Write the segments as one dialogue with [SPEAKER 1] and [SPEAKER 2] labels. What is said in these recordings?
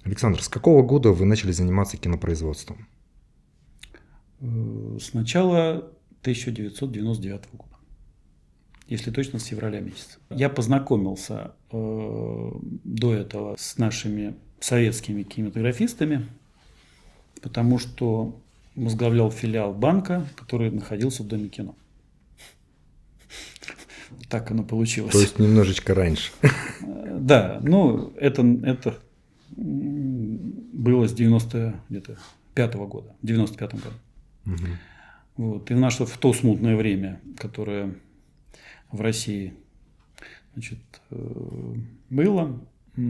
[SPEAKER 1] Александр, с какого года вы начали заниматься кинопроизводством?
[SPEAKER 2] С начала 1999 года, если точно с февраля месяца. Я познакомился до этого с нашими советскими кинематографистами, потому что возглавлял филиал банка, который находился в Доме кино. Так оно получилось.
[SPEAKER 1] То есть немножечко раньше.
[SPEAKER 2] Да, ну это было с 95-го года, в 95-м году.
[SPEAKER 1] Угу.
[SPEAKER 2] Вот. И в то смутное время, которое в России, значит, было,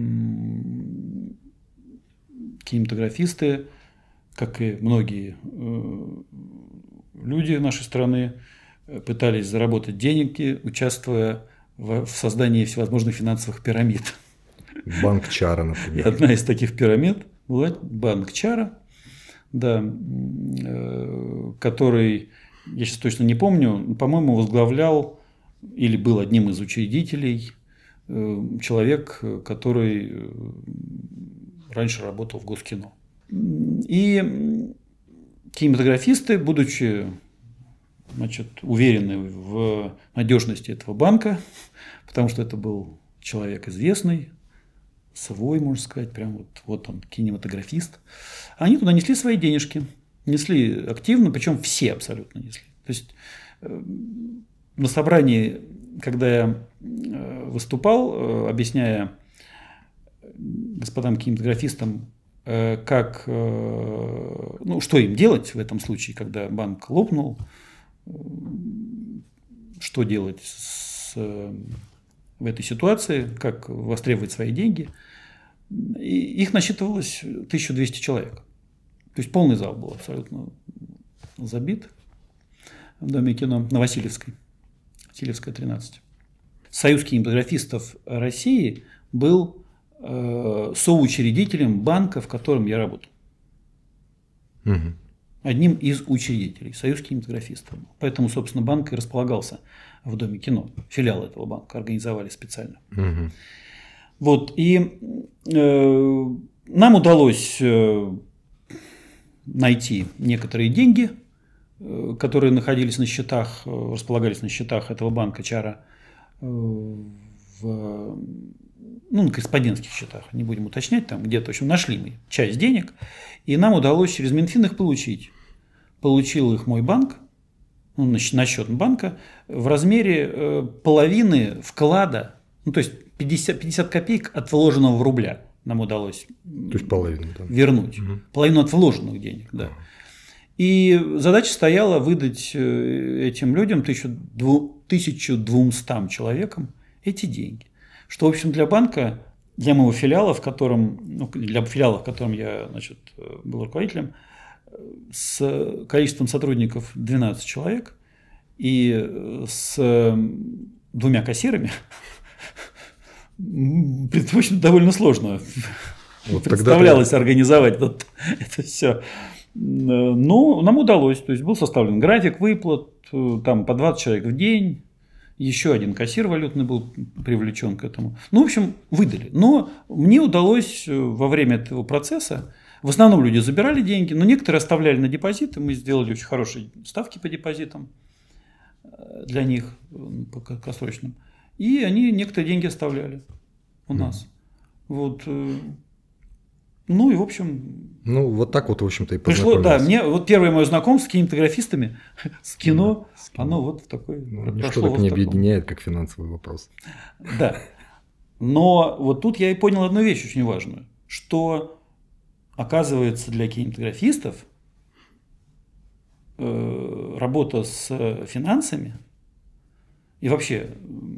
[SPEAKER 2] кинематографисты, как и многие люди нашей страны, пытались заработать деньги, участвуя в создании всевозможных финансовых пирамид.
[SPEAKER 1] Банк Чара, например.
[SPEAKER 2] И одна из таких пирамид была банк Чара, да, который, я сейчас точно не помню, по-моему, возглавлял или был одним из учредителей человек, который раньше работал в Госкино. И кинематографисты, будучи, значит, уверены в надежности этого банка, потому что это был человек известный, свой, можно сказать, прям вот он, кинематографист, они туда несли свои денежки, несли активно, причем все абсолютно несли. То есть на собрании, когда я выступал, объясняя господам кинематографистам, как, ну, что им делать в этом случае, когда банк лопнул, что делать в этой ситуации, как востребовать свои деньги. И их насчитывалось 1200 человек. То есть полный зал был абсолютно забит в Доме кино на Васильевской, 13. Союз кинематографистов России был соучредителем банка, в котором я работал.
[SPEAKER 1] Угу.
[SPEAKER 2] Одним из учредителей, Союз кинематографистов. Поэтому, собственно, банк и располагался в Доме кино. Филиал этого банка организовали специально.
[SPEAKER 1] Угу.
[SPEAKER 2] Вот, и нам удалось найти некоторые деньги, которые находились на счетах, располагались на счетах этого банка Чара, на корреспондентских счетах, не будем уточнять, там где-то, в общем, нашли мы часть денег, и нам удалось через Минфин их получить. Получил их мой банк, на счет банка, в размере половины вклада, ну, то есть 50 копеек от вложенного в рубля нам удалось вернуть. Угу. Половину от вложенных денег, да. И задача стояла выдать этим людям, 1200 человекам, эти деньги. Что, в общем, для банка, для моего филиала, в котором я, значит, был руководителем, с количеством сотрудников 12 человек и с 2 кассирами, в общем, довольно сложно представлялось организовать это все. Но нам удалось. То есть был составлен график выплат, там по 20 человек в день. Еще один кассир валютный был привлечен к этому. Ну, в общем, выдали. Но мне удалось во время этого процесса, в основном люди забирали деньги, но некоторые оставляли на депозиты. Мы сделали очень хорошие ставки по депозитам для них, по краткосрочным. И они некоторые деньги оставляли у нас. Вот. Ну и, в общем...
[SPEAKER 1] Ну, вот так вот, в общем-то, и познакомились.
[SPEAKER 2] Да, мне вот первое мое знакомство с кинематографистами, с кино, оно вот в такой...
[SPEAKER 1] Ничто так не объединяет, как финансовый вопрос.
[SPEAKER 2] Да. Но вот тут я и понял одну вещь очень важную, что, оказывается, для кинематографистов работа с финансами и вообще...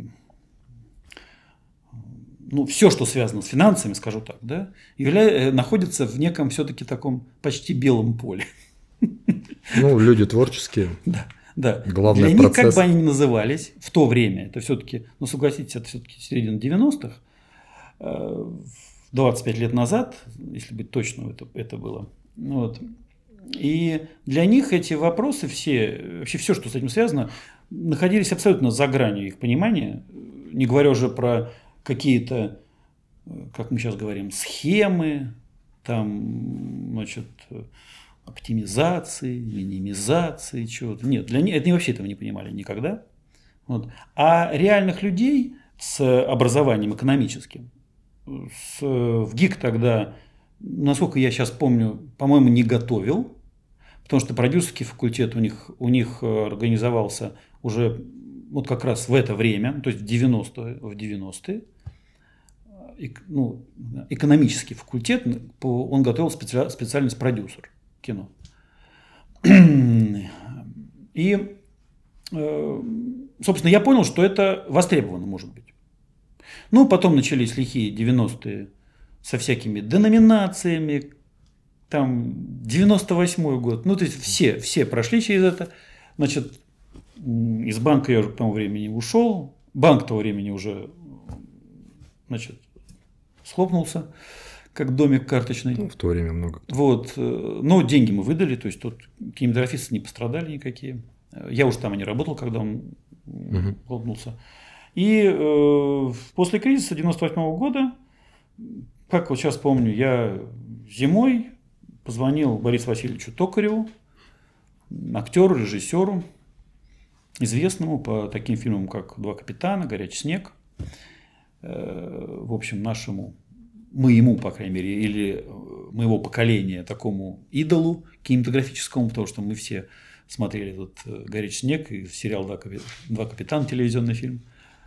[SPEAKER 2] Ну, все, что связано с финансами, скажу так, да, находится в неком все-таки таком почти белом поле.
[SPEAKER 1] Ну, люди творческие.
[SPEAKER 2] Да, да.
[SPEAKER 1] Главное,
[SPEAKER 2] для
[SPEAKER 1] процесс.
[SPEAKER 2] Них, как бы они ни назывались, в то время, это все-таки, ну, согласитесь, это все-таки середина 90-х, 25 лет назад, если быть точным, это было. Вот. И для них эти вопросы вообще все, что с этим связано, находились абсолютно за гранью их понимания, не говоря уже про какие-то, как мы сейчас говорим, схемы, там, значит, оптимизации, минимизации, чего-то. Нет, для них они вообще этого не понимали никогда. Вот. А реальных людей с образованием экономическим в ГИК тогда, насколько я сейчас помню, по-моему, не готовил, потому что продюсерский факультет у них организовался уже вот как раз в это время, то есть в 90-е. Ну, экономический факультет, он готовил специальность продюсер кино. И, собственно, я понял, что это востребовано, может быть. Ну, потом начались лихие 90-е со всякими деноминациями, там, 98-й год. Ну, то есть, все прошли через это. Значит, из банка я уже к тому времени ушел. Банк к тому времени уже, значит, схлопнулся, как домик карточный.
[SPEAKER 1] Ну, в то время много кто.
[SPEAKER 2] Вот. Но деньги мы выдали, то есть, тут кинематографисты не пострадали никакие. Я уже там и не работал, когда он хлопнулся. И после кризиса 98-го года, как вот сейчас помню, я зимой позвонил Борису Васильевичу Токареву, актеру, режиссеру, известному по таким фильмам, как «Два капитана», «Горячий снег». В общем, моему, по крайней мере, или моего поколения такому идолу кинематографическому, потому что мы все смотрели этот «Горячий снег» и сериал «Два капитана», телевизионный фильм.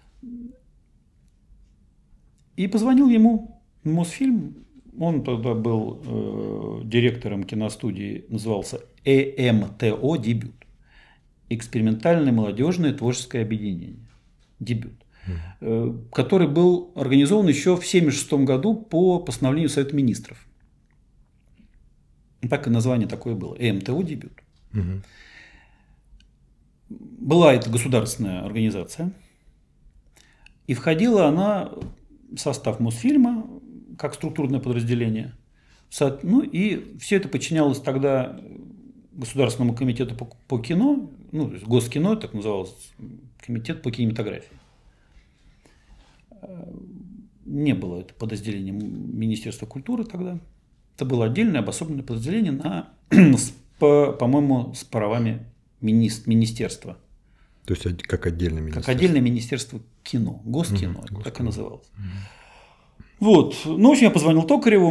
[SPEAKER 2] И позвонил ему в Мосфильм. Он тогда был директором киностудии, назывался ЭМТО «Дебют». Экспериментальное молодежное творческое объединение. «Дебют». Который был организован еще в 1976 году по постановлению Совета Министров. Так и название такое было. ЭМТО «Дебют». Была это государственная организация. И входила она в состав Мосфильма, как структурное подразделение. Ну и все это подчинялось тогда Государственному комитету по кино, ну, то есть Госкино, так назывался, комитет по кинематографии. Не было это подразделением Министерства культуры тогда. Это было отдельное обособленное подразделение по-моему, с правами министерства.
[SPEAKER 1] То есть как отдельное министерство?
[SPEAKER 2] Как отдельное министерство кино, Госкино, так и называлось. Вот. Ну, в общем, я позвонил Токареву.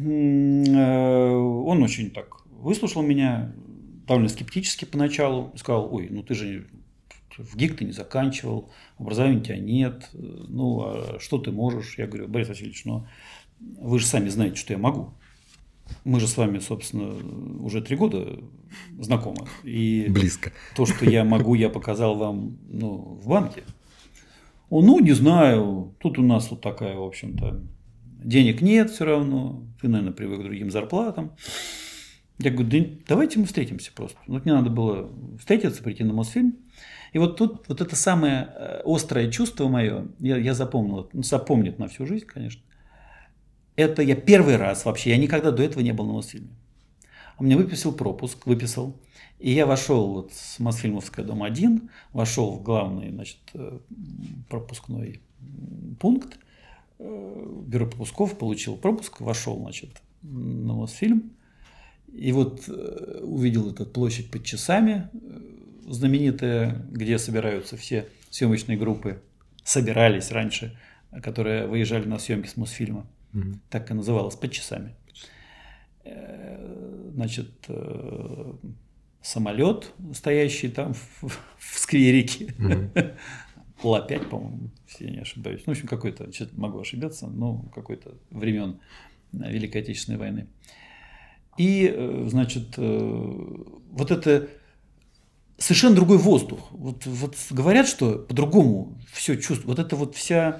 [SPEAKER 2] Он очень так выслушал меня, довольно скептически поначалу. Сказал: ой, ну ты же в ГИК ты не заканчивал, образования у тебя нет, ну а что ты можешь? Я говорю: Борис Васильевич, ну вы же сами знаете, что я могу. Мы же с вами, собственно, уже 3 года знакомы. И
[SPEAKER 1] близко.
[SPEAKER 2] То, что я могу, я показал вам, ну, в банке. Ну, не знаю, тут у нас вот такая, в общем-то, денег нет все равно, ты, наверное, привык к другим зарплатам. Я говорю: да давайте мы встретимся просто. Вот мне надо было встретиться, прийти на Мосфильм. И вот тут вот это самое острое чувство мое, я запомнил, запомнит на всю жизнь, конечно. Это я первый раз вообще, я никогда до этого не был на Мосфильме. Он мне выписал пропуск, и я вошел вот с Мосфильмовская, дом 1, вошел в главный, значит, пропускной пункт, бюро пропусков, получил пропуск, вошел, значит, на Мосфильм, и вот увидел эту площадь под часами, знаменитая, где собираются все съемочные группы, собирались раньше, которые выезжали на съемки с Мосфильма. Так и называлось, под часами. Значит, самолет, стоящий там в скверике, Ла-5, по-моему, если я не ошибаюсь. Ну, в общем, какой-то, могу ошибаться, но какой-то времен Великой Отечественной войны. И, значит, вот это совершенно другой воздух. Вот говорят, что по-другому все чувствуют. Вот это вот вся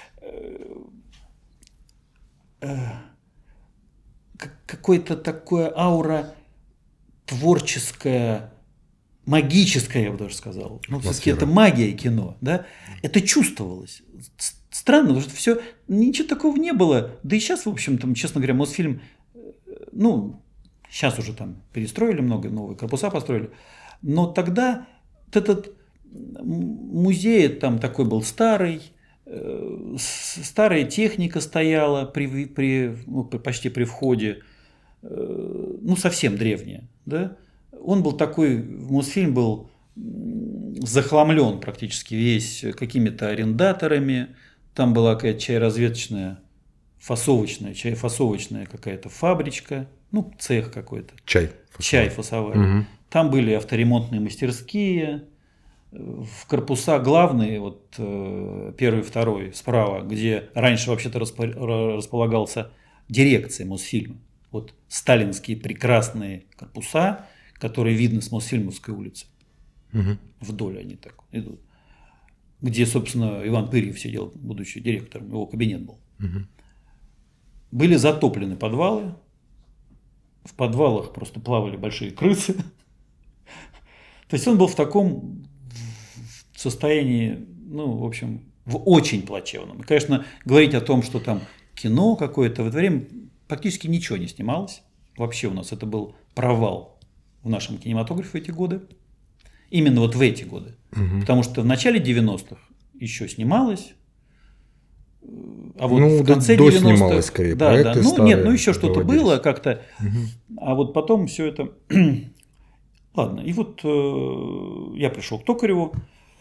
[SPEAKER 2] какое-то такое аура творческая, магическая, я бы даже сказал. Ну, все-таки это магия кино, да? Это чувствовалось. Странно, потому что все, ничего такого не было. Да и сейчас, в общем, там, честно говоря, Мосфильм, ну, сейчас уже там перестроили много, новые корпуса построили. Но тогда этот музей там такой был старый, старая техника стояла почти при входе. ну, совсем древнее, да, он был такой, Мосфильм был захламлен практически весь какими-то арендаторами, там была какая-то чайразведочная, чайфасовочная какая-то фабричка, ну, цех какой-то. Чай фасовали. Угу. Там были авторемонтные мастерские, в корпуса главные, вот первый, второй, справа, где раньше вообще-то располагался дирекция Мосфильма. Вот сталинские прекрасные корпуса, которые видно с Мосфильмовской улицы. Угу. Вдоль они так идут. Где, собственно, Иван Пырьев сидел, будучи директором, его кабинет был. Угу. Были затоплены подвалы. В подвалах просто плавали большие крысы. То есть он был в таком состоянии, ну, в общем, в очень плачевном. И, конечно, говорить о том, что там кино какое-то, в это время практически ничего не снималось. Вообще у нас это был провал в нашем кинематографе в эти годы. Именно вот в эти годы. Угу. Потому что в начале 90-х еще снималось. А вот в конце 90-х...
[SPEAKER 1] скорее,
[SPEAKER 2] да. Ну, нет, ну еще что-то было как-то. Угу. А вот потом все это... Ладно, и вот я пришел к Токареву.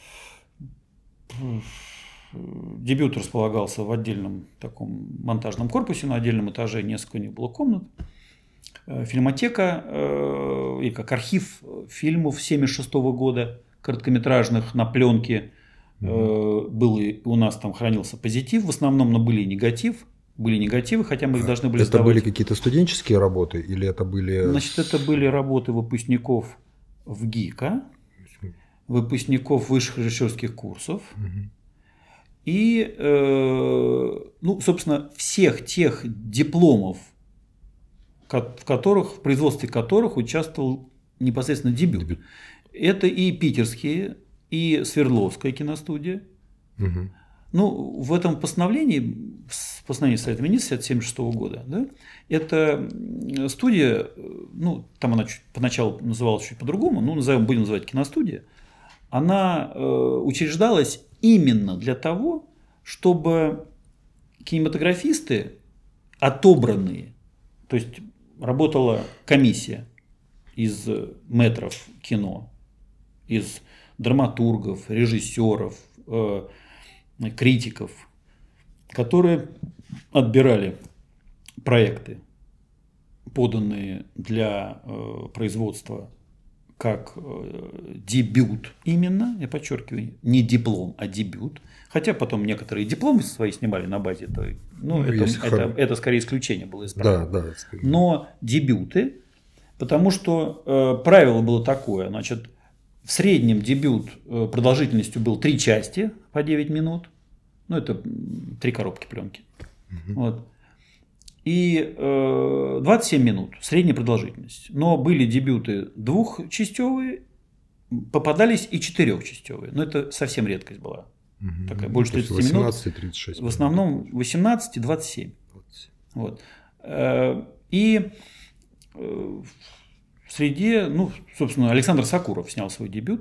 [SPEAKER 2] Дебют располагался в отдельном таком монтажном корпусе, на отдельном этаже несколько у них было комнат. Фильмотека, и как архив фильмов 1976 года, короткометражных на пленке. Был и у нас там хранился позитив в основном, но были и негатив. Были негативы, хотя мы их должны были
[SPEAKER 1] сдавать. Это были какие-то студенческие работы или это были...
[SPEAKER 2] Значит, это были работы выпускников ВГИКа, выпускников высших режиссерских курсов. И, ну, собственно, всех тех дипломов, в производстве которых участвовал непосредственно дебют. Это и питерские, и Свердловская киностудия. Угу. Ну, в этом постановлении Совета Министров 1976 года, да, это студия, ну, там она поначалу называлась чуть по-другому, ну, будем называть киностудия, она учреждалась именно для того, чтобы кинематографисты, отобранные, то есть работала комиссия из мэтров кино, из драматургов, режиссеров, критиков, которые отбирали проекты, поданные для производства как дебют именно, я подчеркиваю, не диплом, а дебют. Хотя потом некоторые дипломы свои снимали на базе той. Ну, это скорее исключение было из правил.
[SPEAKER 1] Да.
[SPEAKER 2] Но дебюты, потому что правило было такое, значит, в среднем дебют продолжительностью был 3 части по 9 минут. Ну, это 3 коробки пленки. Угу. Вот. И 27 минут средняя продолжительность. Но были дебюты 2-частевые, попадались и 4-частевые. Но это совсем редкость была.
[SPEAKER 1] Угу.
[SPEAKER 2] Такая, больше 30 минут.
[SPEAKER 1] 18 и 36
[SPEAKER 2] в основном 18 и 27. Вот. И в среде, ну, собственно, Александр Сакуров снял свой дебют.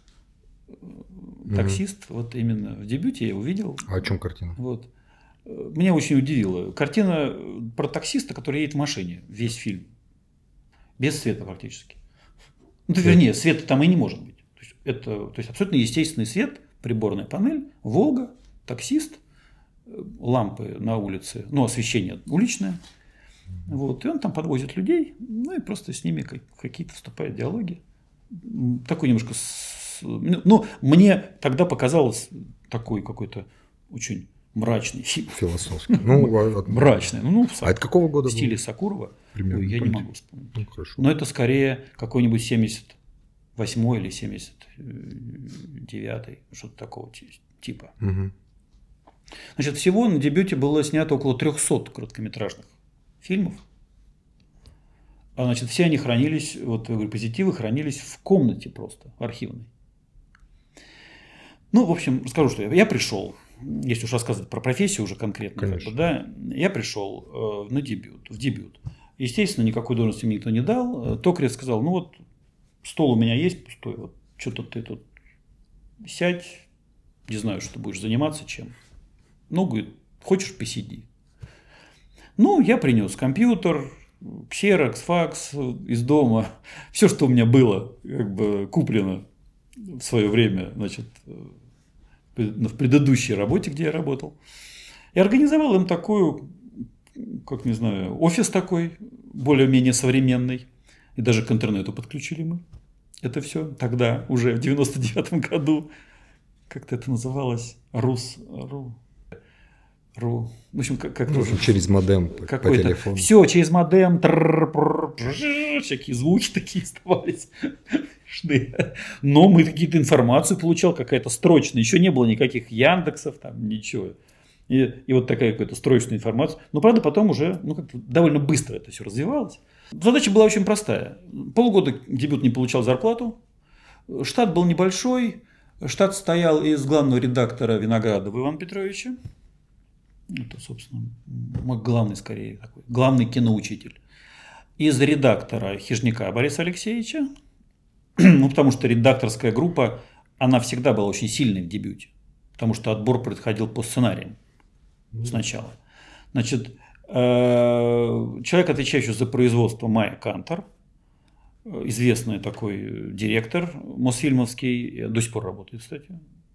[SPEAKER 2] Таксист. Вот именно в дебюте я его видел.
[SPEAKER 1] А о чем картина?
[SPEAKER 2] Вот. Меня очень удивило. Картина про таксиста, который едет в машине. Весь фильм. Без света практически. Ну, вернее, света там и не может быть. То есть абсолютно естественный свет, приборная панель, Волга, таксист, лампы на улице, ну, освещение уличное. Вот, и он там подвозит людей, ну и просто с ними какие-то вступают диалоги. Такой немножко... Ну, мне тогда показалось такой какой-то очень мрачный фильм.
[SPEAKER 1] Философский.
[SPEAKER 2] Мрачный. Ну,
[SPEAKER 1] а это какого года?
[SPEAKER 2] В стиле Сакурова.
[SPEAKER 1] Примерно.
[SPEAKER 2] Я не могу вспомнить.
[SPEAKER 1] Ну, хорошо.
[SPEAKER 2] Но это скорее какой-нибудь 78-й или 79-й, что-то такого типа.
[SPEAKER 1] Угу.
[SPEAKER 2] Значит, всего на дебюте было снято около 300 короткометражных фильмов. А, значит, все они хранились, вот я говорю, позитивы хранились в комнате просто, архивной. Ну, в общем, расскажу, что я пришел, если уж рассказывать про профессию уже конкретно, как бы, да, я пришел в дебют. Естественно, никакой должности мне никто не дал. Токарев сказал, ну вот, стол у меня есть пустой, вот что-то ты тут сядь, не знаю, что ты будешь заниматься чем. Ну, говорит, хочешь, посиди. Ну, я принес компьютер, ксерокс, факс из дома, все, что у меня было как бы куплено в свое время, значит, в предыдущей работе, где я работал. И организовал им такую, как не знаю, офис такой, более-менее современный. И даже к интернету подключили мы. Это все тогда, уже в 99-м году. Как-то это называлось? В общем, как
[SPEAKER 1] Ну, через модем по телефону.
[SPEAKER 2] Все, через модем. Всякие звуки такие оставались. Но мы какие-то информацию получал, какая-то строчная. Еще не было никаких Яндексов, там ничего. И вот такая какая-то строчная информация. Но, правда, потом уже как-то довольно быстро это все развивалось. Задача была очень простая. Полгода дебют не получал зарплату. Штат был небольшой. Штат состоял из главного редактора Виноградова Ивана Петровича. Это, собственно, мой главный, скорее, такой, главный киноучитель. Из редактора Хижняка Бориса Алексеевича. Потому что редакторская группа, она всегда была очень сильной в дебюте. Потому что отбор происходил по сценариям сначала. Значит, человек, отвечающий за производство, Майя Кантор, известный такой директор Мосфильмовский, до сих пор работает, кстати.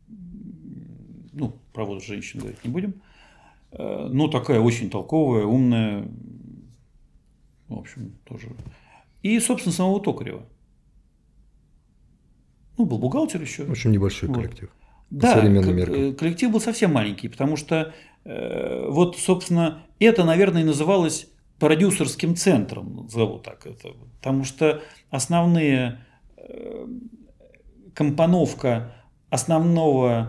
[SPEAKER 2] Про вот женщин говорить не будем. Такая очень толковая, умная, в общем, тоже. И, собственно, самого Токарева. Был бухгалтер еще.
[SPEAKER 1] Очень небольшой коллектив.
[SPEAKER 2] Да, коллектив был совсем маленький, потому что, собственно, это, наверное, и называлось продюсерским центром, назову так это. Потому что основная компоновка основной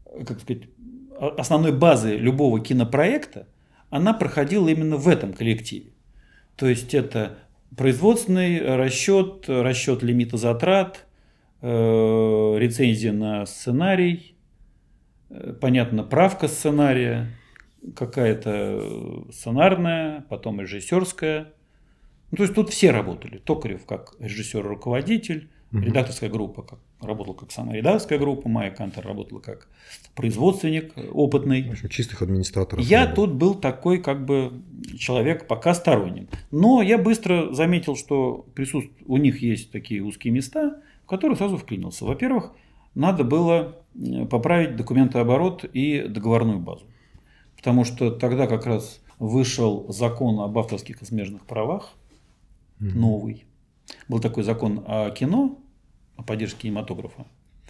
[SPEAKER 2] базы любого кинопроекта, она проходила именно в этом коллективе. То есть это производственный расчет лимита затрат, рецензия на сценарий, понятно, правка сценария, какая-то сценарная, потом режиссерская. То есть тут все работали. Токарев как режиссер-руководитель, редакторская группа работала как сама редакторская группа, Майя Кантор работала как производственник опытный.
[SPEAKER 1] В общем, чистых администраторов.
[SPEAKER 2] Я тут был такой человек пока сторонним. Но я быстро заметил, что у них есть такие узкие места, в которые сразу вклинился. Во-первых, надо было поправить документооборот и договорную базу. Потому что тогда как раз вышел закон об авторских и смежных правах, новый. Был такой закон о кино, о поддержке кинематографа,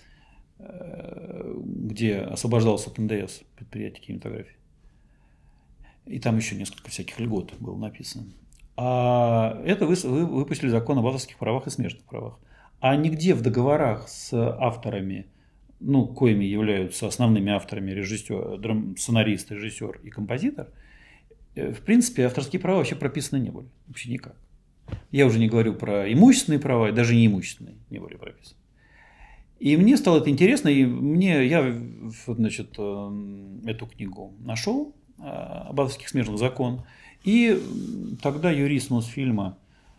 [SPEAKER 2] где освобождался от НДС, предприятие кинематографии. И там еще несколько всяких льгот было написано. А это выпустили закон об авторских правах и смежных правах. А нигде в договорах с авторами, коими являются основными авторами сценарист, режиссер и композитор, в принципе, авторские права вообще прописаны не были. Вообще никак. Я уже не говорю про имущественные права, и даже неимущественные не были прописаны. И мне стало это интересно, и я эту книгу нашел, об авторских смежных закон, и тогда юрист Мосфильма,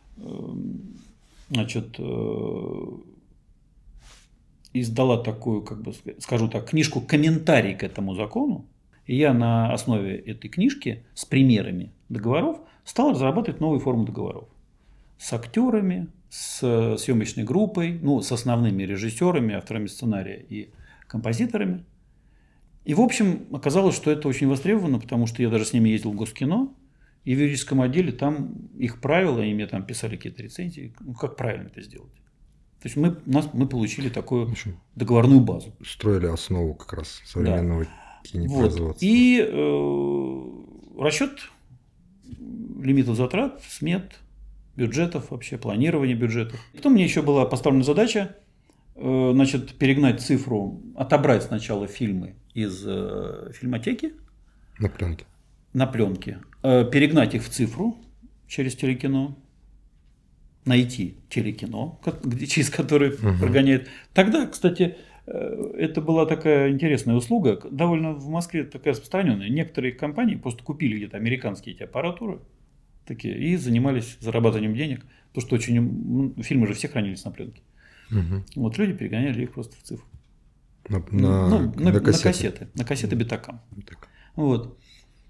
[SPEAKER 2] издала такую, скажу так, книжку-комментарий к этому закону, и я на основе этой книжки с примерами договоров стал разрабатывать новые формы договоров. С актерами, с съемочной группой, с основными режиссерами, авторами сценария и композиторами. И, в общем, оказалось, что это очень востребовано, потому что я даже с ними ездил в Госкино, и в юридическом отделе там их правила, и мне там писали какие-то рецензии, как правильно это сделать. То есть мы получили такую договорную базу.
[SPEAKER 1] Строили основу как раз современного кинопроизводства.
[SPEAKER 2] И расчет лимитов затрат, смет, бюджетов вообще, планирование бюджетов. Потом мне еще была поставлена задача перегнать цифру, отобрать сначала фильмы из фильмотеки. На пленке. Перегнать их в цифру через телекино. Найти телекино, через которое прогоняет. Тогда, кстати, это была такая интересная услуга, довольно в Москве такая распространенная. Некоторые компании просто купили где-то американские эти аппаратуры такие, и занимались зарабатыванием денег, потому что фильмы же все хранились на пленке. Вот люди перегоняли их просто в цифру.
[SPEAKER 1] На кассеты.
[SPEAKER 2] На кассеты Бетакам. Вот.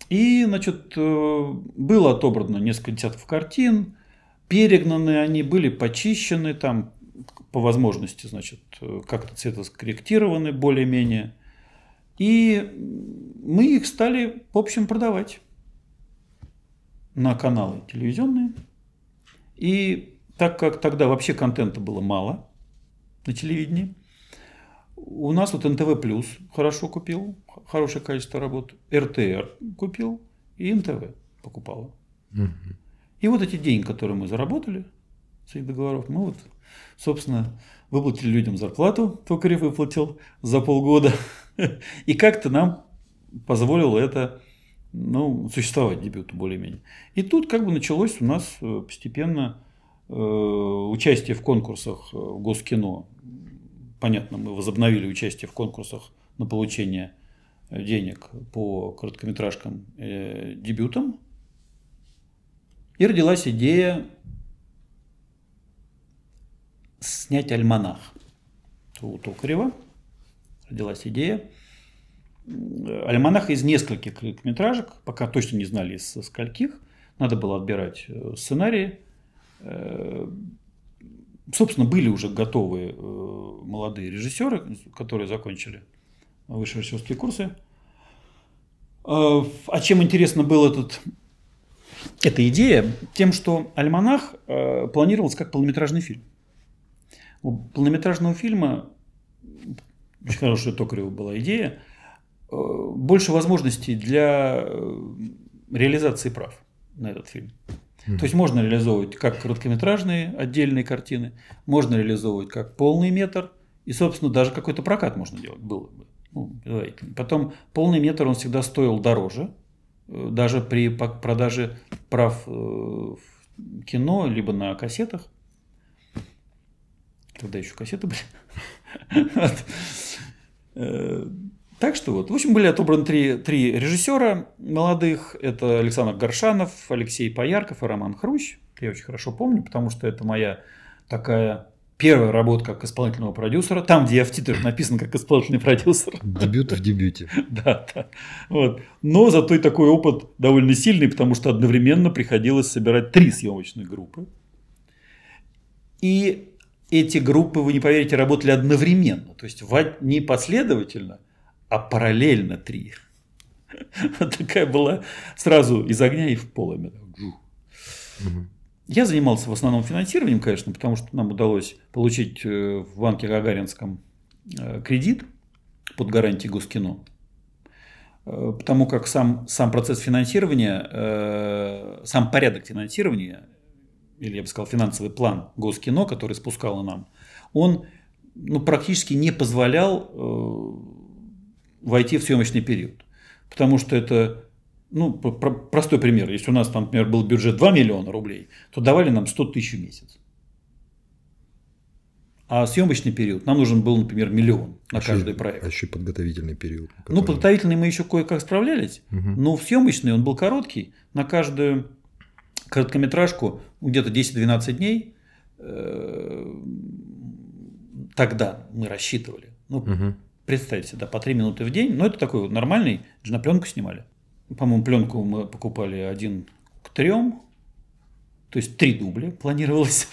[SPEAKER 2] И, значит, было отобрано несколько десятков картин, перегнаны они, были почищены там по возможности, значит, как-то цветоскорректированы более-менее. И мы их стали, в общем, продавать на каналы телевизионные. И так как тогда вообще контента было мало на телевидении, у нас вот НТВ Плюс хорошо купил, хорошее качество работы, РТР купил и НТВ покупала. И вот эти деньги, которые мы заработали с этих договоров, мы вот, собственно, выплатили людям зарплату, Токарев выплатил за полгода, и как-то нам позволило это, ну, существовать дебюту более-менее. И тут как бы началось у нас постепенно участие в конкурсах в Госкино. Понятно, мы возобновили участие в конкурсах на получение денег по короткометражкам дебютам. И родилась идея снять альманах. У Токарева родилась идея. Альманах из нескольких короткометражек, пока точно не знали из скольких. Надо было отбирать сценарии. Собственно, были уже готовые молодые режиссеры, которые закончили высшие режиссерские курсы. А чем интересна была эта идея? Тем, что «Альманах» планировался как полнометражный фильм. У полнометражного фильма, очень хорошая Токарева была идея, больше возможностей для реализации прав на этот фильм. То есть можно реализовывать как короткометражные отдельные картины, можно реализовывать как полный метр, и, собственно, даже какой-то прокат можно делать было бы. Потом полный метр он всегда стоил дороже, даже при продаже прав в кино, либо на кассетах. Тогда еще кассеты были. Так что вот, в общем, были отобраны три режиссера молодых. Это Александр Горшанов, Алексей Поярков и Роман Хрущ. Я очень хорошо помню, потому что это моя такая первая работа как исполнительного продюсера. Там, где я в титрах написан как исполнительный продюсер.
[SPEAKER 1] Дебют в дебюте.
[SPEAKER 2] Да. Вот. Но зато и такой опыт довольно сильный, потому что одновременно приходилось собирать 3 съемочных группы. И эти группы, вы не поверите, работали одновременно. То есть не последовательно, а параллельно 3. Вот такая была сразу из огня и в полымя. Я занимался в основном финансированием, конечно, потому что нам удалось получить в банке Гагаринском кредит под гарантией Госкино. Потому как сам процесс финансирования, сам порядок финансирования, или я бы сказал финансовый план Госкино, который спускало нам, он практически не позволял войти в съемочный период. Потому что это, простой пример. Если у нас, там, например, был бюджет 2 миллиона рублей, то давали нам 100 тысяч в месяц. А съемочный период нам нужен был, например, 1 миллион на каждый проект.
[SPEAKER 1] А еще подготовительный период.
[SPEAKER 2] Подготовительный мы еще кое-как справлялись, но в съемочный он был короткий. На каждую короткометражку где-то 10-12 дней тогда мы рассчитывали. Представьте себе, по 3 минуты в день. Но это такой вот нормальный, же на пленку снимали. По-моему, пленку мы покупали 1 к 3, то есть 3 дубля планировалось.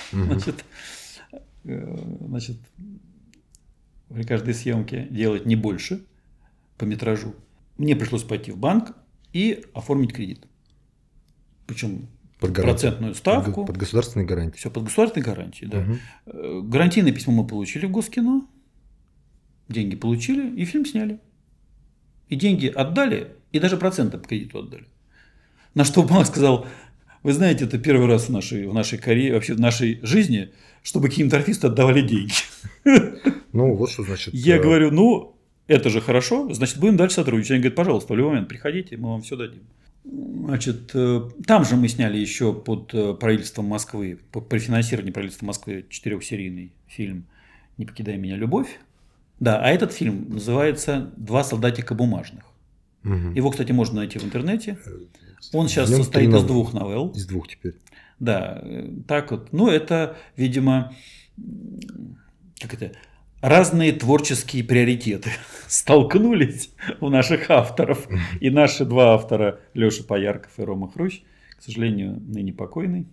[SPEAKER 2] Значит, при каждой съемке делать не больше по метражу. Мне пришлось пойти в банк и оформить кредит. Причем процентную ставку.
[SPEAKER 1] Под государственной гарантией.
[SPEAKER 2] Все под государственной гарантией, да. Гарантийное письмо мы получили в Госкино. Деньги получили и фильм сняли. И деньги отдали, и даже проценты по кредиту отдали. На что банк сказал: вы знаете, это первый раз в нашей карьере, вообще в нашей жизни, чтобы кинематографисты отдавали деньги.
[SPEAKER 1] Вот что значит.
[SPEAKER 2] Я говорю, это же хорошо, значит, будем дальше сотрудничать. Они говорят: пожалуйста, в любой момент приходите, мы вам все дадим. Значит, там же мы сняли еще под правительством Москвы, при финансировании правительства Москвы 4-серийный фильм «Не покидай меня, любовь». Да, а этот фильм называется «Два солдатика бумажных». Его, кстати, можно найти в интернете. Он сейчас состоит из 2 новелл.
[SPEAKER 1] Из 2 теперь.
[SPEAKER 2] Да, так вот. Это, видимо, разные творческие приоритеты столкнулись у наших авторов. И наши два автора, Леша Поярков и Рома Хрущ, к сожалению, ныне покойный,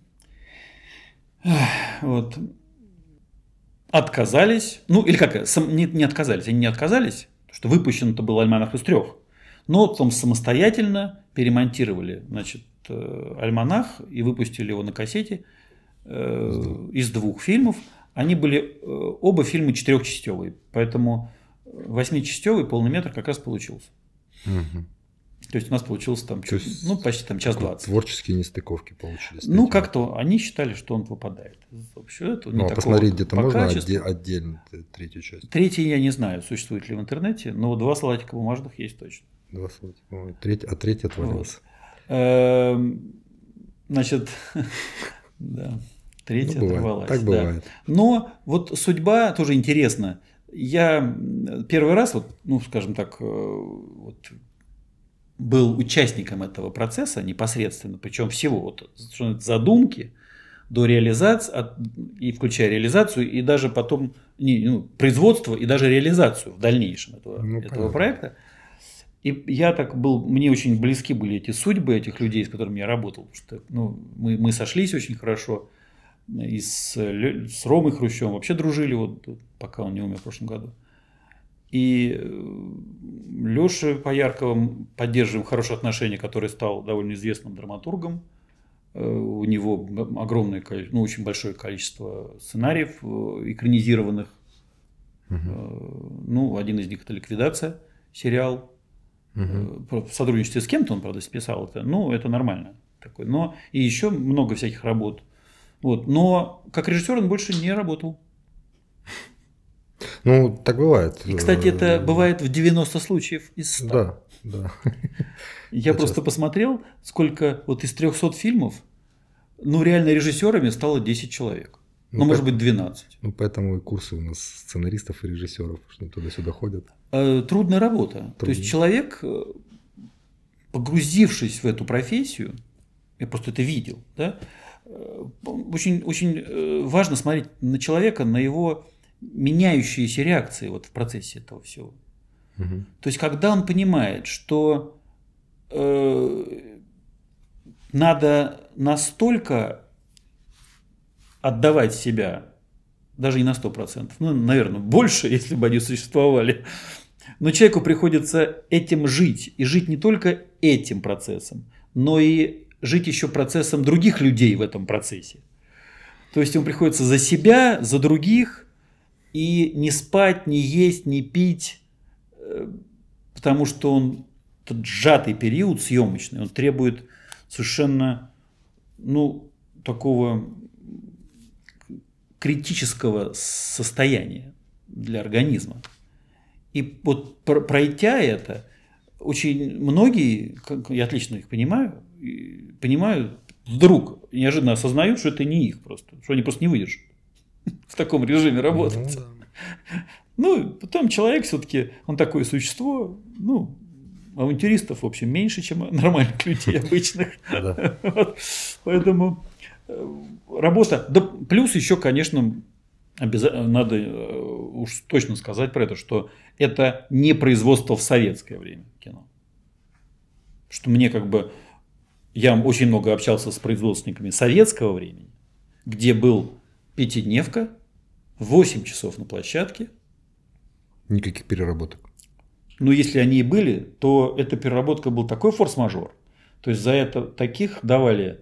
[SPEAKER 2] вот, отказались, ну или как, не отказались, они не отказались, потому что выпущен-то был альманах из 3, но потом самостоятельно перемонтировали, значит, альманах и выпустили его на кассете из 2 фильмов. Они были оба фильмы 4-частевые, поэтому 8-частевый полный метр как раз получился.
[SPEAKER 1] Угу.
[SPEAKER 2] То есть у нас получился там почти там час 20.
[SPEAKER 1] Творческие нестыковки получились.
[SPEAKER 2] Ну, как-то они считали, что он выпадает. Вообще,
[SPEAKER 1] ну, а посмотреть где-то можно отдельно 3-ю часть?
[SPEAKER 2] 3-й я не знаю, существует ли в интернете, но 2 салатика бумажных есть точно.
[SPEAKER 1] 2 салатика бумажных. 3-й отвалился.
[SPEAKER 2] Значит, да. 3-я оторвалась.
[SPEAKER 1] Так бывает.
[SPEAKER 2] Но вот судьба тоже интересна. Я первый раз, вот, ну, скажем так, вот, был участником этого процесса непосредственно, причем всего вот, от задумки до реализации, и включая реализацию, и даже потом производство и даже реализацию в дальнейшем этого проекта. И я так был, мне очень близки были эти судьбы этих людей, с которыми я работал, потому что мы сошлись очень хорошо. И с Ромой Хрущевым вообще дружили, вот, пока он не умер в прошлом году. И Лешей Поярковым поддерживаем хорошие отношения, который стал довольно известным драматургом. У него огромное количество, очень большое количество сценариев экранизированных. Ну, один из них – это «Ликвидация», сериал. В сотрудничестве с кем-то он, правда, списал это, но это нормально. Такой. Но и еще много всяких работ. Вот. Но как режиссер он больше не работал.
[SPEAKER 1] Ну, так бывает.
[SPEAKER 2] И, кстати, это бывает в 90 случаев из 100.
[SPEAKER 1] Да.
[SPEAKER 2] Я просто посмотрел, сколько вот из 300 фильмов, ну, реально режиссерами стало 10 человек. Ну, может быть, 12.
[SPEAKER 1] Ну, поэтому и курсы у нас сценаристов и режиссеров, что туда-сюда ходят.
[SPEAKER 2] Трудная работа. То есть человек, погрузившись в эту профессию, я просто это видел, да, очень, очень важно смотреть на человека, на его меняющиеся реакции вот в процессе этого всего. То есть, когда он понимает, что надо настолько отдавать себя, даже не на 100%, ну, наверное, больше, если бы они существовали, но человеку приходится этим жить, и жить не только этим процессом, но и жить еще процессом других людей в этом процессе. То есть ему приходится за себя, за других, и не спать, не есть, не пить, потому что он тот сжатый период съемочный, он требует совершенно, ну, такого критического состояния для организма. И вот пройдя это, очень многие, я отлично их понимаю, вдруг неожиданно осознают, что это не их просто, что они просто не выдержат в таком режиме работать. Ну, потом человек все-таки, он такое существо, ну, авантюристов, в общем, меньше, чем нормальных людей обычных. Поэтому работа. Да, плюс еще, конечно, надо уж точно сказать про это, что это не производство в советское время кино. Что мне как бы... Я очень много общался с производственниками советского времени, где был пятидневка, 8 часов на площадке.
[SPEAKER 1] Никаких переработок.
[SPEAKER 2] Но если они и были, то эта переработка был такой форс-мажор. То есть за это таких давали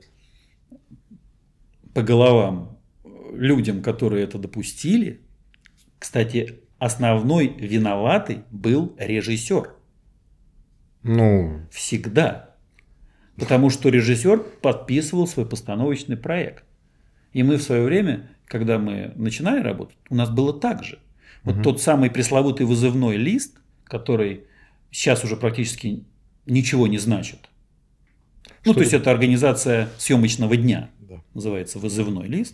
[SPEAKER 2] по головам людям, которые это допустили. Кстати, основной виноватый был режиссер.
[SPEAKER 1] Ну...
[SPEAKER 2] Всегда. Потому что режиссер подписывал свой постановочный проект. И мы в свое время, когда мы начинали работать, у нас было так же. Вот тот самый пресловутый вызывной лист, который сейчас уже практически ничего не значит. Ну, то есть это организация съемочного дня, называется вызывной лист.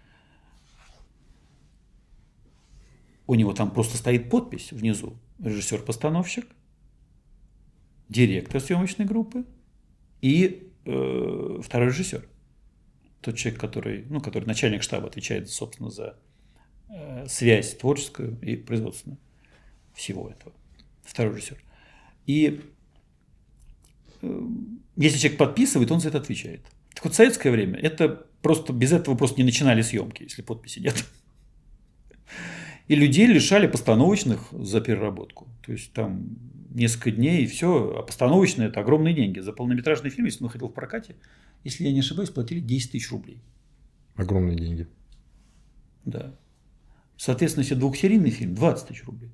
[SPEAKER 2] У него там просто стоит подпись внизу: режиссер-постановщик, директор съемочной группы и второй режиссер. Тот человек, который начальник штаба, отвечает, собственно, за связь творческую и производственную всего этого. Второй режиссер. И если человек подписывает, он за это отвечает. Так вот, в советское время это просто без этого просто не начинали съемки, если подписи нет. И людей лишали постановочных за переработку. То есть там несколько дней и все. А постановочные – это огромные деньги. За полнометражный фильм, если он выходил в прокате, если я не ошибаюсь, платили 10 тысяч рублей.
[SPEAKER 1] Огромные деньги.
[SPEAKER 2] Да. Соответственно, если двухсерийный фильм – 20 тысяч рублей.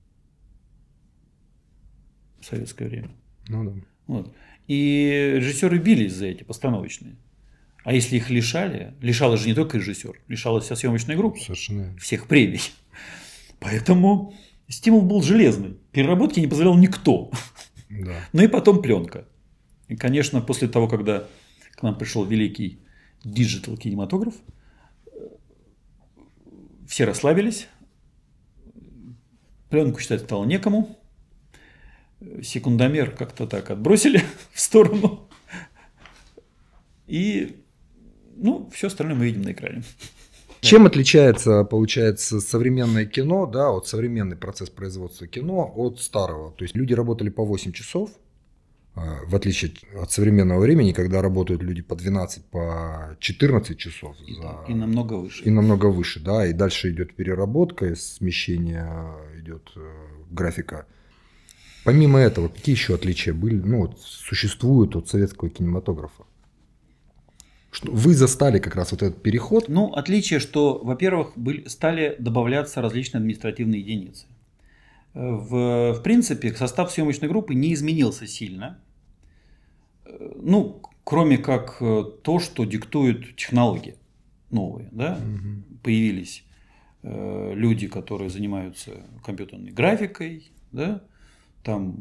[SPEAKER 2] В советское время.
[SPEAKER 1] Ну да.
[SPEAKER 2] Вот. И режиссеры бились за эти постановочные. А если их лишали, лишала же не только режиссер, лишалась вся съемочная группа.
[SPEAKER 1] Совершенно.
[SPEAKER 2] Всех премий. Поэтому стимул был железный. Переработки не позволял никто.
[SPEAKER 1] Да.
[SPEAKER 2] Ну и потом пленка. И, конечно, после того, когда к нам пришел великий диджитал кинематограф, все расслабились. Пленку читать стало некому. Секундомер как-то так отбросили в сторону. И все остальное мы видим на экране.
[SPEAKER 1] Чем отличается, получается, современное кино, да, вот современный процесс производства кино от старого? То есть люди работали по 8 часов, в отличие от современного времени, когда работают люди по 12, по 14 часов.
[SPEAKER 2] И намного выше.
[SPEAKER 1] И намного выше, да, и дальше идет переработка, смещение идет графика. Помимо этого, какие еще отличия были, существуют от советского кинематографа? Вы застали как раз вот этот переход.
[SPEAKER 2] Отличие, что, во-первых, стали добавляться различные административные единицы. В принципе, состав съемочной группы не изменился сильно. Кроме как то, что диктуют технологии новые. Да? Угу. Появились люди, которые занимаются компьютерной графикой, да? Там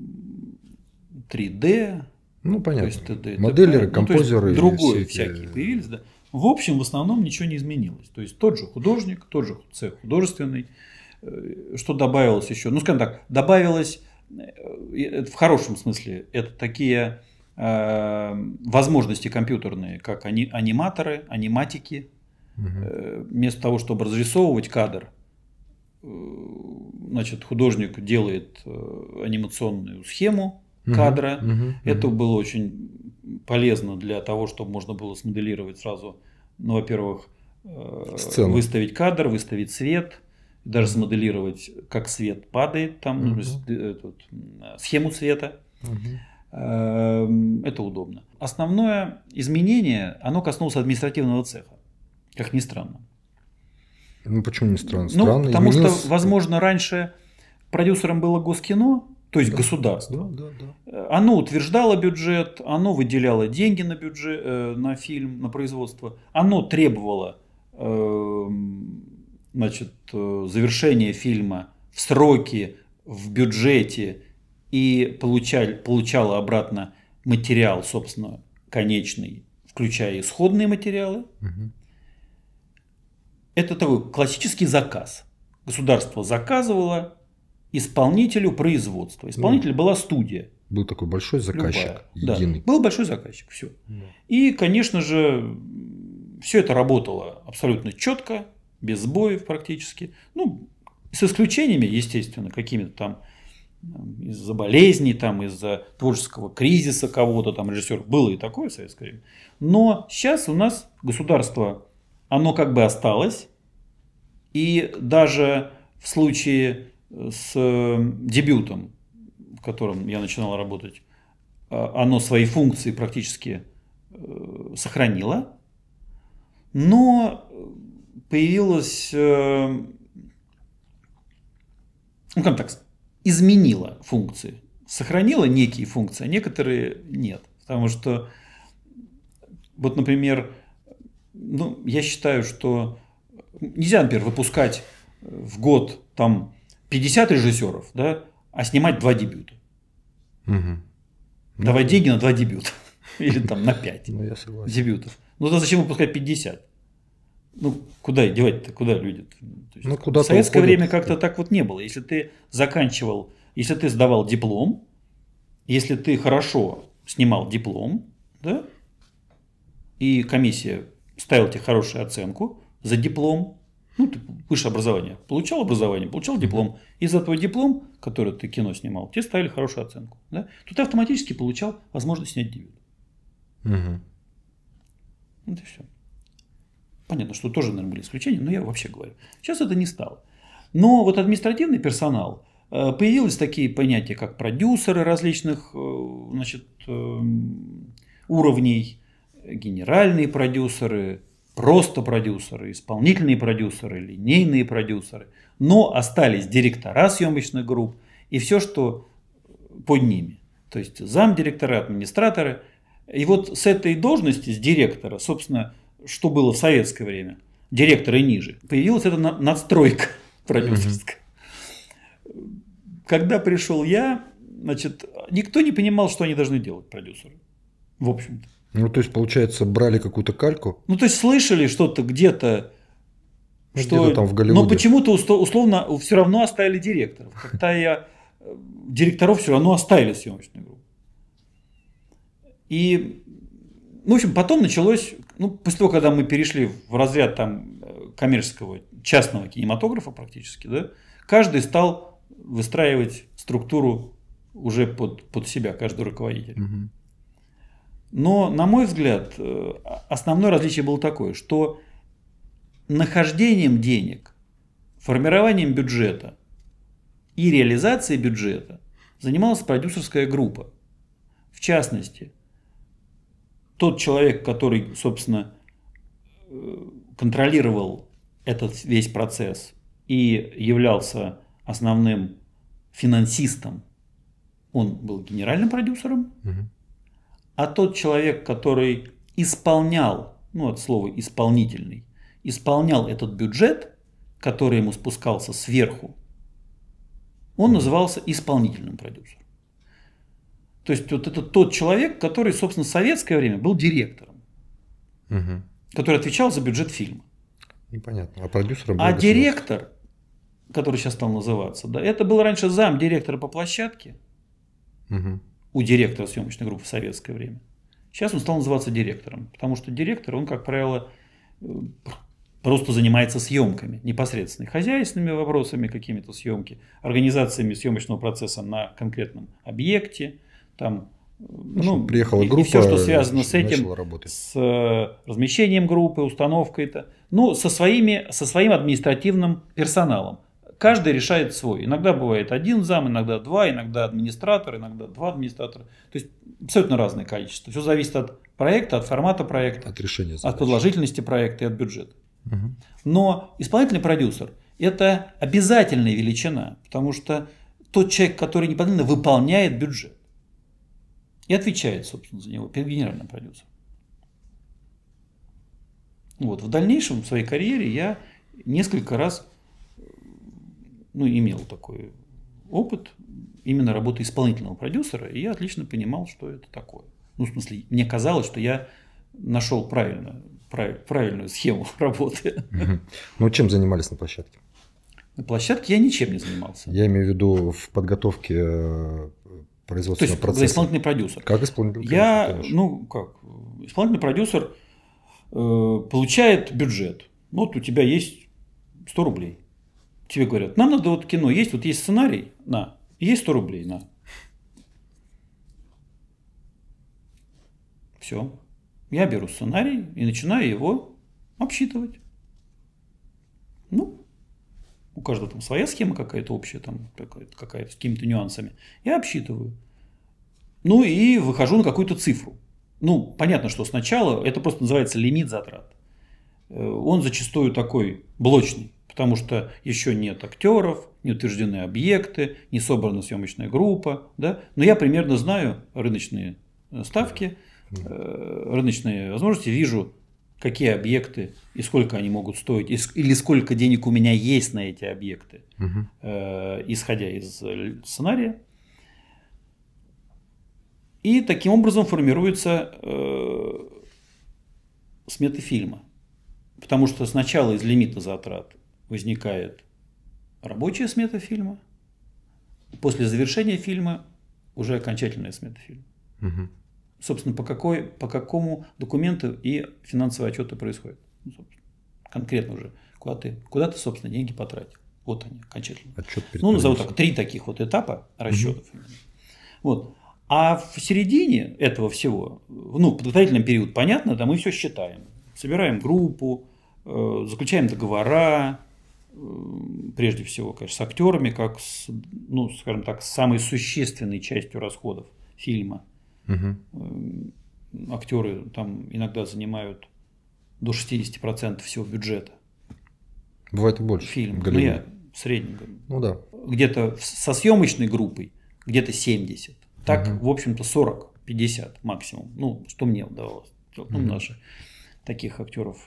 [SPEAKER 2] 3D.
[SPEAKER 1] Понятно.
[SPEAKER 2] То есть ТД,
[SPEAKER 1] моделеры, композеры.
[SPEAKER 2] Другое всякие появились. Да. В общем, в основном ничего не изменилось. То есть тот же художник, тот же цех художественный. Что добавилось еще? Скажем так, добавилось, в хорошем смысле, это такие возможности компьютерные, как аниматоры, аниматики. Угу. Вместо того, чтобы разрисовывать кадр, художник делает анимационную схему кадра. Это было очень полезно для того, чтобы можно было смоделировать сразу, во-первых,
[SPEAKER 1] сцену.
[SPEAKER 2] Выставить кадр, выставить свет, даже смоделировать, как свет падает, там, схему цвета. Это удобно. Основное изменение, оно коснулось административного цеха, как ни странно.
[SPEAKER 1] Почему не странно? Странно
[SPEAKER 2] потому что, возможно, раньше продюсером было Госкино, то есть государство.
[SPEAKER 1] Да.
[SPEAKER 2] Оно утверждало бюджет, оно выделяло деньги на бюджет, на фильм, на производство. Оно требовало завершения фильма в сроки, в бюджете и получало обратно материал, собственно, конечный, включая исходные материалы. Угу. Это такой классический заказ. Государство заказывало исполнителю производства. Исполнитель была студия.
[SPEAKER 1] Был такой большой заказчик.
[SPEAKER 2] Любая.
[SPEAKER 1] Единый.
[SPEAKER 2] Да, был большой заказчик. Все. Да. И, конечно же, все это работало абсолютно четко, без сбоев практически. С исключениями, естественно, какими-то там из-за болезней, из-за творческого кризиса кого-то, режиссер. Было и такое в советское время. Но сейчас у нас государство, оно как бы осталось. И даже в случае с дебютом, в котором я начинал работать, оно свои функции практически сохранило, но появилось, изменило функции, сохранило некие функции, а некоторые нет. Потому что, например, я считаю, что нельзя, например, выпускать в год 50 режиссеров, да, а снимать 2 дебюта.
[SPEAKER 1] Угу.
[SPEAKER 2] Давать деньги на 2 дебюта. Или на 5
[SPEAKER 1] я согласен.
[SPEAKER 2] дебютов. Зачем выпускать 50? Куда девать-то? Куда люди? В советское время как-то так не было. Если ты заканчивал, если ты сдавал диплом, если ты хорошо снимал диплом, да, и комиссия ставила тебе хорошую оценку за диплом, Ну, ты высшее образование. Получал диплом. И за твой диплом, который ты кино снимал, тебе ставили хорошую оценку. Да? То ты автоматически получал возможность снять дебют. Вот и все. Понятно, что тоже, наверное, были исключения, но я вообще говорю. Сейчас это не стало. Но вот административный персонал, появились такие понятия, как продюсеры различных, значит, уровней, генеральные продюсеры, просто продюсеры, исполнительные продюсеры, линейные продюсеры. Но остались директора съемочных групп и все, что под ними. То есть замдиректора, администраторы. И вот с этой должности, с директора, собственно, что было в советское время, директора и ниже, появилась эта надстройка продюсерская. Когда пришел я, значит, никто не понимал, что они должны делать, продюсеры. В общем-то.
[SPEAKER 1] Ну, то есть, получается, брали какую-то кальку?
[SPEAKER 2] Ну, то есть, слышали что-то где-то,
[SPEAKER 1] что где-то там в Голливуде.
[SPEAKER 2] Но почему-то условно все равно оставили директоров. Когда директоров все равно оставили съемочную группу. И, в общем, потом началось, после того, когда мы перешли в разряд там коммерческого, частного кинематографа практически, да, каждый стал выстраивать структуру уже под себя, каждый руководитель.
[SPEAKER 1] Угу.
[SPEAKER 2] Но, на мой взгляд, основное различие было такое, что нахождением денег, формированием бюджета и реализацией бюджета занималась продюсерская группа. В частности, тот человек, который, собственно, контролировал этот весь процесс и являлся основным финансистом, он был генеральным продюсером, а тот человек, который исполнял, от слова исполнительный, исполнял этот бюджет, который ему спускался сверху, он назывался исполнительным продюсером. То есть вот это тот человек, который, собственно, в советское время был директором, который отвечал за бюджет фильма.
[SPEAKER 1] Непонятно. А продюсером был
[SPEAKER 2] директор, который сейчас стал называться, да, это был раньше зам директора по площадке у директора съемочной группы в советское время. Сейчас он стал называться директором, потому что директор, он, как правило, просто занимается съемками, непосредственно хозяйственными вопросами какими-то съемки, организациями съемочного процесса на конкретном объекте, там,
[SPEAKER 1] приехала группа,
[SPEAKER 2] и все, что связано с этим,
[SPEAKER 1] работать.
[SPEAKER 2] с размещением группы, установкой-то, со своим административным персоналом. Каждый решает свой. Иногда бывает один зам, иногда два, иногда администратор, иногда два администратора. То есть абсолютно разное количество. Все зависит от проекта, от формата проекта,
[SPEAKER 1] от решения задач,
[SPEAKER 2] от продолжительности проекта и от бюджета. Но исполнительный продюсер – это обязательная величина, потому что тот человек, который непосредственно выполняет бюджет и отвечает, собственно, за него перед генеральным продюсером. В дальнейшем в своей карьере я несколько раз имел такой опыт именно работы исполнительного продюсера, и я отлично понимал, что это такое. В смысле, мне казалось, что я нашел правильную схему работы.
[SPEAKER 1] Чем занимались на площадке?
[SPEAKER 2] На площадке я ничем не занимался.
[SPEAKER 1] Я имею в виду в подготовке производственного процесса.
[SPEAKER 2] То есть, исполнительный продюсер.
[SPEAKER 1] Как исполнительный
[SPEAKER 2] продюсер? Исполнительный продюсер получает бюджет. У тебя есть 100 рублей. Тебе говорят, нам надо кино, есть сценарий, на, есть 100 рублей, на. Все. Я беру сценарий и начинаю его обсчитывать. У каждого там своя схема какая-то общая, там какая-то с какими-то нюансами. Я обсчитываю. И выхожу на какую-то цифру. Понятно, что сначала это просто называется лимит затрат. Он зачастую такой блочный, потому что еще нет актеров, не утверждены объекты, не собрана съемочная группа. Да? Но я примерно знаю рыночные ставки, рыночные возможности, вижу, какие объекты и сколько они могут стоить, или сколько денег у меня есть на эти объекты, исходя из сценария. И таким образом формируется смета фильма. Потому что сначала из лимита затрат возникает рабочая смета фильма, после завершения фильма уже окончательная смета фильма. Собственно, по какому документу и финансовые отчеты происходят. конкретно уже, куда ты, собственно, деньги потратил. Вот они, окончательно.
[SPEAKER 1] Отчет перед
[SPEAKER 2] Ну, назову
[SPEAKER 1] правительством.
[SPEAKER 2] так, 3 таких вот этапа расчетов. Вот. А в середине этого всего, ну, подготовительный период, понятно, да, мы все считаем. Собираем группу, заключаем договора, прежде всего, конечно, с актерами, как с, ну, скажем так, с самой существенной частью расходов фильма. Актеры там иногда занимают до 60% всего бюджета.
[SPEAKER 1] Бывает и больше.
[SPEAKER 2] Фильм.
[SPEAKER 1] в
[SPEAKER 2] Ну,
[SPEAKER 1] Голливуде.
[SPEAKER 2] я в среднем говорю.
[SPEAKER 1] Ну да.
[SPEAKER 2] Где-то со съемочной группой где-то 70. Так, в общем-то, 40-50 максимум. Ну, что мне удавалось. Ну, наши таких актеров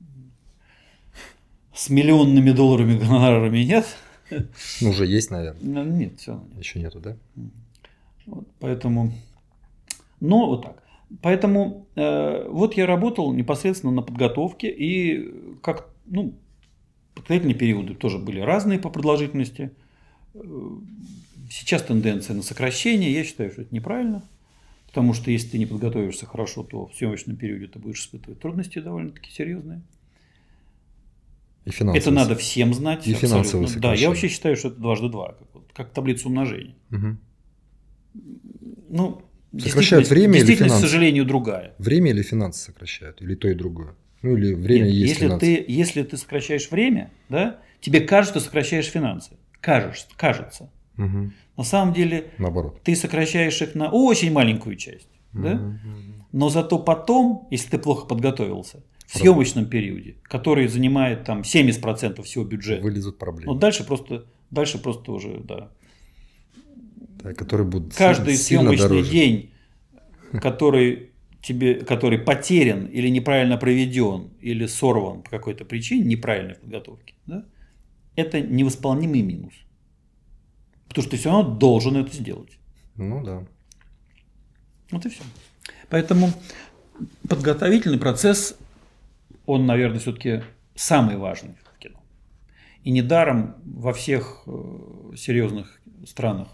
[SPEAKER 2] с миллионными долларами гонорарами нет.
[SPEAKER 1] Ну, уже есть, наверное.
[SPEAKER 2] Ну, нет, все равно нет.
[SPEAKER 1] Еще нету, да?
[SPEAKER 2] Вот, поэтому, ну, вот так. Поэтому вот я работал непосредственно на подготовке, и как, ну, подготовительные периоды тоже были разные по продолжительности. Сейчас тенденция на сокращение. Я считаю, что это неправильно. Потому что если ты не подготовишься хорошо, то в съемочном периоде ты будешь испытывать трудности довольно-таки серьезные.
[SPEAKER 1] И финансовые.
[SPEAKER 2] Это надо всем знать.
[SPEAKER 1] И финансовые
[SPEAKER 2] абсолютно. Да, я
[SPEAKER 1] сокращения.
[SPEAKER 2] вообще считаю, что это 2 × 2, как таблица умножения. Ну,
[SPEAKER 1] Сокращают время или
[SPEAKER 2] действительность, к
[SPEAKER 1] финансы?
[SPEAKER 2] сожалению, другая.
[SPEAKER 1] Время или финансы сокращают? Или то и другое? Ну, или время
[SPEAKER 2] Нет,
[SPEAKER 1] и есть финансы.
[SPEAKER 2] если ты сокращаешь время, да, тебе кажется, что сокращаешь финансы. Кажется. На самом деле
[SPEAKER 1] Наоборот.
[SPEAKER 2] ты сокращаешь их на очень маленькую часть. Да? Но зато потом, если ты плохо подготовился, в съемочном периоде, который занимает там 70% всего бюджета,
[SPEAKER 1] Вылезут проблемы.
[SPEAKER 2] ну, дальше просто уже, да.
[SPEAKER 1] Да, которые будут
[SPEAKER 2] Каждый
[SPEAKER 1] сильно
[SPEAKER 2] съемочный
[SPEAKER 1] дороже.
[SPEAKER 2] день, который потерян или неправильно проведен, или сорван по какой-то причине, неправильной подготовки, да, это невосполнимый минус. Потому что ты все равно должен это сделать.
[SPEAKER 1] Ну да.
[SPEAKER 2] Вот и все. Поэтому подготовительный процесс, он, наверное, все-таки самый важный в кино. И недаром во всех серьезных странах,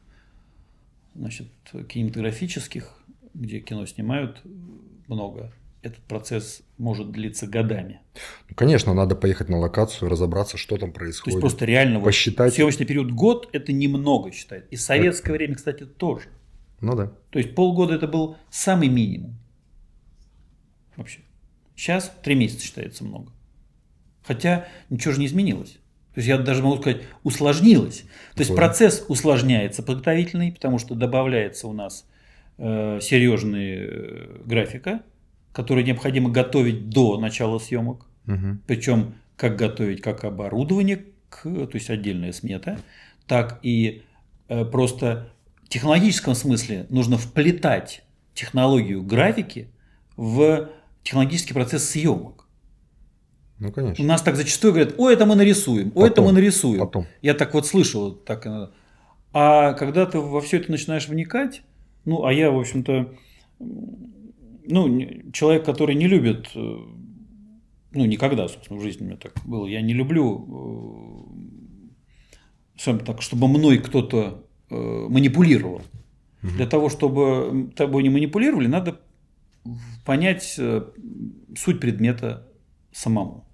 [SPEAKER 2] значит, кинематографических, где кино снимают много, этот процесс может длиться годами.
[SPEAKER 1] Ну, конечно, надо поехать на локацию, разобраться, что там
[SPEAKER 2] То
[SPEAKER 1] происходит.
[SPEAKER 2] есть просто реально
[SPEAKER 1] посчитать.
[SPEAKER 2] Вот, съемочный период год – это немного считает. И в советское время, кстати, тоже.
[SPEAKER 1] Ну да.
[SPEAKER 2] То есть полгода это был самый минимум. Вообще. Сейчас 3 месяца считается много. Хотя ничего же не изменилось. То есть я даже могу сказать, усложнилось. То есть процесс усложняется подготовительный, потому что добавляется у нас серьезная графика, которую необходимо готовить до начала съемок. Причем как готовить как оборудование, то есть отдельная смета, так и просто в технологическом смысле нужно вплетать технологию графики в технологический процесс съемок.
[SPEAKER 1] Ну, конечно.
[SPEAKER 2] У нас так зачастую говорят, ой, это мы нарисуем, ой, это мы нарисуем.
[SPEAKER 1] Потом.
[SPEAKER 2] Я так вот слышал. Так, а когда ты во все это начинаешь вникать, ну, а я, в общем-то, ну, человек, который не любит, ну, никогда, собственно, в жизни у меня так было, я не люблю, так, чтобы мной кто-то манипулировал. Для того, чтобы тобой не манипулировали, надо понять суть предмета самому.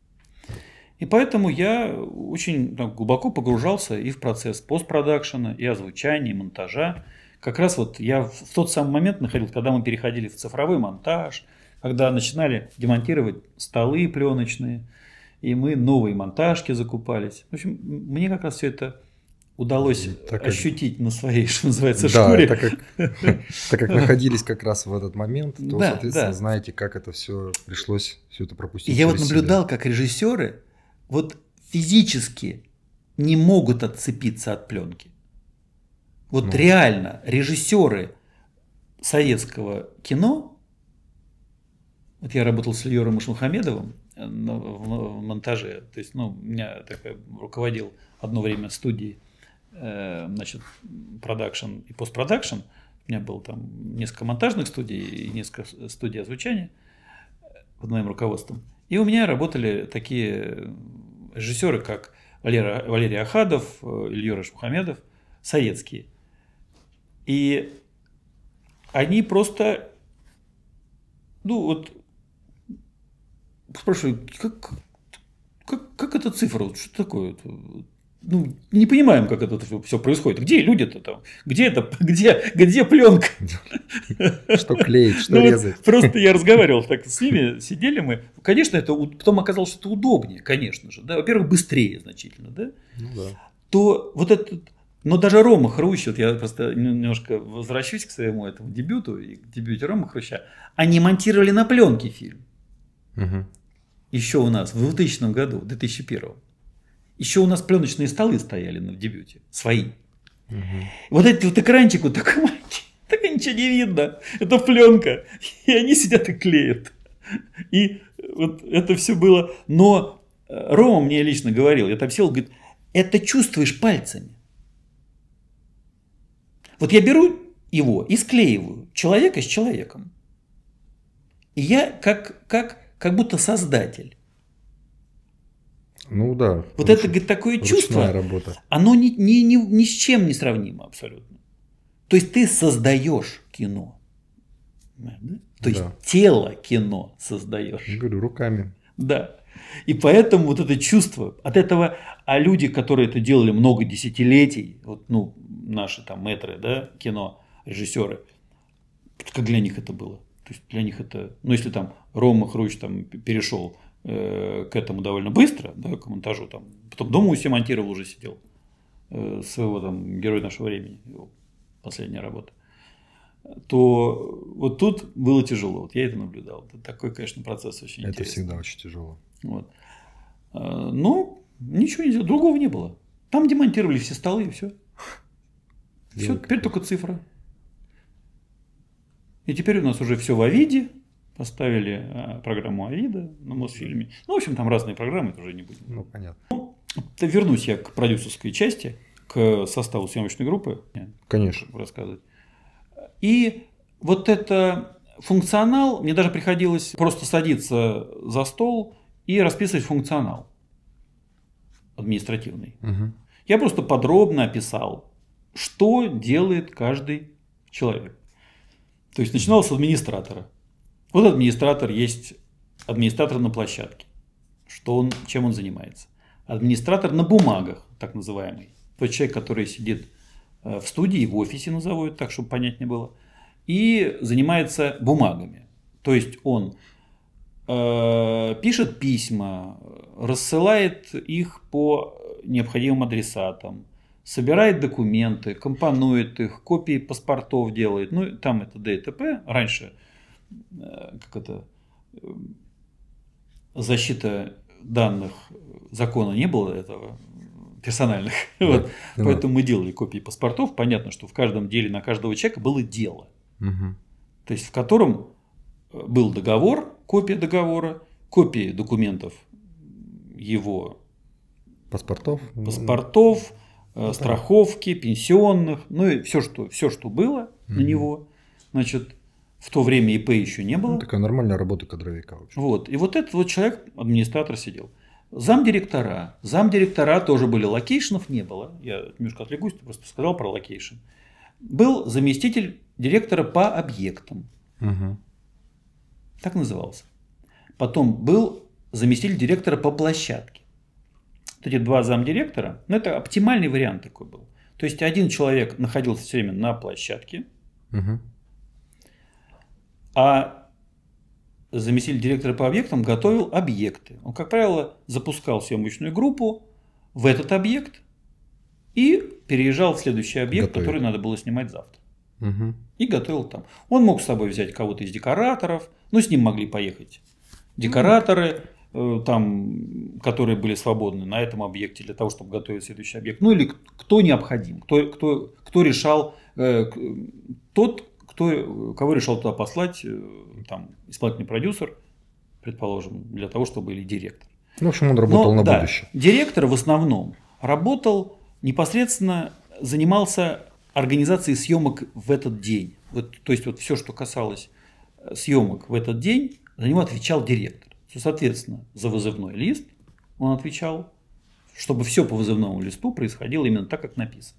[SPEAKER 2] И поэтому я очень глубоко погружался и в процесс постпродакшена, и озвучания, и монтажа. Как раз вот я в тот самый момент находил, когда мы переходили в цифровой монтаж, когда начинали демонтировать столы пленочные, и мы новые монтажки закупались. В общем, мне как раз все это удалось ощутить на своей, что называется, шкуре.
[SPEAKER 1] Так как находились как раз в этот момент, то, соответственно, знаете, как это все пришлось, все это пропустить.
[SPEAKER 2] И я вот наблюдал, как режиссеры вот физически не могут отцепиться от пленки. Вот реально режиссеры советского кино, вот я работал с Ильёром Ишмухамедовым в монтаже, то есть, ну, меня руководил одно время студией, значит, продакшн и постпродакшн. У меня было там несколько монтажных студий и несколько студий озвучания под моим руководством. И у меня работали такие режиссеры, как Валерий Ахадов, Ильёр Ишмухамедов, советские. И они просто, ну вот, спрашиваю, как эта цифра, вот что такое? Ну, не понимаем, как это все происходит. Где люди-то там? Где пленка?
[SPEAKER 1] Что клеить, что
[SPEAKER 2] Ну, вот
[SPEAKER 1] резать.
[SPEAKER 2] просто я разговаривал так с ними, сидели мы. Конечно, это потом оказалось, что это удобнее, конечно же. Да? Во-первых, быстрее значительно, да?
[SPEAKER 1] Ну да.
[SPEAKER 2] То вот этот. Но даже Рома Хрущ, вот я просто немножко возвращусь к своему этому дебюту, и к дебюте Ромы Хруща, они монтировали на пленке фильм.
[SPEAKER 1] Угу.
[SPEAKER 2] Еще у нас в 2000 году, в 2001. Еще у нас пленочные столы стояли в дебюте, свои.
[SPEAKER 1] Угу.
[SPEAKER 2] Вот этот вот экранчик вот такой маленький, так и ничего не видно. Это пленка. И они сидят и клеят. И вот это все было. Но Рома мне лично говорил, я там сел, говорит, это чувствуешь пальцами. Вот я беру его и склеиваю человека с человеком. И я как будто создатель.
[SPEAKER 1] Ну да.
[SPEAKER 2] Вот это, говорит, такое чувство,
[SPEAKER 1] работа.
[SPEAKER 2] оно ни с чем не сравнимо абсолютно. То есть ты создаешь кино. Да? То есть тело кино создаешь.
[SPEAKER 1] Я говорю, руками.
[SPEAKER 2] Да. И поэтому вот это чувство от этого, а люди, которые это делали много десятилетий, вот, ну, наши там мэтры, да, кино, режиссеры, как для них это было. То есть для них это, ну, если там Рома Хрущ там перешел к этому довольно быстро, да, к монтажу, там, потом дома у себя монтировал, уже сидел, своего там героя нашего времени, его последняя работа, то вот тут было тяжело. Вот я это наблюдал. Это такой, конечно, процесс очень интересный.
[SPEAKER 1] Это всегда очень тяжело.
[SPEAKER 2] Вот. Но ничего не сделал, другого не было. Там демонтировали все столы и все. Все, теперь только цифра. И теперь у нас уже все в Авиде. Поставили программу Авида на Мосфильме. Ну, в общем, там разные программы, это уже не будем.
[SPEAKER 1] Ну, понятно.
[SPEAKER 2] Вернусь я к продюсерской части, к составу съемочной группы.
[SPEAKER 1] Конечно.
[SPEAKER 2] Рассказывать. И вот это функционал, мне даже приходилось просто садиться за стол и расписывать функционал административный.
[SPEAKER 1] Угу.
[SPEAKER 2] Я просто подробно описал, что делает каждый человек. То есть начинал с администратора. Вот администратор есть администратор на площадке. Чем он занимается? Администратор на бумагах, так называемый. Тот человек, который сидит в студии, в офисе, назову это так, чтобы понятнее было, и занимается бумагами. То есть он пишет письма, рассылает их по необходимым адресатам, собирает документы, компонует их, копии паспортов делает. Ну, там это ДТП. Раньше защита данных закона не было этого, персональных. Да, вот. Да. Поэтому мы делали копии паспортов. Понятно, что в каждом деле на каждого человека было дело.
[SPEAKER 1] Угу.
[SPEAKER 2] То есть в котором был договор, копия договора, копии документов его
[SPEAKER 1] паспортов,
[SPEAKER 2] страховки, пенсионных, ну и все, что было на него. Значит, в то время ИП еще не было.
[SPEAKER 1] Ну, такая нормальная работа кадровика.
[SPEAKER 2] Вот. И вот этот вот человек, администратор, сидел. Замдиректора тоже были, локейшенов не было. Я немножко отвлекусь, ты просто сказал про локейшн. Был заместитель директора по объектам.
[SPEAKER 1] Угу.
[SPEAKER 2] Так назывался. Потом был заместитель директора по площадке. Вот эти два замдиректора, ну это оптимальный вариант такой был. То есть один человек находился все время на площадке,
[SPEAKER 1] угу.
[SPEAKER 2] а заместитель директора по объектам готовил объекты. Он, как правило, запускал съемочную группу в этот объект и переезжал в следующий объект, который надо было снимать завтра.
[SPEAKER 1] Угу.
[SPEAKER 2] И готовил там. Он мог с собой взять кого-то из декораторов, ну, с ним могли поехать декораторы, там, которые были свободны на этом объекте для того, чтобы готовить следующий объект. Ну, или кто необходим, кто решал, кого решал туда послать, там, исполнительный продюсер, предположим, для того, чтобы или директор.
[SPEAKER 1] Ну, в общем, он работал на будущее.
[SPEAKER 2] Директор в основном работал непосредственно, занимался организацией съемок в этот день. Вот, то есть вот все, что касалось съемок в этот день, за него отвечал директор. Соответственно, за вызывной лист он отвечал, чтобы все по вызывному листу происходило именно так, как написано.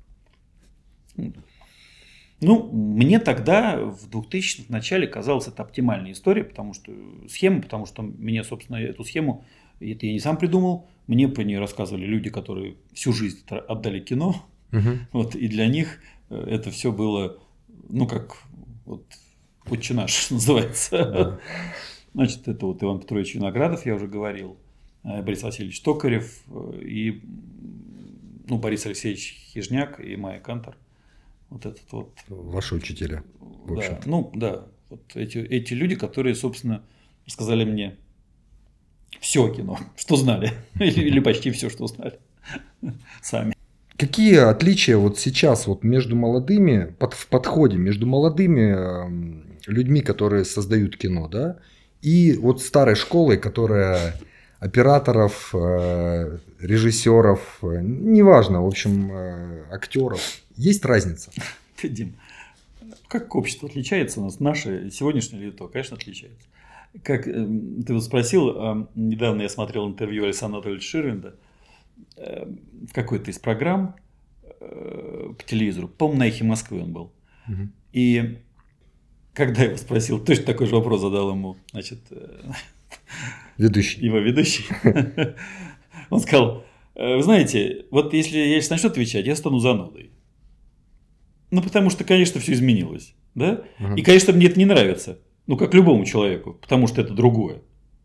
[SPEAKER 2] Ну, мне тогда, в 2000-х начале, казалось, это оптимальная история, потому что мне, собственно, эту схему И это я не сам придумал. Мне про нее рассказывали люди, которые всю жизнь отдали кино. Вот, и для них это все было, ну, как вот «Отче наш» называется. Значит, это вот Иван Петрович Виноградов, я уже говорил, Борис Васильевич Токарев и Борис Алексеевич Хижняк и Майя Кантор. Вот этот вот.
[SPEAKER 1] Ваши учителя. В
[SPEAKER 2] общем-то. Да. Вот эти люди, которые, собственно, сказали мне все кино, что знали. Или почти все, что знали сами.
[SPEAKER 1] Какие отличия вот сейчас вот между молодыми, в подходе между молодыми людьми, которые создают кино, да, и вот старой школой, которая операторов, режиссеров, неважно, в общем, актеров. Есть разница?
[SPEAKER 2] Дим, как общество отличается у нас, наше сегодняшнее или то? Конечно, отличается. Как ты вот спросил, недавно я смотрел интервью Александра Анатольевича Ширвинда в какой-то из программ по телевизору, по-моему, на «Эхе Москвы» он был. И когда я его спросил, точно такой же вопрос задал ему, значит, его ведущий, он сказал: вы знаете, вот если я сейчас начну отвечать, я стану занудой. Ну, потому что, конечно, все изменилось, да? И, конечно, мне это не нравится, ну, как любому человеку, потому что это другое.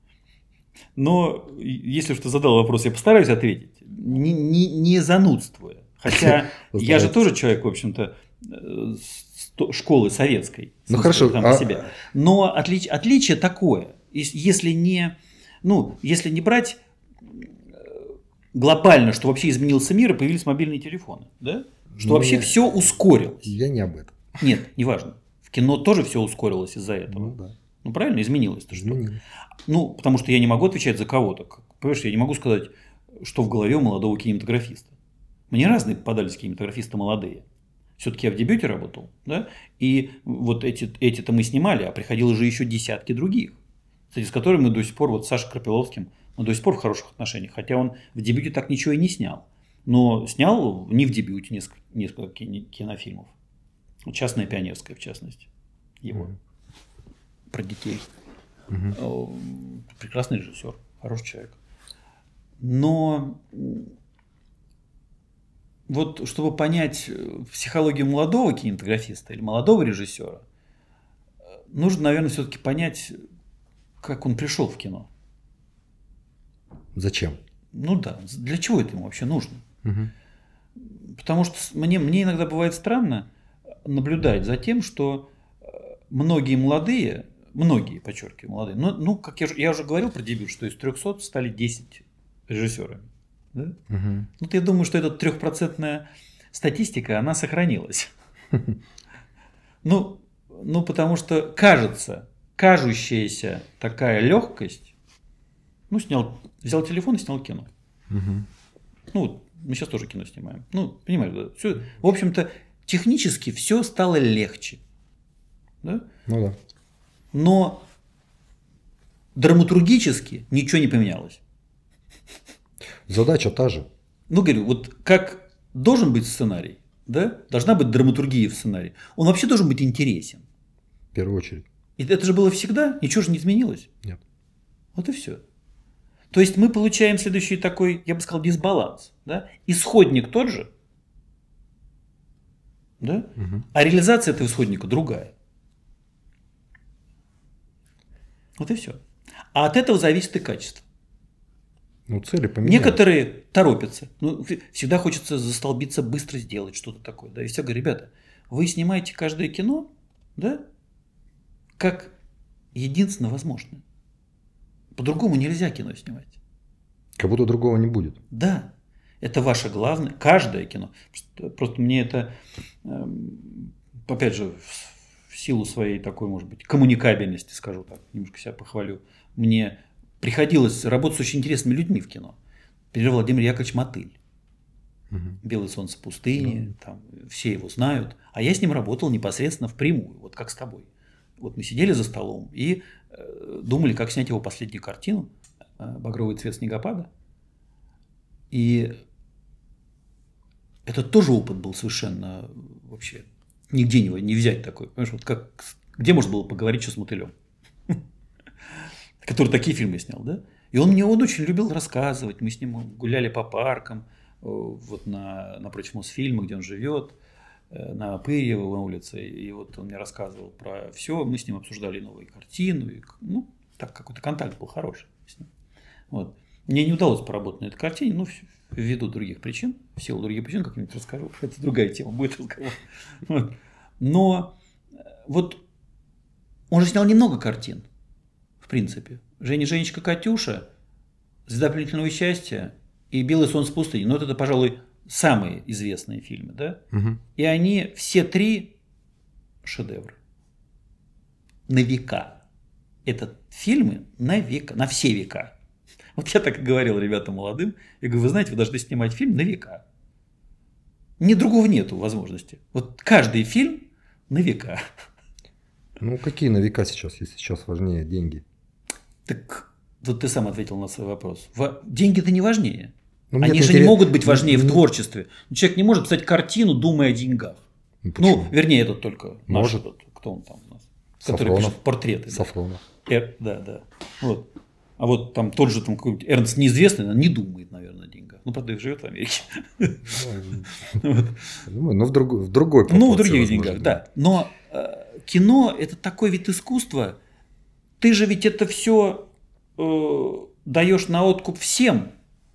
[SPEAKER 2] Но если уж ты задал вопрос, я постараюсь ответить, не занудствуя. Хотя я же тоже человек, в общем-то, школы советской.
[SPEAKER 1] Ну, хорошо.
[SPEAKER 2] Себя. Но отличие такое. Если не брать глобально, что вообще изменился мир и появились мобильные телефоны, да? Что вообще все ускорилось.
[SPEAKER 1] Я не об этом.
[SPEAKER 2] Нет, неважно. В кино тоже все ускорилось из-за этого.
[SPEAKER 1] Да.
[SPEAKER 2] Ну, правильно, изменилось-то что?
[SPEAKER 1] Изменилось.
[SPEAKER 2] Ну, потому что я не могу отвечать за кого-то. Понимаешь, я не могу сказать, что в голове у молодого кинематографиста. Мне разные попадались кинематографисты молодые. Все-таки я в дебюте работал, да? И вот эти-то мы снимали, а приходило же еще десятки других. Кстати, с которыми мы до сих пор, вот с Сашей Крапиловским, мы до сих пор в хороших отношениях. Хотя он в дебюте так ничего и не снял. Но снял не в дебюте несколько кинофильмов. «Частная пионерская», в частности. Его. Про детей. Прекрасный режиссер, хороший человек. Но вот чтобы понять психологию молодого кинематографиста или молодого режиссера, нужно, наверное, все-таки понять, как он пришел в кино.
[SPEAKER 1] Зачем?
[SPEAKER 2] Ну да, для чего это ему вообще нужно? Потому что мне иногда бывает странно наблюдать за тем, что многие молодые, подчеркиваю, молодые, ну как я уже говорил про дебют, что из 300 стали 10 режиссерами. Да? Вот я думаю, что эта 3% статистика, она сохранилась. Ну, потому что кажущаяся такая легкость, взял телефон и снял кино. Ну, мы сейчас тоже кино снимаем. Ну, понимаешь, да? Все, в общем-то, технически все стало легче. Да?
[SPEAKER 1] Ну да.
[SPEAKER 2] Но драматургически ничего не поменялось.
[SPEAKER 1] Задача та же.
[SPEAKER 2] Ну, говорю, вот как должен быть сценарий, да? Должна быть драматургия в сценарии. Он вообще должен быть интересен.
[SPEAKER 1] В первую очередь.
[SPEAKER 2] И это же было всегда, ничего же не изменилось.
[SPEAKER 1] Нет.
[SPEAKER 2] Вот и все. То есть мы получаем следующий такой, я бы сказал, дисбаланс. Да? Исходник тот же, да? А реализация этого исходника другая. Вот и все. А от этого зависит и качество.
[SPEAKER 1] Ну, цели поменялись.
[SPEAKER 2] Некоторые торопятся. Ну, всегда хочется застолбиться, быстро сделать что-то такое. Да? И все говорят: ребята, вы снимаете каждое кино, да, как единственно возможное. По-другому нельзя кино снимать.
[SPEAKER 1] Как будто другого не будет.
[SPEAKER 2] Да, это ваше главное, каждое кино. Просто мне это, опять же, в силу своей такой, может быть, коммуникабельности, скажу так, немножко себя похвалю, мне приходилось работать с очень интересными людьми в кино. Например, Владимир Яковлевич Мотыль. «Белое солнце пустыни», там, все его знают. А я с ним работал непосредственно впрямую, вот как с тобой. Вот мы сидели за столом и думали, как снять его последнюю картину «Багровый цвет снегопада». И это тоже опыт был совершенно вообще нигде не взять такой. Понимаешь, вот где можно было поговорить что с Мотылем? Который такие фильмы снял, да? И он очень любил рассказывать. Мы с ним гуляли по паркам, вот напротив Мосфильма, где он живет, на Пырьево на улице. И вот он мне рассказывал про все. Мы с ним обсуждали новые картины. И, так какой-то контакт был хороший с ним. Вот. Мне не удалось поработать на этой картине, ввиду других причин, в силу других причин, как-нибудь расскажу. Это другая тема, будет разговор. Вот. Но вот он же снял немного картин, в принципе. «Женечка, Катюша», «Звезда пленительного счастья» и «Белый солнце пустыни». Ну, это, пожалуй, самые известные фильмы, да?
[SPEAKER 1] Угу.
[SPEAKER 2] И они все три шедевры. На века. Это фильмы на века, на все века. Вот я так и говорил ребятам молодым. Я говорю, вы знаете, вы должны снимать фильм на века. Ни другого нету возможности. Вот каждый фильм на века.
[SPEAKER 1] Ну, какие на века сейчас, если сейчас важнее деньги?
[SPEAKER 2] Так вот ты сам ответил на свой вопрос. Деньги-то не важнее.
[SPEAKER 1] Ну,
[SPEAKER 2] они же не могут быть важнее в творчестве. Человек не может писать картину, думая о деньгах. Вернее, этот только
[SPEAKER 1] может.
[SPEAKER 2] Наш, кто он там у нас?
[SPEAKER 1] Сафронов.
[SPEAKER 2] Который пишет портреты.
[SPEAKER 1] Сафронов.
[SPEAKER 2] Да. Вот. А вот там тот же какой-нибудь Эрнст неизвестный, он не думает, наверное, о деньгах. Правда, их живет в Америке.
[SPEAKER 1] Но в другой пропорции.
[SPEAKER 2] Ну, в других деньгах, да. Но кино – это такой вид искусства. Ты же ведь это все даешь на откуп всем.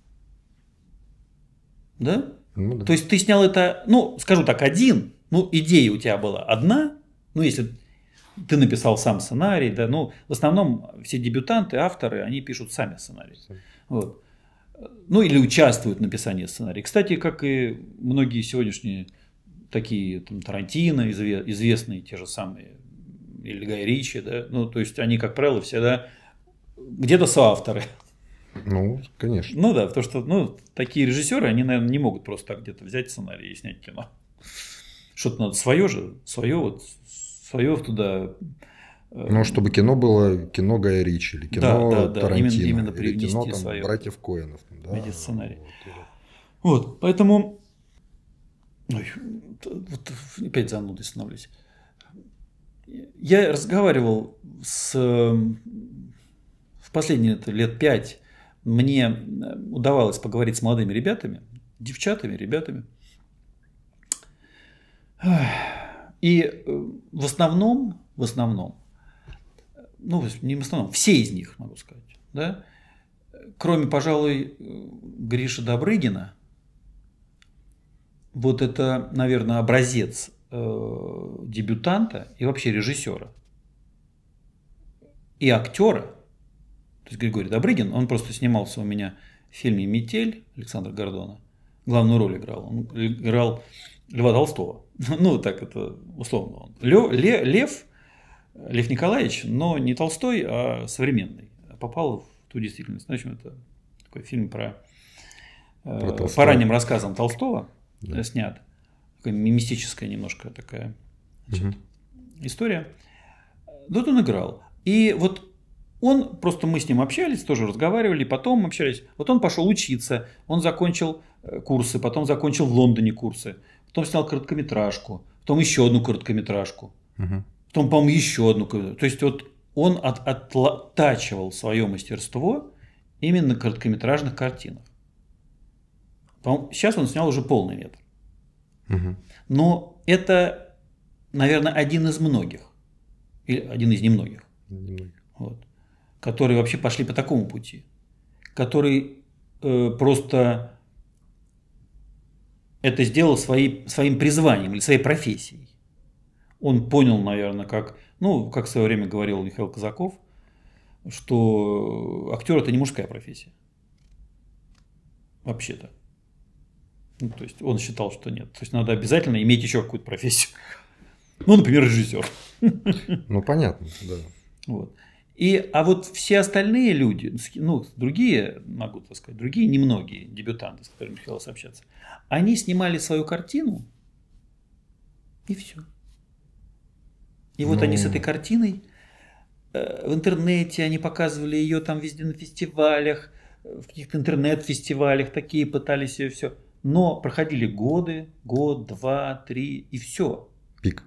[SPEAKER 2] Да?
[SPEAKER 1] Ну, да.
[SPEAKER 2] То есть ты снял это, скажу так, один. Идея у тебя была одна. Если ты написал сам сценарий, да, в основном все дебютанты, авторы, они пишут сами сценарий. Вот. Или участвуют в написании сценария. Кстати, как и многие сегодняшние такие Тарантино, известные те же самые, или Гай Ричи, да, то есть они, как правило, всегда где-то соавторы.
[SPEAKER 1] Ну, конечно.
[SPEAKER 2] Да, потому что, такие режиссеры, они, наверное, не могут просто так где-то взять сценарий и снять кино. Что-то надо свое туда.
[SPEAKER 1] Чтобы кино было кино Гая Ричи, или кино Тарантино,
[SPEAKER 2] именно
[SPEAKER 1] или кино
[SPEAKER 2] свое,
[SPEAKER 1] братьев Коэнов.
[SPEAKER 2] Да, эти сценарии. Вот, поэтому... опять занудой становлюсь. Я разговаривал в последние лет 5, мне удавалось поговорить с молодыми ребятами, девчатами, ребятами. И в основном, не в основном, все из них, могу сказать, да, кроме, пожалуй, Гриши Добрыгина, вот это, наверное, образец дебютанта и вообще режиссера и актера. То есть Григорий Добрыгин, он просто снимался у меня в фильме «Метель» Александра Гордона. Главную роль играл. Он играл Льва Толстого. Так это условно. Лев Николаевич, но не Толстой, а современный. Попал в ту действительность. В общем, это такой фильм по ранним рассказам Толстого снят. Такая мистическая немножко такая история. Вот он играл. И вот мы с ним общались, тоже разговаривали, потом общались. Вот он пошел учиться, он закончил курсы, потом закончил в Лондоне курсы, потом снял короткометражку, потом еще одну короткометражку, потом, по-моему, еще одну. То есть вот он оттачивал свое мастерство именно на короткометражных картинах. Сейчас он снял уже полный метр. Но это, наверное, один из многих, или один из немногих. Вот, которые вообще пошли по такому пути, который просто это сделал своим призванием или своей профессией. Он понял, наверное, как в свое время говорил Михаил Казаков, что актер – это не мужская профессия. Вообще-то. То есть он считал, что нет. То есть надо обязательно иметь еще какую-то профессию. Например, режиссер.
[SPEAKER 1] Понятно, да.
[SPEAKER 2] Вот. А вот все остальные люди, другие, могу так сказать, другие немногие дебютанты, с которыми хотелось общаться, они снимали свою картину, и все. И вот они с этой картиной в интернете, они показывали ее там везде на фестивалях, в каких-то интернет-фестивалях, такие пытались ее все. Но проходили годы, год, 2, 3, и все.
[SPEAKER 1] Пик.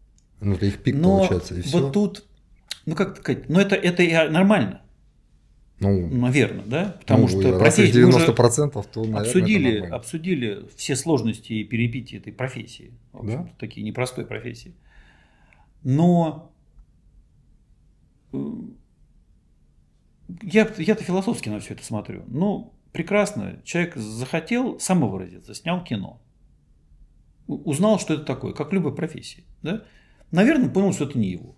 [SPEAKER 1] Это их пик получается, и все.
[SPEAKER 2] Вот тут, как сказать, это и нормально.
[SPEAKER 1] Ну,
[SPEAKER 2] наверное, да? Потому
[SPEAKER 1] ну,
[SPEAKER 2] что
[SPEAKER 1] раз их
[SPEAKER 2] профессия, мы уже
[SPEAKER 1] 90%, то, наверное, это нормально.
[SPEAKER 2] обсудили все сложности и перипетии этой профессии. В общем-то,
[SPEAKER 1] Да?
[SPEAKER 2] такие непростой профессии. Но я-то философски на все это смотрю. Ну, прекрасно. Человек захотел самовыразиться, снял кино. Узнал, что это такое, как в любой профессии. Да? Наверное, понял, что это не его.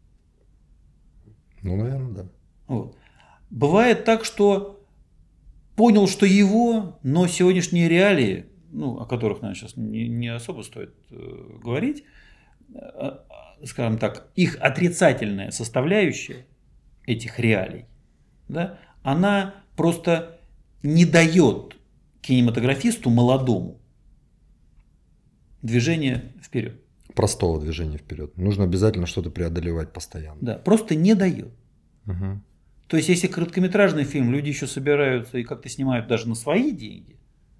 [SPEAKER 1] Ну, наверное, да.
[SPEAKER 2] Вот. Бывает так, что понял, что его, но сегодняшние реалии, ну, о которых, наверное, сейчас не особо стоит говорить, скажем так, их отрицательная составляющая этих реалий, да, она просто не дает кинематографисту молодому движения вперед.
[SPEAKER 1] Простого движения вперед. Нужно обязательно что-то преодолевать постоянно.
[SPEAKER 2] Да, просто не дает.
[SPEAKER 1] Угу.
[SPEAKER 2] То есть, если короткометражный фильм люди еще собираются и как-то снимают даже на свои деньги,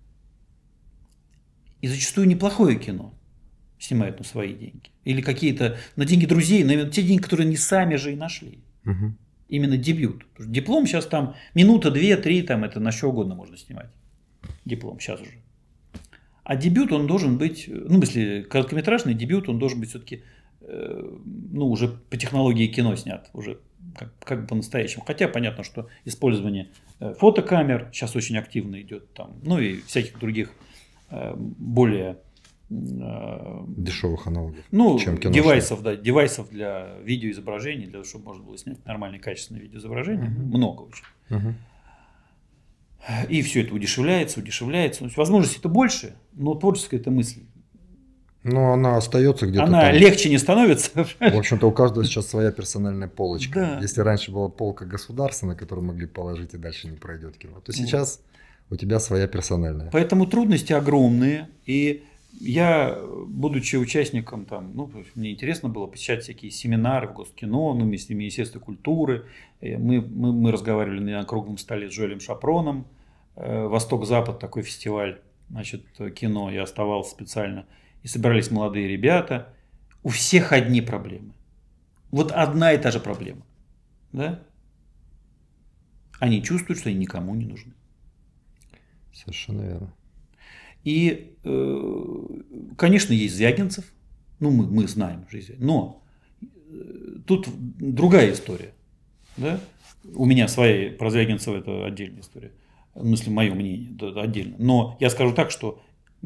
[SPEAKER 2] и зачастую неплохое кино снимают на свои деньги, или какие-то на деньги друзей, на те деньги, которые они сами же и нашли.
[SPEAKER 1] Угу.
[SPEAKER 2] Именно дебют. Диплом сейчас там минута, 2-3, там это на что угодно можно снимать. Диплом сейчас уже. А дебют он должен быть, ну, если короткометражный дебют, он должен быть все-таки, ну, уже по технологии кино снят, уже как бы по-настоящему. Хотя понятно, что использование фотокамер сейчас очень активно идет там, ну и всяких других более
[SPEAKER 1] дешевых аналогов.
[SPEAKER 2] Ну,
[SPEAKER 1] чем кино.
[SPEAKER 2] девайсов для видеоизображений, для того, чтобы можно было снять нормальное качественное видеоизображение. Много очень. И все это удешевляется. Ну, возможностей-то больше, но творческая эта мысль.
[SPEAKER 1] Но она остается где-то
[SPEAKER 2] Она
[SPEAKER 1] там.
[SPEAKER 2] легче не становится.
[SPEAKER 1] В общем-то, у каждого сейчас своя персональная полочка.
[SPEAKER 2] Да.
[SPEAKER 1] Если раньше была полка государственная, на которую могли положить и дальше не пройдет кино, то сейчас у тебя своя персональная.
[SPEAKER 2] Поэтому трудности огромные. И я, будучи участником, там, ну, мне интересно было посещать всякие семинары в Госкино, ну, вместе с Министерством культуры. Мы разговаривали на круглом столе с Жоэлем Шапроном. Восток-Запад, такой фестиваль, значит, кино. Я оставался специально. И собирались молодые ребята. У всех одни проблемы. Вот одна и та же проблема. Да? Они чувствуют, что они никому не нужны.
[SPEAKER 1] Совершенно верно.
[SPEAKER 2] И, конечно, есть Звягинцев. Ну, мы знаем жизнь. Но тут другая история. Да? У меня своя, про Звягинцева это отдельная история. В смысле, мое мнение, да, отдельно. Но я скажу так, что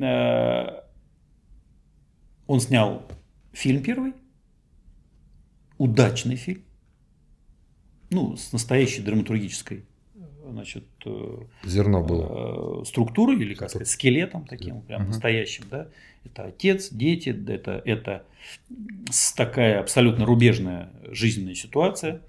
[SPEAKER 2] он снял фильм первый, удачный фильм, ну, с настоящей драматургической, значит,
[SPEAKER 1] зерно было.
[SPEAKER 2] Структурой, или, как сказать, скелетом таким, прям настоящим, да. Это отец, дети, это такая абсолютно рубежная жизненная ситуация.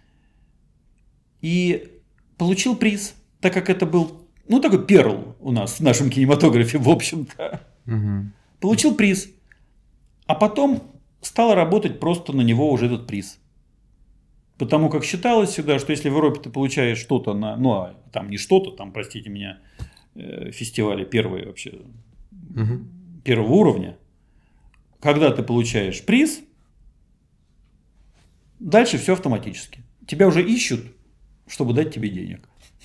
[SPEAKER 2] И получил приз, так как это был, ну, такой перл у нас в нашем кинематографе, в общем-то. Получил приз. А потом стал работать просто на него уже этот приз. Потому как считалось всегда, что если в Европе ты получаешь что-то на... Ну, а там не что-то, там, простите меня, фестивали первые вообще, первого уровня. Когда ты получаешь приз, дальше все автоматически. Тебя уже ищут, чтобы дать тебе денег.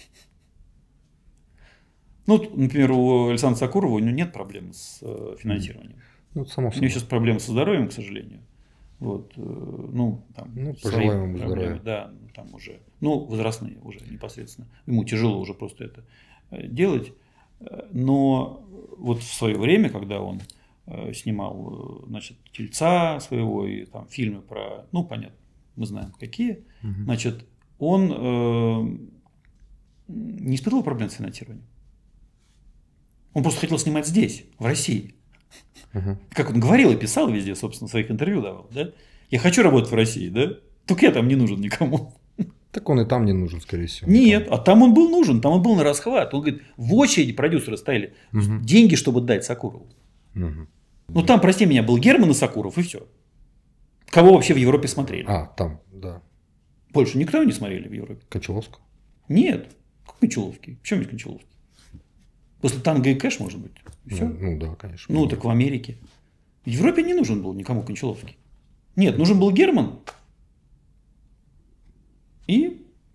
[SPEAKER 2] Ну, например, у Александра Сакурова у него нет проблем с финансированием.
[SPEAKER 1] Ну, само
[SPEAKER 2] У
[SPEAKER 1] собой.
[SPEAKER 2] него сейчас проблемы со здоровьем, к сожалению. Вот, ну, там,
[SPEAKER 1] пожелаем ему здоровья.
[SPEAKER 2] Да, там уже, ну, возрастные уже непосредственно. Ему тяжело уже просто это делать. Но вот в свое время, когда он снимал, значит, «Тельца» своего и там фильмы про, ну, понятно, мы знаем какие, значит, он не испытывал проблем с финансированием. Он просто хотел снимать здесь, в России. Как он говорил и писал везде, собственно, в своих интервью давал, да? Я хочу работать в России, да? Только я там не нужен никому.
[SPEAKER 1] Так он и там не нужен, скорее всего.
[SPEAKER 2] Нет,
[SPEAKER 1] никому.
[SPEAKER 2] а там он был нужен, там он был на расхват. Он говорит, в очереди продюсеры стояли деньги, чтобы дать Сакурову. Ну там, прости меня, был Герман и Сакуров, и все. Кого вообще в Европе смотрели?
[SPEAKER 1] А, там, да.
[SPEAKER 2] Больше никто не смотрели в Европе.
[SPEAKER 1] Кончаловского?
[SPEAKER 2] Нет. Как Кончаловский? Почему есть Кончаловский? После «Танго и Кэш», может быть. Все.
[SPEAKER 1] Ну да, конечно.
[SPEAKER 2] Ну, так в Америке. В Европе не нужен был никому Кончаловский. Нет, нужен был Герман и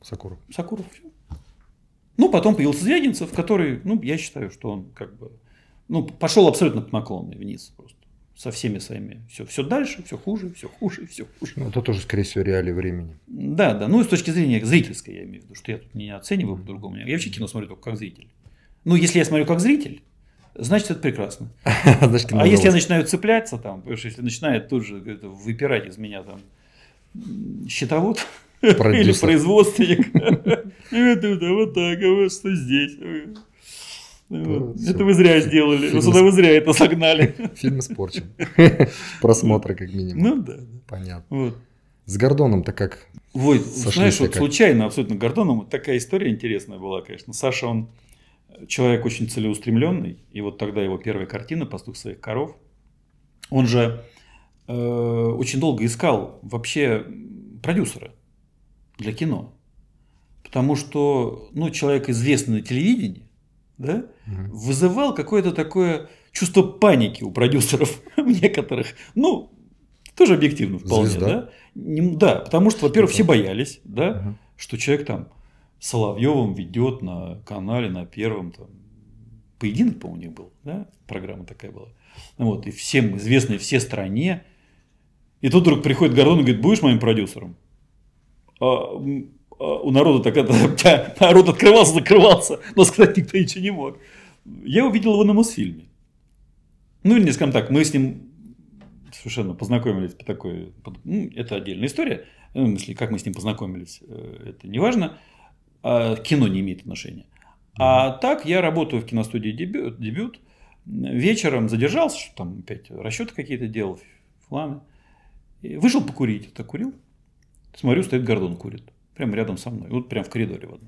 [SPEAKER 1] Сакуров.
[SPEAKER 2] Сакуров. Ну, потом появился Звягинцев, который, ну, я считаю, что он как бы, ну, пошел абсолютно по наклонной вниз просто. Со всеми своими. Все дальше, все хуже, все хуже, все хуже.
[SPEAKER 1] Ну, это тоже, скорее всего, реалии времени.
[SPEAKER 2] Да, да. Ну, и с точки зрения зрительской, я имею в виду, что я тут не оцениваю по-другому. Я вообще кино смотрю только как зритель. Ну, если я смотрю как зритель, значит, это прекрасно. А если я начинаю цепляться, там, потому что если начинает тут же выпирать из меня там счетовод или производственник, это вот так, а вот что здесь. Это вы зря сделали, вы сюда вы зря это согнали.
[SPEAKER 1] Фильм испорчен. Просмотры как минимум.
[SPEAKER 2] Ну да.
[SPEAKER 1] Понятно. С Гордоном-то как?
[SPEAKER 2] Ой, знаешь, вот случайно абсолютно Гордоном такая история интересная была, конечно. Саша, он человек очень целеустремленный, и вот тогда его первая картина «Пастух своих коров», он же очень долго искал вообще продюсера для кино, потому что, ну, человек известный на телевидении, да, вызывал какое-то такое чувство паники у продюсеров некоторых, ну, тоже объективно вполне, да? Да, потому что, во-первых, все боялись, да, что человек там Соловьевым ведет на канале, на Первом, там, поединок, по-моему, у них был, да, программа такая была, вот, и всем известной всей стране, и тут вдруг приходит Гордон и говорит: будешь моим продюсером? У народа так народ открывался, закрывался, но сказать никто ничего не мог. Я увидел его на Мосфильме. Ну, не скажем так, мы с ним совершенно познакомились по такой... Ну, это отдельная история. В смысле, как мы с ним познакомились, это не важно. Кино не имеет отношения. А так, я работаю в киностудии «Дебют». Вечером задержался, что там опять расчеты какие-то делал, планы. И вышел покурить. Так курил. Смотрю, стоит Гордон, курит. Прямо рядом со мной. Вот прям в коридоре в одном.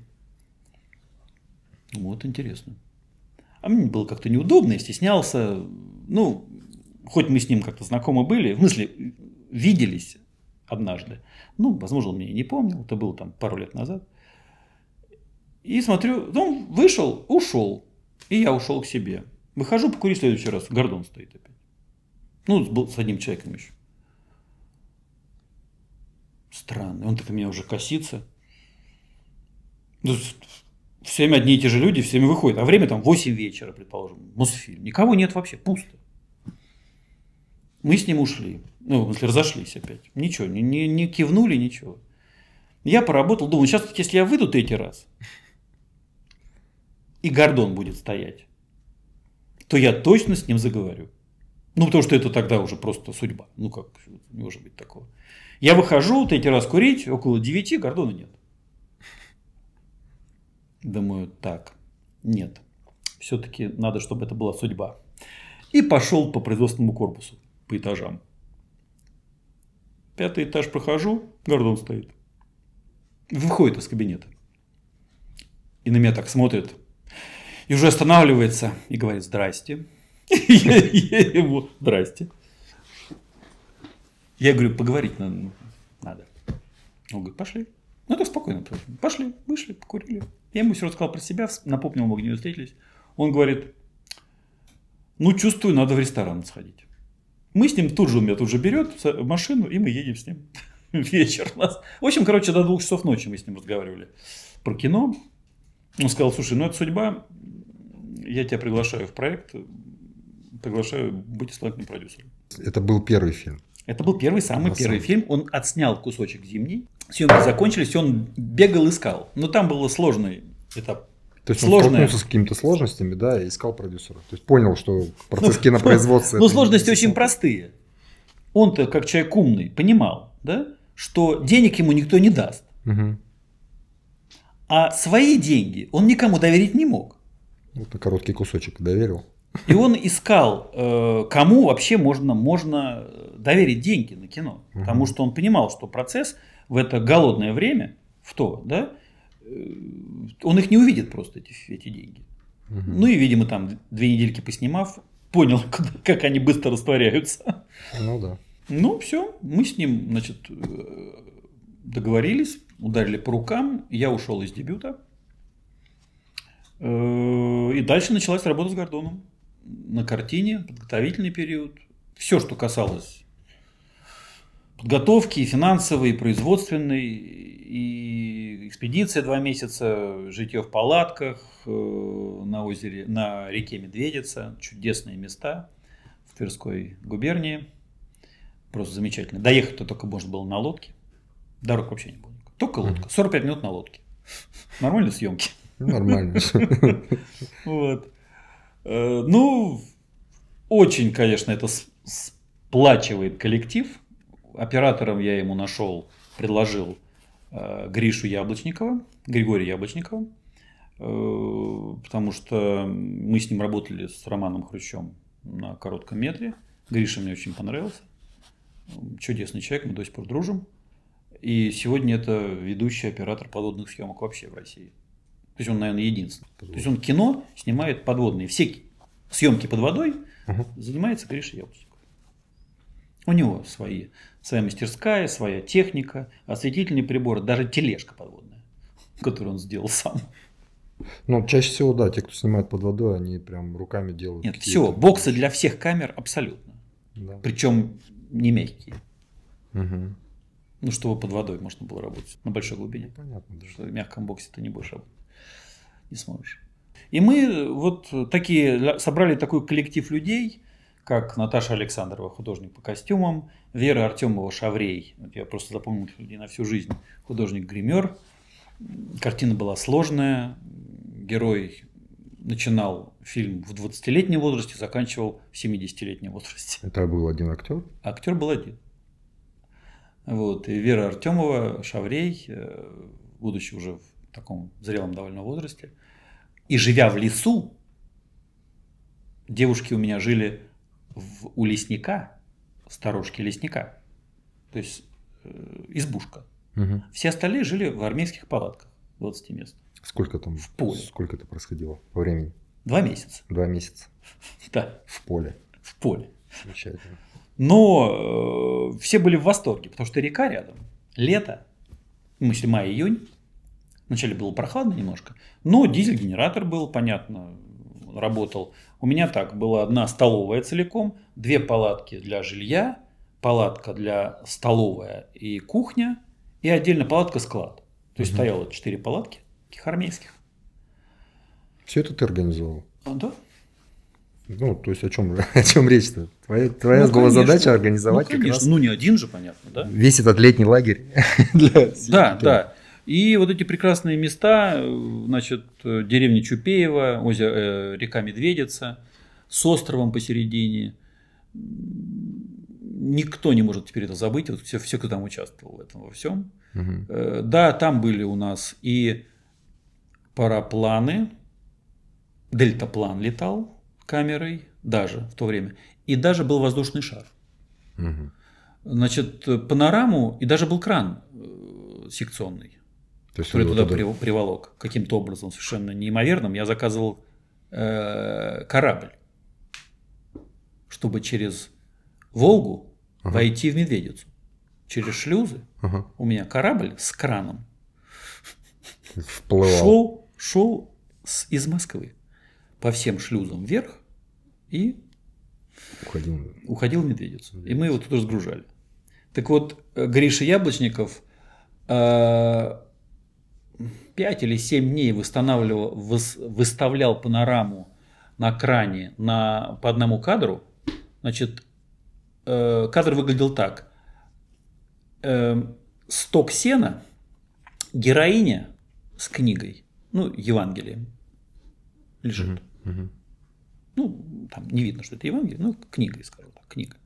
[SPEAKER 2] Вот интересно. А мне было как-то неудобно, я стеснялся. Ну, хоть мы с ним как-то знакомы были, в смысле, виделись однажды. Ну, возможно, он меня и не помнил. Это было там пару лет назад. И смотрю, он вышел, ушел. И я ушел к себе. Выхожу покурить в следующий раз. Гордон стоит опять. Ну, с одним человеком еще. Странно. Он так на меня уже косится. Все время одни и те же люди, все время выходят. А время там 8 вечера, предположим. Мосфильм. Никого нет вообще. Пусто. Мы с ним ушли. Ну, если разошлись опять. Ничего. Не кивнули, ничего. Я поработал. Думал, сейчас, если я выйду третий раз, и Гордон будет стоять, то я точно с ним заговорю. Ну, потому что это тогда уже просто судьба. Ну, как, не может быть такого. Я выхожу, третий раз курить, около 9, Гордона нет. Думаю, так, нет. Все-таки надо, чтобы это была судьба. И пошел по производственному корпусу, по этажам. 5-й этаж прохожу, Гордон стоит. Выходит из кабинета. И на меня так смотрит. И уже останавливается и говорит: здрасте. Я ему: здрасте. Я говорю: поговорить надо. Он говорит: пошли. Ну так спокойно. Пошли, вышли, покурили. Я ему все рассказал про себя, напомнил, мы где встретились. Он говорит: ну, чувствую, надо в ресторан сходить. Мы с ним он меня тут же берет машину, и мы едем с ним. Вечер у нас. В общем, короче, до 2 часов ночи мы с ним разговаривали про кино. Он сказал: слушай, ну это судьба. Я тебя приглашаю в проект. Приглашаю быть исполнительным продюсером.
[SPEAKER 1] Это был первый фильм.
[SPEAKER 2] Это был самый первый фильм. Он отснял кусочек «Зимний». Съемки закончились, он бегал, искал. Но там был сложный этап.
[SPEAKER 1] То есть он столкнулся с какими-то сложностями, да, и искал продюсера. То есть понял, что процесс кинопроизводства...
[SPEAKER 2] Ну, сложности очень простые. Он-то, как человек умный, понимал, да, что денег ему никто не даст. А свои деньги он никому доверить не мог.
[SPEAKER 1] Вот на короткий кусочек доверил.
[SPEAKER 2] И он искал, кому вообще можно доверить деньги на кино. Потому что он понимал, что процесс в это голодное время, да, он их не увидит просто, эти деньги. Ну и, видимо, там 2 недельки поснимав, понял, как они быстро растворяются.
[SPEAKER 1] Ну да.
[SPEAKER 2] Ну все, мы с ним, значит, договорились, ударили по рукам, я ушел из «Дебюта. И дальше началась работа с Гордоном. На картине, подготовительный период. Все, что касалось подготовки, и финансовой, и производственной, и экспедиция 2 месяца, житье в палатках на озере, на реке Медведица, чудесные места в Тверской губернии, просто замечательно. Доехать-то только можно было на лодке, дорог вообще не было, только лодка, 45 минут на лодке, нормальные съемки.
[SPEAKER 1] Нормально.
[SPEAKER 2] Вот. Ну, очень, конечно, это сплачивает коллектив. Оператором я ему предложил Гришу Яблочникова, Григория Яблочникова, потому что мы с ним работали с Романом Хрущем на коротком метре. Гриша мне очень понравился. Чудесный человек, мы до сих пор дружим. И сегодня это ведущий оператор подводных съемок вообще в России. То есть он, наверное, единственный. То есть он кино снимает подводные. Все съемки под водой занимается Гриша Яблочников. У него своя мастерская, своя техника, осветительные приборы, даже тележка подводная, которую он сделал сам.
[SPEAKER 1] Ну, чаще всего, да, те, кто снимает под водой, они прям руками делают.
[SPEAKER 2] Нет, все, боксы для всех камер абсолютно. Да. Причем не мягкие.
[SPEAKER 1] Угу.
[SPEAKER 2] Ну, чтобы под водой можно было работать на большой глубине.
[SPEAKER 1] Понятно, да.
[SPEAKER 2] Что в мягком боксе ты не будешь работать. Не сможешь. И мы вот собрали такой коллектив людей, как Наташа Александрова, художник по костюмам, Вера Артемова, шаврей. Вот я просто запомнил этих людей на всю жизнь. Художник-гример. Картина была сложная. Герой начинал фильм в 20-летнем возрасте, заканчивал в 70-летнем возрасте.
[SPEAKER 1] Это был один актер?
[SPEAKER 2] Актер был один. Вот. И Вера Артемова, шаврей, будучи уже в таком зрелом довольно возрасте, и живя в лесу, девушки у меня жили у лесника, сторожки лесника, то есть избушка.
[SPEAKER 1] Угу.
[SPEAKER 2] Все остальные жили в армейских палатках, 20 мест.
[SPEAKER 1] Сколько там?
[SPEAKER 2] В поле.
[SPEAKER 1] Сколько это происходило по времени?
[SPEAKER 2] 2 месяца.
[SPEAKER 1] 2 месяца.
[SPEAKER 2] Да.
[SPEAKER 1] В поле.
[SPEAKER 2] В поле.
[SPEAKER 1] Замечательно.
[SPEAKER 2] Но все были в восторге, потому что река рядом, лето, мы шли май-июнь, вначале было прохладно немножко, но дизель-генератор был, понятно, работал. У меня так, была одна столовая целиком, 2 палатки для жилья, палатка для столовая и кухня, и отдельно палатка-склад. То есть стояло 4 палатки, таких армейских.
[SPEAKER 1] Все это ты организовал?
[SPEAKER 2] Да.
[SPEAKER 1] Ну, то есть о чем речь-то? Твоя была задача организовать
[SPEAKER 2] как раз. Ну, не один же, понятно, да?
[SPEAKER 1] Весь этот летний лагерь.
[SPEAKER 2] Да. И вот эти прекрасные места, значит, деревня Чупеева, река Медведица, с островом посередине. Никто не может теперь это забыть. Вот все, кто там участвовал в этом во всем. Угу. Да, там были у нас и парапланы, дельтаплан летал камерой даже в то время. И даже был воздушный шар.
[SPEAKER 1] Угу.
[SPEAKER 2] Значит, панораму, и даже был кран секционный, который туда приволок каким-то образом совершенно неимоверным. Я заказывал корабль, чтобы через Волгу войти в Медведицу. Через шлюзы у меня корабль с краном шел из Москвы по всем шлюзам вверх и уходил в Медведицу. И мы его тут разгружали. Так вот, Гриша Яблочников 5 или 7 дней выставлял панораму на кране по одному кадру. Значит, кадр выглядел так. Сток сена, героиня с книгой, Евангелием лежит. Там не видно, что это Евангелие, книгой, скажу так, книга.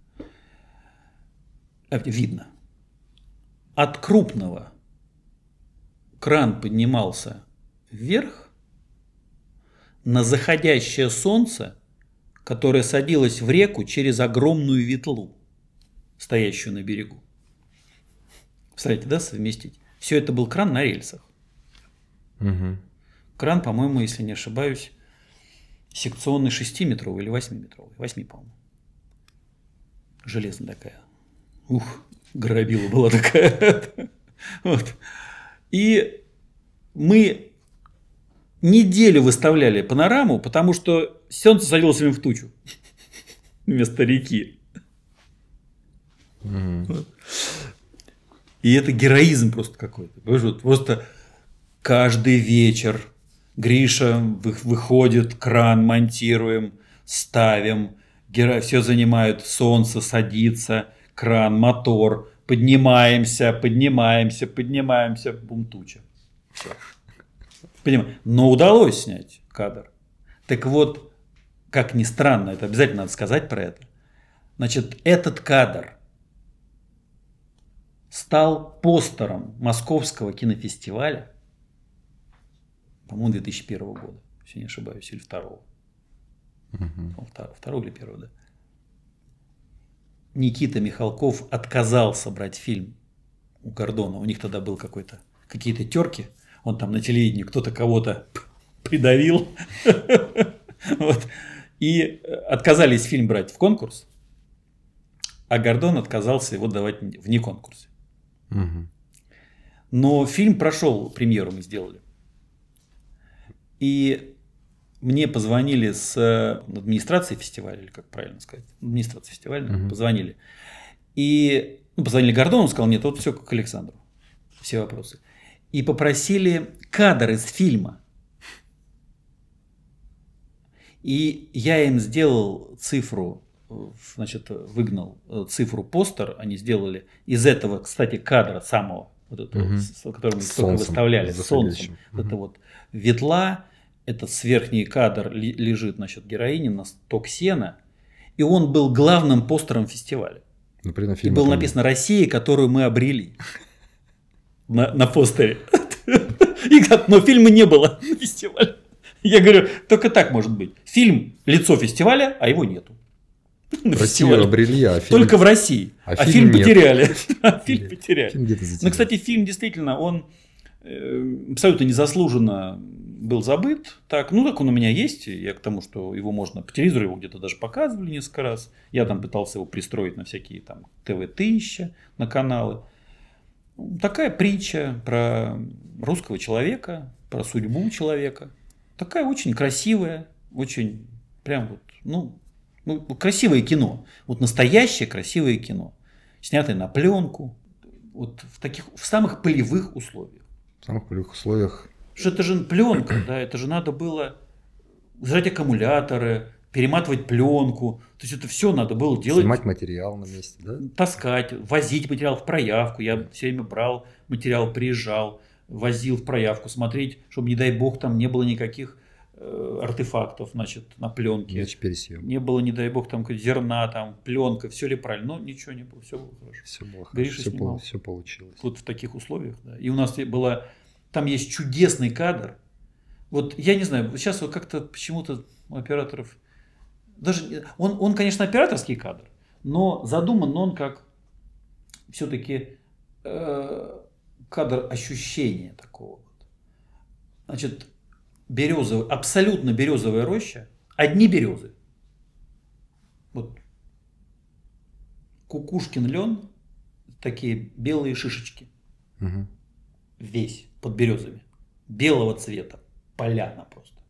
[SPEAKER 2] Видно. От крупного кран поднимался вверх на заходящее солнце, которое садилось в реку через огромную ветлу, стоящую на берегу. Представляете, да, совместить? Все это был кран на рельсах.
[SPEAKER 1] Угу.
[SPEAKER 2] Кран, по-моему, если не ошибаюсь, секционный 6-метровый или 8-метровый. 8, по-моему. Железная такая. Грабила была такая. Вот. И мы неделю выставляли панораму, потому что солнце садилось в тучу вместо реки. Вот. И это героизм просто какой-то. Просто каждый вечер Гриша выходит, кран монтируем, ставим, все занимают, солнце садится, кран, мотор, поднимаемся, бум, туча. Все. Но удалось снять кадр. Так вот, как ни странно, это обязательно надо сказать про это. Значит, этот кадр стал постером Московского кинофестиваля, по-моему, 2001 года, если не ошибаюсь, или второго. Второго или первого, да. Никита Михалков отказался брать фильм у Гордона. У них тогда был какие-то терки. Он там на телевидении кто-то кого-то придавил. И отказались фильм брать в конкурс, а Гордон отказался его давать вне конкурса. Но фильм прошел, премьеру мы сделали. И мне позвонили с администрации фестиваля, или как правильно сказать, администрация фестиваля, позвонили. И позвонили Гордону, он сказал, нет, вот все как Александру, все вопросы. И попросили кадр из фильма. И я им сделал цифру, значит, выгнал цифру постер, они сделали из этого, кстати, кадра самого, вот этого, который мы только выставляли, с солнцем. Это вот ветла, этот верхний кадр лежит, значит, героиня на сток сена, и он был главным постером фестиваля.
[SPEAKER 1] Например,
[SPEAKER 2] и было написано «Россия, которую мы обрели» на постере. Но фильма не было на фестивале. Я говорю, только так может быть. Фильм «Лицо фестиваля», а его нету.
[SPEAKER 1] Россию обрели, а фильм...
[SPEAKER 2] Только в России. А фильм потеряли. Фильм потеряли.
[SPEAKER 1] Но,
[SPEAKER 2] кстати, фильм действительно, он абсолютно незаслуженно был забыт. Так он у меня есть. Я к тому, что его можно по телевизору, его где-то даже показывали несколько раз. Я там пытался его пристроить на всякие там ТВ-1000, на каналы. Такая притча про русского человека, про судьбу человека. Такая очень красивая, очень прям красивое кино. Вот настоящее красивое кино. Снятое на пленку. Вот в самых полевых условиях.
[SPEAKER 1] В самых полевых условиях.
[SPEAKER 2] Что это же пленка, да, это же надо было сжать аккумуляторы, перематывать пленку. То есть это все надо было делать.
[SPEAKER 1] Снимать материал на месте, да?
[SPEAKER 2] Таскать, возить материал в проявку. Я все время брал материал, приезжал, возил в проявку, смотреть, чтобы, не дай бог, там не было никаких артефактов, значит, на пленке. Не было, не дай бог, там зерна, там пленка, все ли правильно. Но ничего не было, все было хорошо.
[SPEAKER 1] Все было
[SPEAKER 2] хорошо,
[SPEAKER 1] все получилось.
[SPEAKER 2] Вот в таких условиях, да. И у нас было, там есть чудесный кадр. Вот я не знаю, сейчас вот как-то почему-то у операторов, даже он, конечно, операторский кадр, но задуман он как все-таки кадр ощущения такого. Значит, абсолютно березовая роща, одни березы. Вот Кукушкин лен, такие белые шишечки. Весь под березами. Белого цвета. Поляна просто.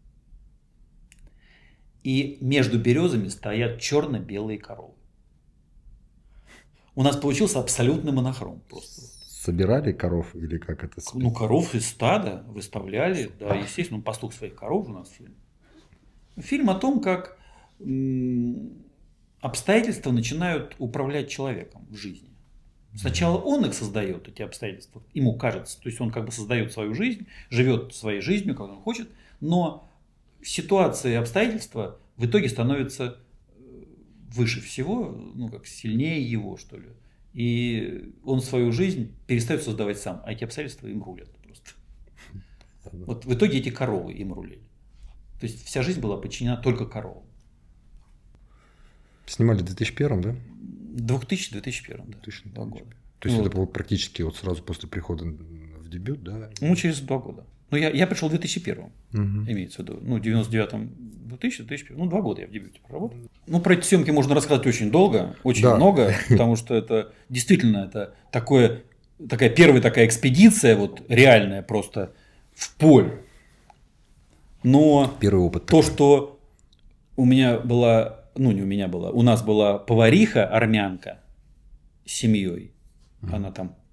[SPEAKER 2] И между березами стоят черно-белые коровы. У нас получился абсолютный монохром просто.
[SPEAKER 1] Собирали коров или как это?
[SPEAKER 2] Коров из стада выставляли, да, естественно, пастух своих коров у нас фильм. Фильм о том, как обстоятельства начинают управлять человеком в жизни. Сначала он их создает, эти обстоятельства, ему кажется, то есть он как бы создает свою жизнь, живет своей жизнью, как он хочет, но ситуация и обстоятельства в итоге становятся выше всего, как сильнее его, что ли. И он свою жизнь перестает создавать сам, а эти обстоятельства им рулят просто. Вот в итоге эти коровы им рулили. То есть вся жизнь была подчинена только коровам.
[SPEAKER 1] Снимали в 2001, да?
[SPEAKER 2] 2000-2001, да.
[SPEAKER 1] 2 года. То есть это было практически вот сразу после прихода в дебют, да?
[SPEAKER 2] Через 2 года. Я пришел в 2001, имеется в виду. 99-м, 2001, 2 года я в дебюте проработал. Про эти съемки можно рассказать очень долго, очень много, потому что это действительно такая первая такая экспедиция, вот реальная просто в поле. Но
[SPEAKER 1] первый опыт
[SPEAKER 2] то, что у меня была, у нас была повариха армянка с семьей, она там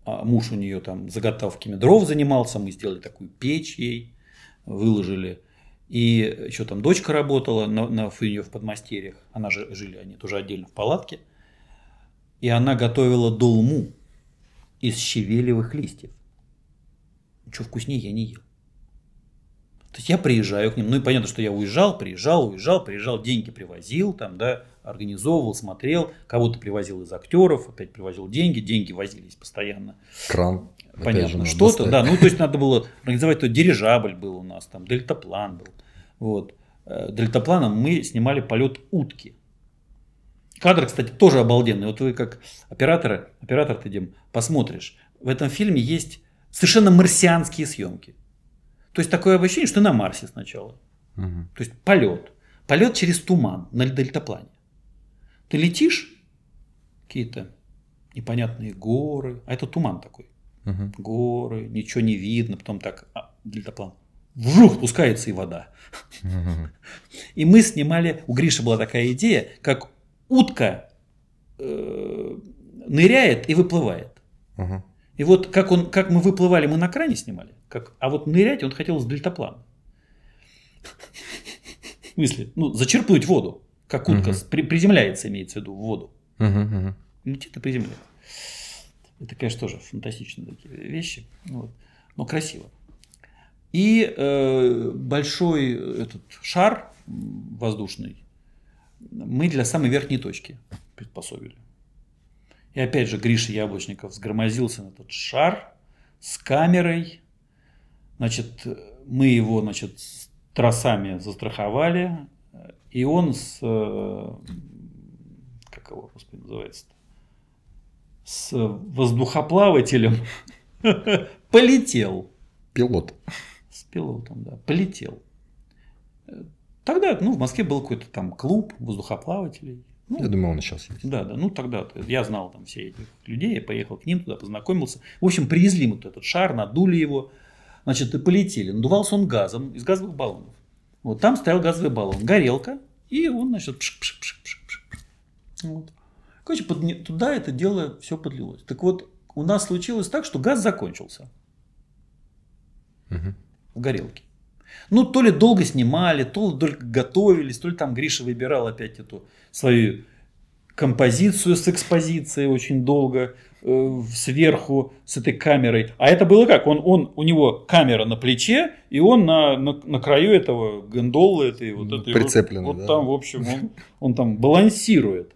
[SPEAKER 2] А муж у нее там заготовками дров занимался, мы сделали такую печь ей, выложили. И еще там дочка работала у нее в подмастерьях, жили они тоже отдельно в палатке. И она готовила долму из щавелевых листьев. Ничего вкуснее я не ел. То есть я приезжаю к ним, ну и понятно, что я приезжал, деньги привозил, там, да, организовывал, смотрел, кого-то привозил из актеров, опять привозил деньги возились постоянно.
[SPEAKER 1] Кран.
[SPEAKER 2] Понятно, что-то, да, ну то есть надо было организовать, то дирижабль был у нас, там дельтаплан был. Вот. Дельтапланом мы снимали полет утки. Кадр, кстати, тоже обалденный. Вот вы как оператор ты, Дим, посмотришь. В этом фильме есть совершенно марсианские съемки. То есть такое ощущение, что на Марсе сначала.
[SPEAKER 1] Угу.
[SPEAKER 2] То есть полет через туман на дельтаплане. Ты летишь, какие-то непонятные горы, а это туман такой.
[SPEAKER 1] Угу.
[SPEAKER 2] Горы, ничего не видно, потом так, дельтаплан. Вжух, спускается и вода.
[SPEAKER 1] Угу.
[SPEAKER 2] И мы снимали, у Гриши была такая идея, как утка ныряет и выплывает.
[SPEAKER 1] Угу.
[SPEAKER 2] И вот как мы выплывали, мы на кране снимали, а вот нырять он хотел с дельтаплана. В смысле, зачерпнуть воду, как утка приземляется, имеется в виду, в воду. Летит и приземляется. Это, конечно, тоже фантастичные такие вещи, вот, но красиво. И большой этот шар воздушный мы для самой верхней точки приспособили. И опять же Гриша Яблочников сгромозился на этот шар с камерой. Значит, мы его, с тросами застраховали. И он как его, господи, называется-то? С воздухоплавателем полетел.
[SPEAKER 1] Пилот.
[SPEAKER 2] С пилотом, да, полетел. Тогда, в Москве был какой-то там клуб воздухоплавателей.
[SPEAKER 1] Я думаю, он и сейчас есть.
[SPEAKER 2] Да, тогда я знал там все этих людей, я поехал к ним туда, познакомился. В общем, привезли мы этот шар, надули его, значит, и полетели. Надувался он газом из газовых баллонов. Вот там стоял газовый баллон, горелка, и он, значит, пшик-пшик-пшик-пшик. Вот. Короче, туда это дело все подлилось. Так вот, у нас случилось так, что газ закончился в горелке. То ли долго снимали, то ли только готовились, то ли там Гриша выбирал опять эту свою композицию с экспозицией очень долго сверху с этой камерой. А это было как? У него камера на плече, и он на краю этого гондолы этой вот этой
[SPEAKER 1] прицепленный,
[SPEAKER 2] вот
[SPEAKER 1] да?
[SPEAKER 2] там, в общем, он там балансирует.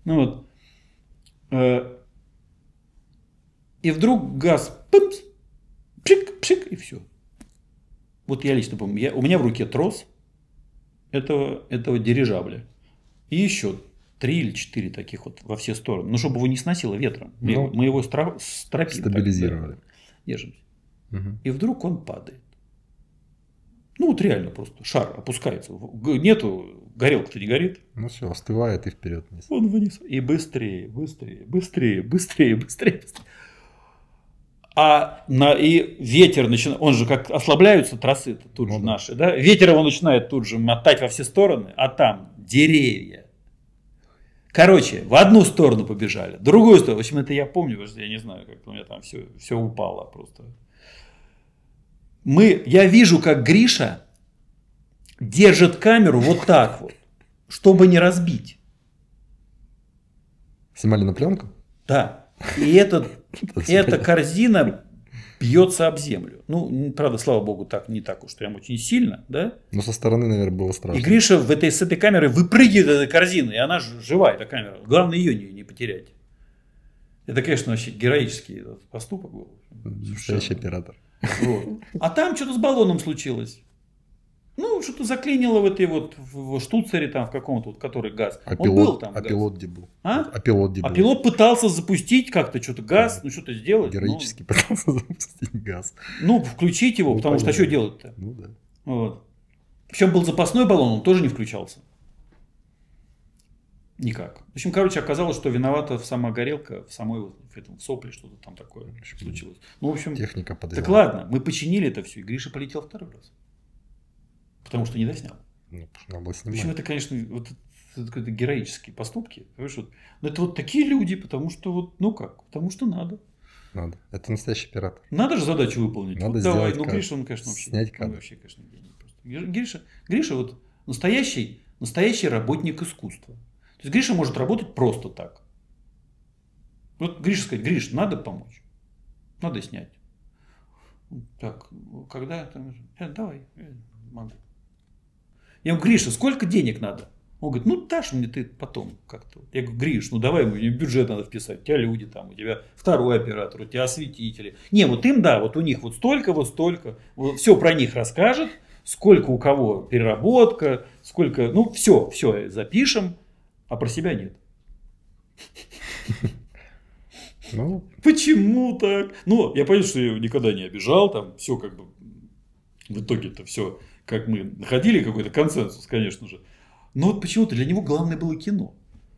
[SPEAKER 2] И вдруг газ пшик-пшик, и все. Вот я лично помню, у меня в руке трос этого дирижабля. И еще 3 или 4 таких вот во все стороны. Чтобы его не сносило ветром. Мы его стропили.
[SPEAKER 1] Стабилизировали.
[SPEAKER 2] Так, держимся. И вдруг он падает. Реально просто шар опускается. Нету, горелка-то не горит.
[SPEAKER 1] Все, остывает и вперед.
[SPEAKER 2] Он вниз. И быстрее. И ветер начинает, он же как ослабляются тросы тут же наши, да? Ветер его начинает тут же мотать во все стороны, а там деревья. Короче, в одну сторону побежали, в другую сторону. В общем, это я помню, потому что я не знаю, как у меня там все упало просто. Я вижу, как Гриша держит камеру вот так вот, чтобы не разбить.
[SPEAKER 1] Снимали на пленку?
[SPEAKER 2] Да. И эта корзина бьется об землю. Правда, слава богу, не так уж прям очень сильно, да?
[SPEAKER 1] Но со стороны, наверное, было страшно.
[SPEAKER 2] И Гриша с этой камерой выпрыгивает из этой корзины, и она живая, эта камера. Главное, ее не потерять. Это, конечно, вообще героический поступок был.
[SPEAKER 1] Настоящий оператор.
[SPEAKER 2] Вот. А там что-то с баллоном случилось. Что-то заклинило в этой в штуцере, там, в каком-то, который газ.
[SPEAKER 1] Пилот где был?
[SPEAKER 2] Пилот пытался запустить как-то что-то газ, что-то сделать.
[SPEAKER 1] Героически пытался запустить газ.
[SPEAKER 2] Включить его, потому что что делать-то?
[SPEAKER 1] Да.
[SPEAKER 2] Вот. Причем был запасной баллон, он тоже не включался. Никак. В общем, оказалось, что виновата сама горелка, в этом сопле что-то там такое случилось. В общем,
[SPEAKER 1] техника подвела.
[SPEAKER 2] Так ладно, мы починили это все, и Гриша полетел второй раз. Потому что не доснял.
[SPEAKER 1] Надо было
[SPEAKER 2] В
[SPEAKER 1] снимать.
[SPEAKER 2] общем, это, конечно, это героические поступки. Это такие люди, потому что потому что надо.
[SPEAKER 1] Надо. Это настоящий оператор.
[SPEAKER 2] Надо же задачу выполнить.
[SPEAKER 1] Надо
[SPEAKER 2] Вот давай.
[SPEAKER 1] сделать
[SPEAKER 2] Ну,
[SPEAKER 1] кадр.
[SPEAKER 2] Гриша, он, конечно, вообще,
[SPEAKER 1] Снять
[SPEAKER 2] он
[SPEAKER 1] кадр.
[SPEAKER 2] вообще, конечно, гений просто. Гриша вот настоящий работник искусства. То есть Гриша может работать просто так. Вот Гриша сказать: Гриш, надо помочь. Надо снять. Так, когда это? Давай, могу. Я говорю: Гриша, сколько денег надо? Он говорит: ну, дашь мне ты потом как-то. Я говорю: Гриш, ну давай, мне бюджет надо вписать. У тебя люди там, у тебя второй оператор, у тебя осветители. Не, вот им, да, вот у них вот столько, вот все про них расскажет, сколько у кого переработка, сколько, ну, все запишем, а про себя нет.
[SPEAKER 1] Ну,
[SPEAKER 2] Почему так? Ну, я понял, что я его никогда не обижал, там все как бы в итоге-то все, как мы находили какой-то консенсус, конечно же. Но вот почему-то для него главное было кино.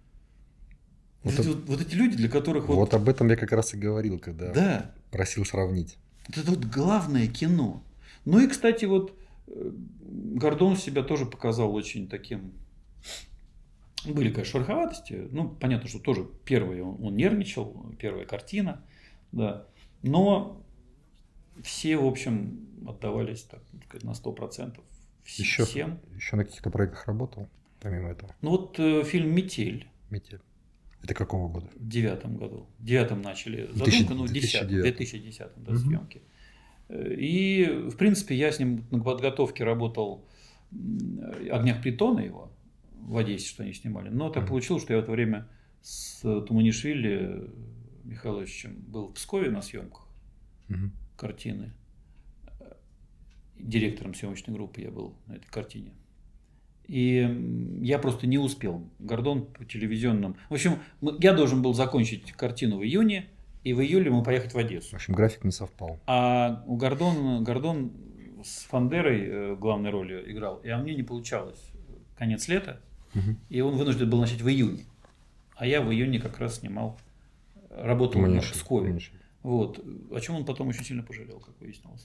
[SPEAKER 2] Вот эти люди, для которых
[SPEAKER 1] вот об этом я как раз и говорил, когда
[SPEAKER 2] да,
[SPEAKER 1] просил сравнить.
[SPEAKER 2] вот это вот главное кино. Ну и, кстати, вот Гордон себя тоже показал очень таким. Были, конечно, шероховатости. Ну, понятно, что тоже первый он нервничал, первая картина, да. Но все, в общем, отдавались, так сказать, на 100%. Всем.
[SPEAKER 1] Еще на каких-то проектах работал, помимо этого?
[SPEAKER 2] Ну вот фильм «Метель».
[SPEAKER 1] «Метель». Это какого года?
[SPEAKER 2] В 2009 году. В 2009 начали задумку, ну, в 2010 да, съемки. И, в принципе, я с ним на подготовке работал в «Огнях Притона» его, в Одессе, что они снимали. Но так получилось, что я в это время с Туманишвили Михайловичем был в Пскове на съемках картины. Директором съемочной группы я был на этой картине. И я просто не успел. Гордон по телевизионным... В общем, я должен был закончить картину в июне, и в июле мы поехать в Одессу.
[SPEAKER 1] В общем, график не совпал.
[SPEAKER 2] А у Гордон с Фандерой главной роли играл, и мне не получалось. Конец лета, и он вынужден был начать в июне. А я в июне как раз работал на Пскове. Вот. О чем он потом очень сильно пожалел, как выяснилось.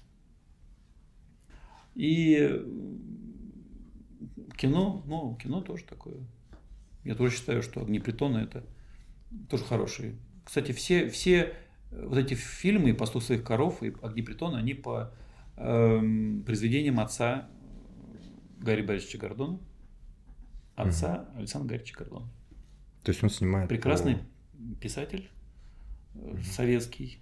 [SPEAKER 2] И кино тоже такое. Я тоже считаю, что «Огни Притона» это тоже хорошие. Кстати, все вот эти фильмы, и «Пастух своих коров», и «Огни Притона», они по произведениям отца Гарри Борисовича Гордона, отца Александра Гарича Гордона.
[SPEAKER 1] То есть он снимает...
[SPEAKER 2] Прекрасный писатель советский.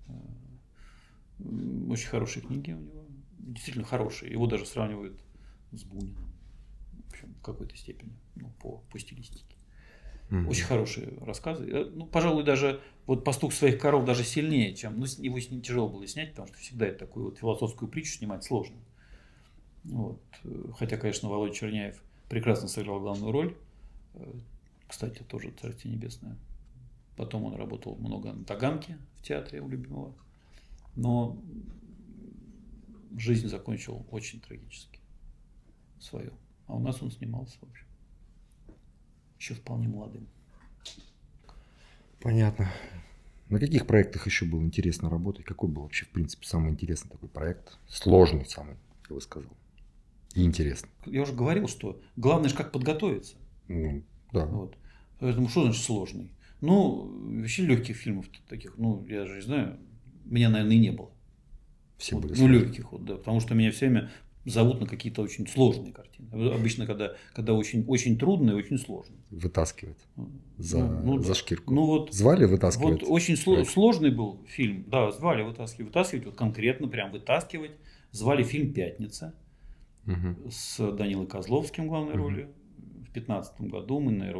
[SPEAKER 2] Очень хорошие книги у него. Действительно хорошие. Его даже сравнивают с Буниным. В общем, в какой-то степени. По стилистике. Очень хорошие рассказы. Ну, пожалуй, даже вот «Пастух своих коров» даже сильнее, чем... Ну, его с ним тяжело было снять, потому что всегда это такую вот философскую притчу снимать сложно. Вот. Хотя, конечно, Володя Черняев прекрасно сыграл главную роль. Кстати, тоже Царствие Небесное. Потом он работал много на Таганке в театре у любимого. Но жизнь закончил очень трагически свою. А у нас он снимался, в общем, еще вполне молодым.
[SPEAKER 1] Понятно. На каких проектах еще было интересно работать? Какой был вообще, в принципе, самый интересный такой проект? Сложный самый, я бы сказал. И интересный.
[SPEAKER 2] Я уже говорил, что главное же как подготовиться.
[SPEAKER 1] Да.
[SPEAKER 2] Вот. Поэтому что значит сложный? Ну, вообще легких фильмов таких, я же не знаю, меня, наверное, и не было.
[SPEAKER 1] Все были
[SPEAKER 2] сложные. Легких, да, потому что меня все время зовут на какие-то очень сложные картины. Обычно, когда очень, очень трудные, очень сложные.
[SPEAKER 1] Вытаскивать за шкирку.
[SPEAKER 2] Да.
[SPEAKER 1] Звали вытаскивать?
[SPEAKER 2] Вот очень сложный был фильм. Да, звали вытаскивать. Вытаскивать, вот конкретно прям вытаскивать. Звали фильм «Пятница» с Данилой Козловским в главной роли. В 2015 году мы на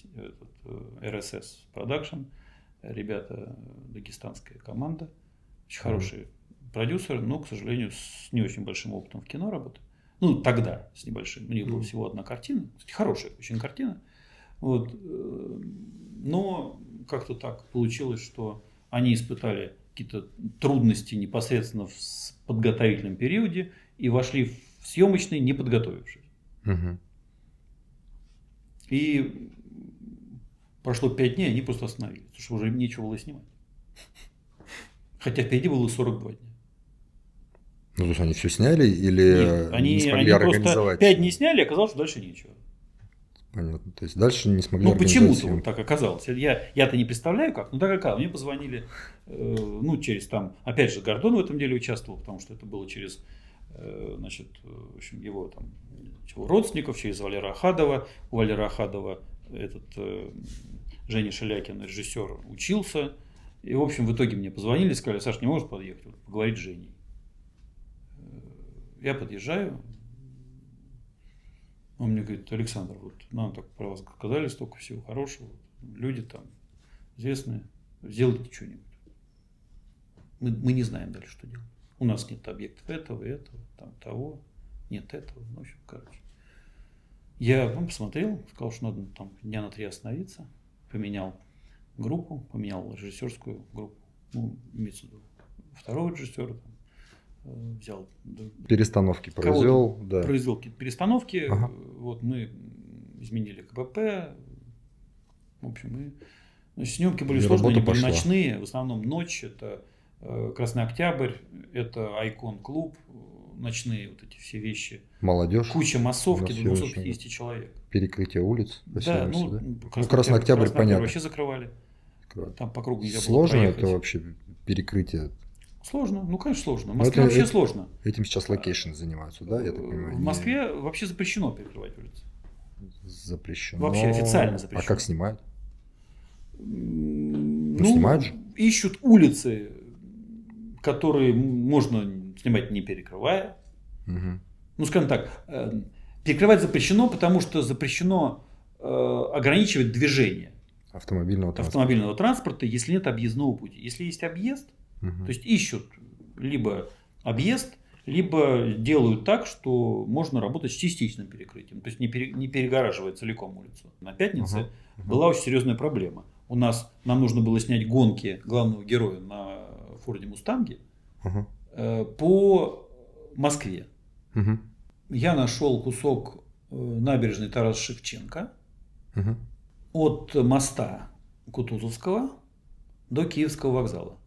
[SPEAKER 2] РСС Production. Ребята, дагестанская команда. Очень хорошие продюсеры, но, к сожалению, с не очень большим опытом в кино работы. Ну, тогда с небольшим. У них была всего одна картина. Кстати, хорошая очень картина. Вот. Но как-то так получилось, что они испытали какие-то трудности непосредственно в подготовительном периоде и вошли в съемочный, не подготовившись. И прошло 5 дней, они просто остановились, потому что уже нечего было снимать. Хотя впереди было 42 дня.
[SPEAKER 1] Ну, то есть они все сняли или
[SPEAKER 2] Нет,
[SPEAKER 1] не смогли
[SPEAKER 2] они
[SPEAKER 1] организовать?
[SPEAKER 2] Просто 5 дней сняли, оказалось, что дальше нечего.
[SPEAKER 1] Понятно. То есть дальше не смогли
[SPEAKER 2] Ну,
[SPEAKER 1] организовать
[SPEAKER 2] почему-то
[SPEAKER 1] съемки.
[SPEAKER 2] вот так оказалось. Я-то не представляю как, но так оказалось. Мне позвонили, ну, через там, опять же, Гордон в этом деле участвовал, потому что это было через, значит, в общем, его там, его родственников, через Валера Ахадова. У Валера Ахадова этот Женя Шелякин, режиссер, учился. И, в общем, в итоге мне позвонили, сказали: Саш, не можешь подъехать, вот, поговорить с Женей. Я подъезжаю. Он мне говорит: Александр, вот нам так про вас сказали, столько всего хорошего, люди там известные, сделайте что-нибудь. Мы не знаем дальше, что делать. У нас нет объектов этого, там, того, нет этого. Ну, в общем, короче. Я посмотрел, сказал, что надо там дня на 3 остановиться, поменял группу, поменял режиссерскую группу, ну, имеется в виду второго режиссера, там, взял.
[SPEAKER 1] Перестановки произвел, да.
[SPEAKER 2] Произвел какие-то перестановки.
[SPEAKER 1] Ага.
[SPEAKER 2] Вот мы изменили КПП. В общем, значит, съемки были сложные, они были ночные. В основном ночь. Это Красный Октябрь, это Айкон-клуб, ночные вот эти все вещи.
[SPEAKER 1] Молодежь.
[SPEAKER 2] Куча массовки до 250 человек.
[SPEAKER 1] Перекрытие улиц.
[SPEAKER 2] Да, ну,
[SPEAKER 1] Красный Октябрь, понятно.
[SPEAKER 2] Вообще закрывали. Там по кругу нельзя было
[SPEAKER 1] Сложно
[SPEAKER 2] проехать.
[SPEAKER 1] это вообще перекрытие?
[SPEAKER 2] Сложно, ну конечно сложно. В Москве вообще сложно.
[SPEAKER 1] Этим сейчас локейшн занимаются, да, я так понимаю?
[SPEAKER 2] В Москве вообще запрещено перекрывать улицы.
[SPEAKER 1] Запрещено.
[SPEAKER 2] Вообще официально запрещено.
[SPEAKER 1] А как снимают?
[SPEAKER 2] Ну,
[SPEAKER 1] снимают же.
[SPEAKER 2] Ищут улицы, которые можно снимать не перекрывая.
[SPEAKER 1] Угу.
[SPEAKER 2] Ну, скажем так, перекрывать запрещено, потому что запрещено ограничивать движение автомобильного транспорта, если нет объездного пути. Если есть объезд, то есть ищут либо объезд, либо делают так, что можно работать с частичным перекрытием, то есть не перегораживая целиком улицу. На Пятнице была очень серьезная проблема. Нам нужно было снять гонки главного героя на Форде Мустанге по Москве. Я нашел кусок набережной Тараса Шевченко от моста Кутузовского до Киевского вокзала.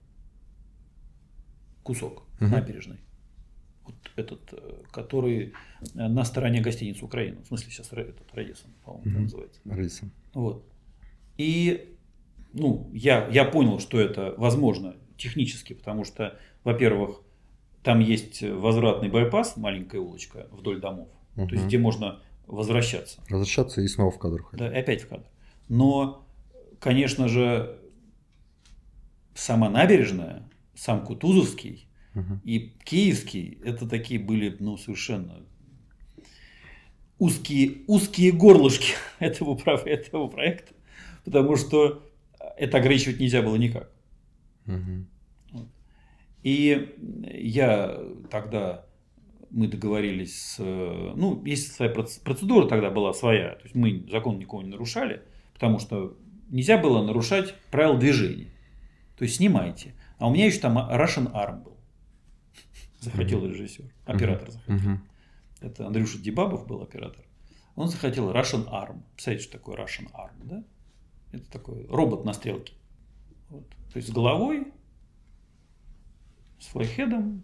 [SPEAKER 2] Кусок набережной. Вот этот, который на стороне гостиницы «Украина». В смысле, сейчас этот Радиссон, по-моему, называется.
[SPEAKER 1] Радиссон.
[SPEAKER 2] Вот. И я понял, что это возможно технически, потому что, во-первых, там есть возвратный байпас, маленькая улочка вдоль домов, то есть где можно возвращаться.
[SPEAKER 1] Возвращаться и снова в кадр.
[SPEAKER 2] Да, и опять в кадр. Но, конечно же, сама набережная, сам Кутузовский и Киевский, это такие были, совершенно узкие горлышки этого проекта, потому что это ограничивать нельзя было никак. И мы договорились есть своя процедура тогда была своя, то есть мы закон никого не нарушали, потому что нельзя было нарушать правила движения. То есть снимайте. А у меня еще там Russian Arm был. Захотел режиссер, оператор захотел. Это Андрюша Дебабов был оператор. Он захотел Russian Arm. Представляете, что такое Russian Arm, да? Это такой робот на стрелке. Вот. То есть с головой, с флайхедом,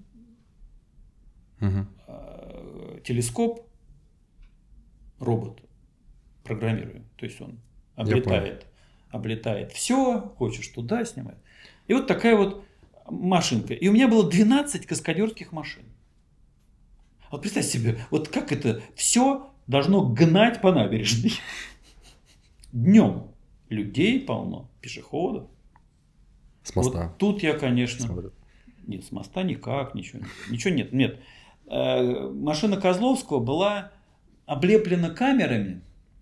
[SPEAKER 2] телескоп, робот программируем. То есть он облетает все, хочешь туда снимать. И вот такая вот машинка. И у меня было 12 каскадерских машин. Вот представьте себе, вот как это все должно гнать по набережной. Днем людей полно, пешеходов.
[SPEAKER 1] С моста.
[SPEAKER 2] Вот тут я, конечно... Нет, с моста никак, ничего нет. Нет. Машина Козловского была облеплена камерами.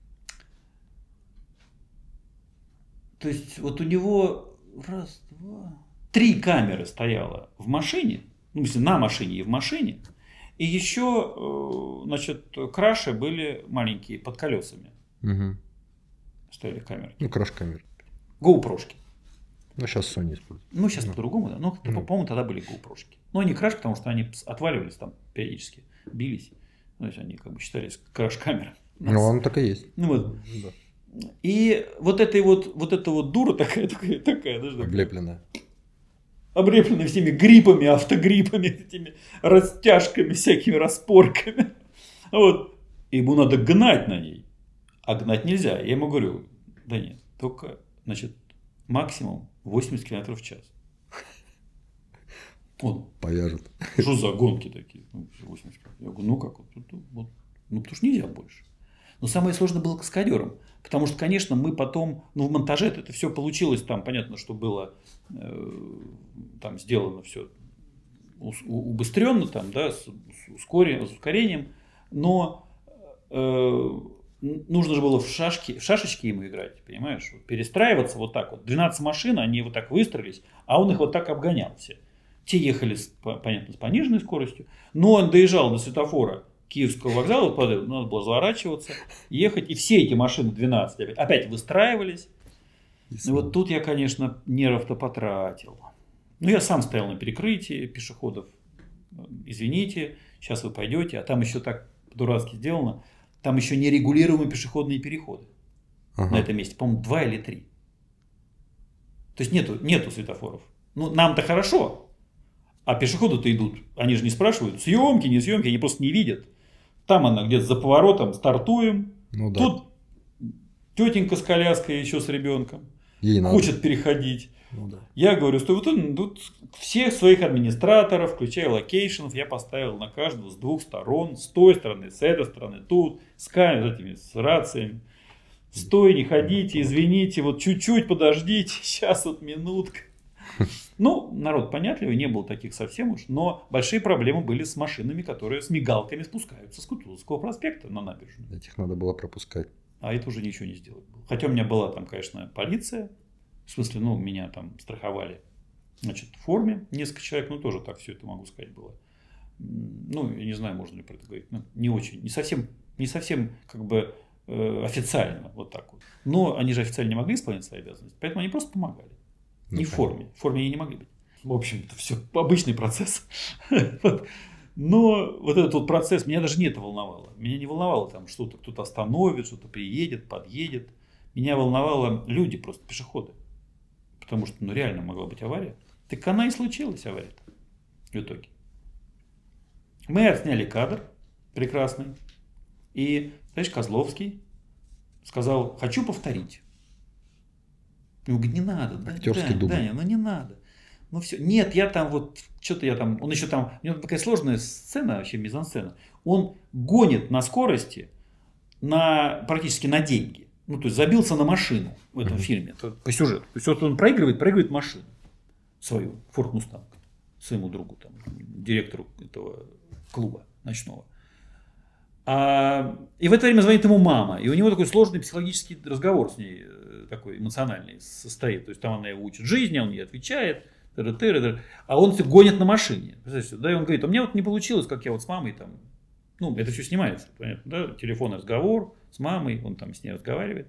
[SPEAKER 2] То есть вот у него 3 камеры стояло в машине, на машине и в машине. И еще, краши были маленькие под колесами. Стояли камеры.
[SPEAKER 1] Краш-камеры.
[SPEAKER 2] GoPro-шки.
[SPEAKER 1] Сейчас Sony используют.
[SPEAKER 2] Сейчас по-другому, да. По-моему, тогда были GoPro-шки. Но они краш, потому что они отваливались там периодически, бились. То есть они считались краш-камерами.
[SPEAKER 1] Он так и есть.
[SPEAKER 2] Да. И вот эта дура такая,
[SPEAKER 1] облепленная.
[SPEAKER 2] Облепленная всеми гриппами, автогриппами, этими растяжками, всякими распорками. Вот. И ему надо гнать на ней. А гнать нельзя. Я ему говорю, да нет, только, значит, максимум 80 км в час. Он,
[SPEAKER 1] Повяжет.
[SPEAKER 2] что за гонки такие? 80 км. Я говорю, ну как? Вот, ну потому что нельзя больше. Но самое сложное было каскадером. Потому что, конечно, мы потом, в монтаже это все получилось, там понятно, что было там сделано все убыстренно, там, да, с ускорением, но нужно же было в шашечки ему играть, понимаешь? Перестраиваться вот так вот. 12 машин, они вот так выстроились, а он их вот так обгонял все. Те ехали, понятно, с пониженной скоростью, но он доезжал до светофора Киевского вокзала, надо было заворачиваться, ехать, и все эти машины 12 опять выстраивались. И вот тут я, конечно, нервов-то потратил. Ну, я сам стоял на перекрытии пешеходов. Извините, сейчас вы пойдете, а там еще так по-дурацки сделано, там еще нерегулируемые пешеходные переходы на этом месте, по-моему, 2 или 3. То есть нету светофоров. Ну, нам-то хорошо, а пешеходы-то идут, они же не спрашивают, съемки, не съемки, они просто не видят. Там она где-то за поворотом, стартуем. Ну, да. Тут тетенька с коляской еще с ребенком хочет переходить. Ну, да. Я говорю, что вот тут всех своих администраторов, включая локейшенов, я поставил на каждого с 2 сторон, с той стороны, с этой стороны, тут, с камерами, с рациями. Стой, не ходите, извините, вот чуть-чуть подождите, сейчас вот минутка. Ну, народ понятливый, не было таких совсем уж, но большие проблемы были с машинами, которые с мигалками спускаются с Кутузовского проспекта на набережную.
[SPEAKER 1] Этих надо было пропускать.
[SPEAKER 2] А это уже ничего не сделать было. Хотя у меня была там, конечно, полиция, в смысле, меня там страховали, значит, в форме несколько человек, тоже так все это могу сказать было. Ну, я не знаю, можно ли про это говорить, не очень, не совсем как бы официально вот так вот. Но они же официально не могли исполнять свои обязанности, поэтому они просто помогали. Не в форме. В форме они не могли быть. В общем, это все обычный процесс. Но вот этот вот процесс, меня даже не это волновало. Меня не волновало, там что-то кто-то остановит, что-то приедет, подъедет. Меня волновало люди, просто пешеходы. Потому что реально могла быть авария. Так она и случилась, авария в итоге. Мы отсняли кадр прекрасный. И, знаешь, Козловский сказал, хочу повторить. Он говорит, не надо, Даня, не надо. Ну все, нет, я там вот, что-то я там, он еще там, у него такая сложная сцена, вообще мизансцена. Он гонит на скорости, практически на деньги. То есть забился на машину в этом фильме, по сюжету. То есть вот он проигрывает машину свою, Ford Mustang, своему другу, там, директору этого клуба ночного. И в это время звонит ему мама, и у него такой сложный психологический разговор с ней, такой эмоциональный состоит. То есть там она его учит жизни, он ей отвечает, а он все гонит на машине. Да, и он говорит, у меня вот не получилось, как я вот с мамой там, это все снимается, понятно, да, телефонный разговор с мамой, он там с ней разговаривает.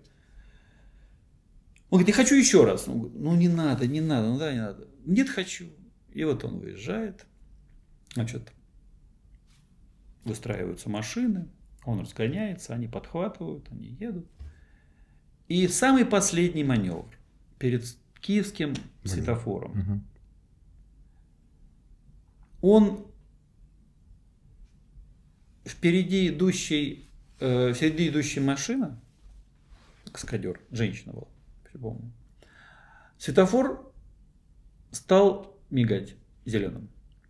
[SPEAKER 2] Он говорит, я хочу еще раз. Он говорит, не надо, не надо. Нет, хочу. И вот он выезжает, значит, выстраиваются машины, он разгоняется, они подхватывают, они едут. И самый последний маневр перед киевским светофором. Он впереди идущая машина, каскадер, женщина была, помню. Светофор стал мигать зеленым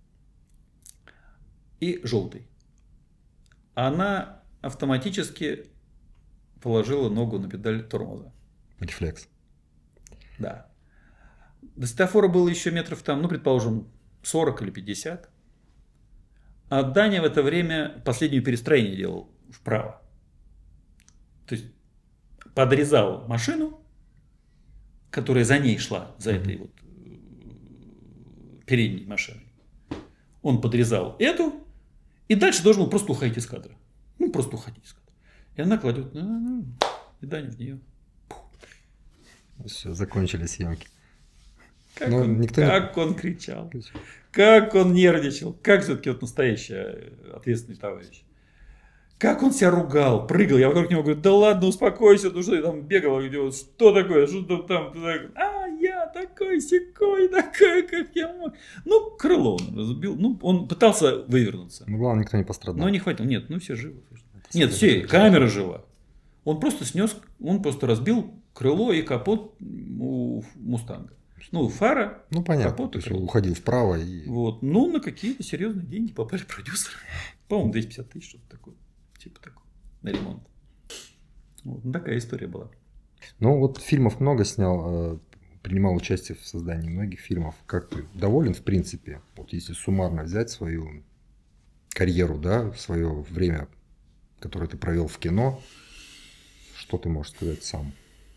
[SPEAKER 2] и желтый. Она автоматически положила ногу на педаль тормоза.
[SPEAKER 1] Рефлекс.
[SPEAKER 2] Да. До светофора было еще метров там, предположим, 40 или 50. А Даня в это время последнее перестроение делал вправо. То есть подрезал машину, которая за ней шла, за этой вот передней машиной. Он подрезал эту, и дальше должен был просто уходить из кадра. Просто уходить из кадра. И она кладет, и Даня в нее.
[SPEAKER 1] Все, закончили съемки.
[SPEAKER 2] Как он кричал, как он нервничал, как все-таки вот настоящий ответственный товарищ. Как он себя ругал, прыгал. Я вокруг него говорю, да ладно, успокойся, что ты там бегал, что такое, что там, я такой-сякой, такой, как я мог. Крыло он разбил, он пытался вывернуться.
[SPEAKER 1] Главное, никто не пострадал.
[SPEAKER 2] Но не хватило, нет, все живы. Нет, все, камера жива. Он просто разбил крыло и капот у «Мустанга». Ну, фара,
[SPEAKER 1] Ну, понятно.
[SPEAKER 2] капот
[SPEAKER 1] То
[SPEAKER 2] и
[SPEAKER 1] есть
[SPEAKER 2] крыло.
[SPEAKER 1] уходил вправо и...
[SPEAKER 2] Вот. Ну, на какие-то серьезные деньги попали продюсеры. По-моему, 250 тысяч, что-то такое. Типа такого. На ремонт. Вот. Ну, такая история была.
[SPEAKER 1] Ну, вот фильмов много снял, принимал участие в создании многих фильмов. Как ты доволен, в принципе, вот если суммарно взять свою карьеру, да, свое время, которое ты провел в кино, что ты можешь сказать сам?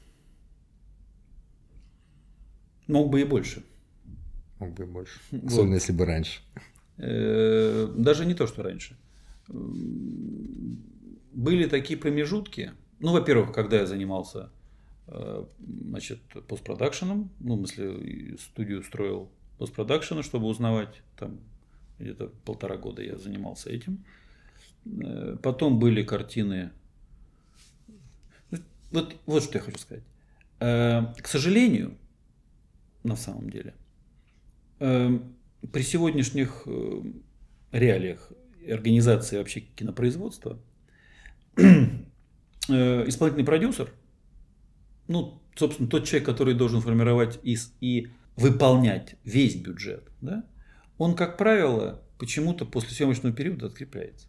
[SPEAKER 2] Мог бы и больше.
[SPEAKER 1] Мог бы и больше.
[SPEAKER 2] Вот.
[SPEAKER 1] Особенно, если бы раньше.
[SPEAKER 2] Даже не то, что раньше. Были такие промежутки. Ну, во-первых, когда я занимался, значит, постпродакшеном, ну, в смысле, студию строил постпродакшена, чтобы узнавать, там где-то 1,5 года я занимался этим. Потом были картины. Вот что я хочу сказать. К сожалению, на самом деле, при сегодняшних реалиях организации вообще кинопроизводства исполнительный продюсер, ну, собственно, тот человек, который должен формировать и выполнять весь бюджет, да, он, как правило, почему-то после съемочного периода открепляется.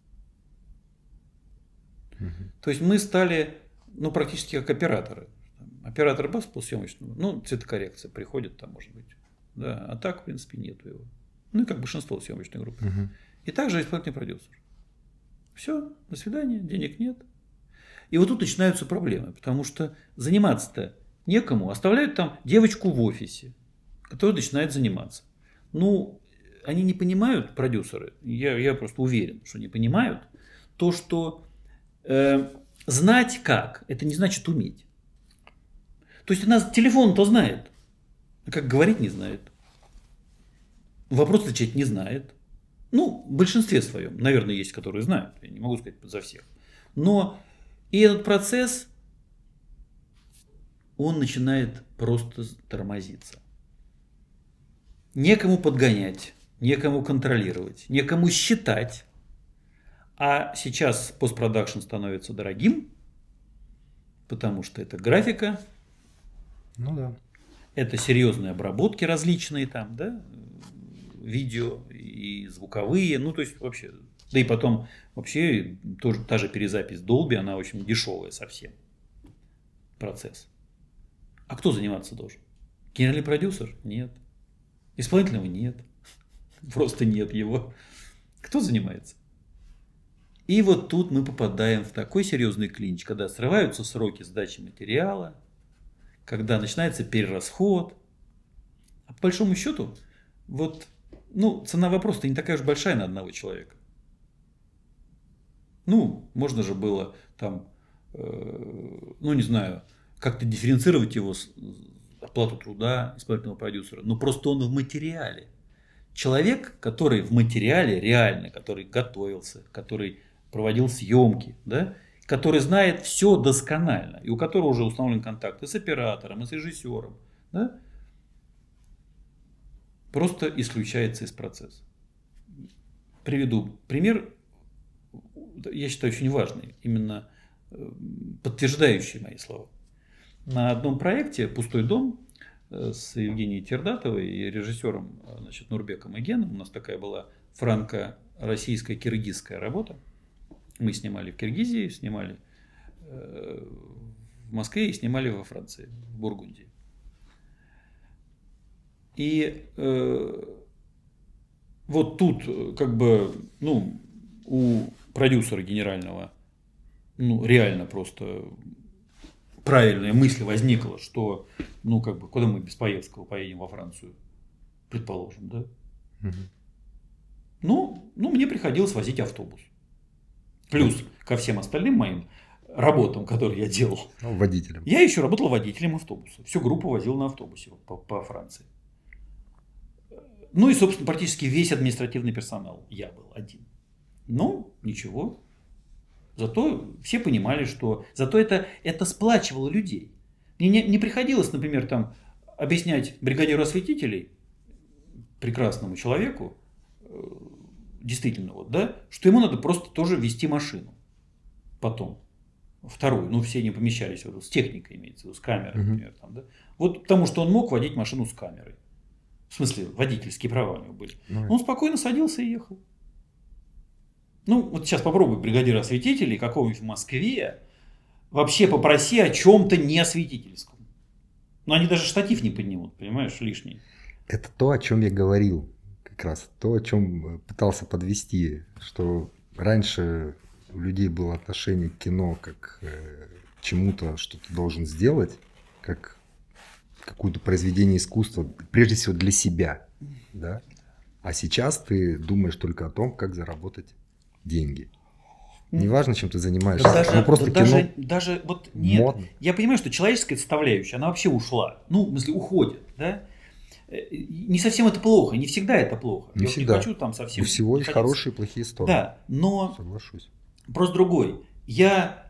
[SPEAKER 2] То есть мы стали, ну, практически как операторы. Оператор бас полсъемочного, ну, цветокоррекция приходит там, может быть. Да, а так, в принципе, нету его. Ну, и как большинство съемочной группы. И также исполнительный продюсер. Все, до свидания, денег нет. И вот тут начинаются проблемы, потому что заниматься-то некому. Оставляют там девочку в офисе, которая начинает заниматься. Ну, они не понимают, продюсеры, я просто уверен, что не понимают, то, что знать как, это не значит уметь. То есть она телефон-то знает, а как говорить не знает. Вопрос отвечать не знает. Ну, в большинстве своем. Наверное, есть, которые знают. Я не могу сказать за всех. Но и этот процесс, он начинает просто тормозиться. Некому подгонять, некому контролировать, некому считать. А сейчас постпродакшн становится дорогим, потому что это графика.
[SPEAKER 1] Ну да.
[SPEAKER 2] Это серьезные обработки различные там, да, видео и звуковые, ну, то есть вообще, да и потом вообще тоже та же перезапись Dolby, она очень дешевая совсем, процесс. А кто заниматься должен? Генеральный продюсер? Нет. Исполнительного? Нет. Просто нет его. Кто занимается? И вот тут мы попадаем в такой серьезный клинч, когда срываются сроки сдачи материала, когда начинается перерасход. А по большому счету, вот, ну, цена вопроса не такая уж большая на одного человека. Ну, можно же было там, ну, не знаю, как-то дифференцировать его оплату труда исполнительного продюсера. Но просто он в материале. Человек, который в материале реально, который готовился, который проводил съемки, да, который знает все досконально, и у которого уже установлен контакт и с оператором, и с режиссером, да, просто исключается из процесса. Приведу пример, я считаю, очень важный, именно подтверждающий мои слова. На одном проекте «Пустой дом» с Евгенией Тердатовой и режиссером, значит, Нурбеком Игеном, у нас такая была франко-российская киргизская работа. Мы снимали в Киргизии, снимали в Москве и снимали во Франции, в Бургундии. И вот тут как бы, ну, у продюсера генерального, ну, реально просто правильная мысль возникла, что, ну, как бы, куда мы без Паевского поедем во Францию, предположим, да? Ну, мне приходилось возить автобус. Плюс ко всем остальным моим работам, которые я делал.
[SPEAKER 1] Водителем.
[SPEAKER 2] Я еще работал водителем автобуса. Всю группу возил на автобусе по Франции. Ну и, собственно, практически весь административный персонал. Я был один. Ну, ничего. Зато все понимали, что... Зато это сплачивало людей. Мне не приходилось, например, там объяснять бригадиру осветителей, прекрасному человеку, действительно, вот, да, что ему надо просто тоже вести машину потом. второй, ну все не помещались, вот, с техникой имеется, с камерой,
[SPEAKER 1] Мгм.
[SPEAKER 2] например. Там, да? Вот потому что он мог водить машину с камерой. В смысле, водительские права у него были.
[SPEAKER 1] Ну,
[SPEAKER 2] Он спокойно садился и ехал. Ну, вот сейчас попробуй бригадира осветителей какого-нибудь в Москве вообще попроси о чем-то не осветительском. Но они даже штатив не поднимут, понимаешь, лишний.
[SPEAKER 1] это то, о чем я говорил, как раз то, о чем пытался подвести, что раньше у людей было отношение к кино как к чему-то, что ты должен сделать, как какое-то произведение искусства, прежде всего для себя, да? А сейчас ты думаешь только о том, как заработать деньги. Неважно, чем ты занимаешься.
[SPEAKER 2] Да даже,
[SPEAKER 1] Ну, просто
[SPEAKER 2] да
[SPEAKER 1] кино
[SPEAKER 2] даже вот нет.
[SPEAKER 1] модно.
[SPEAKER 2] Я понимаю, что человеческая составляющая, она вообще ушла. Ну, в смысле, уходит, да? Не совсем это плохо, не всегда это плохо.
[SPEAKER 1] Не
[SPEAKER 2] Я вот
[SPEAKER 1] всегда.
[SPEAKER 2] не хочу там совсем
[SPEAKER 1] У всего есть
[SPEAKER 2] находиться.
[SPEAKER 1] хорошие и плохие стороны.
[SPEAKER 2] Да, но
[SPEAKER 1] Соглашусь.
[SPEAKER 2] просто другой. Я,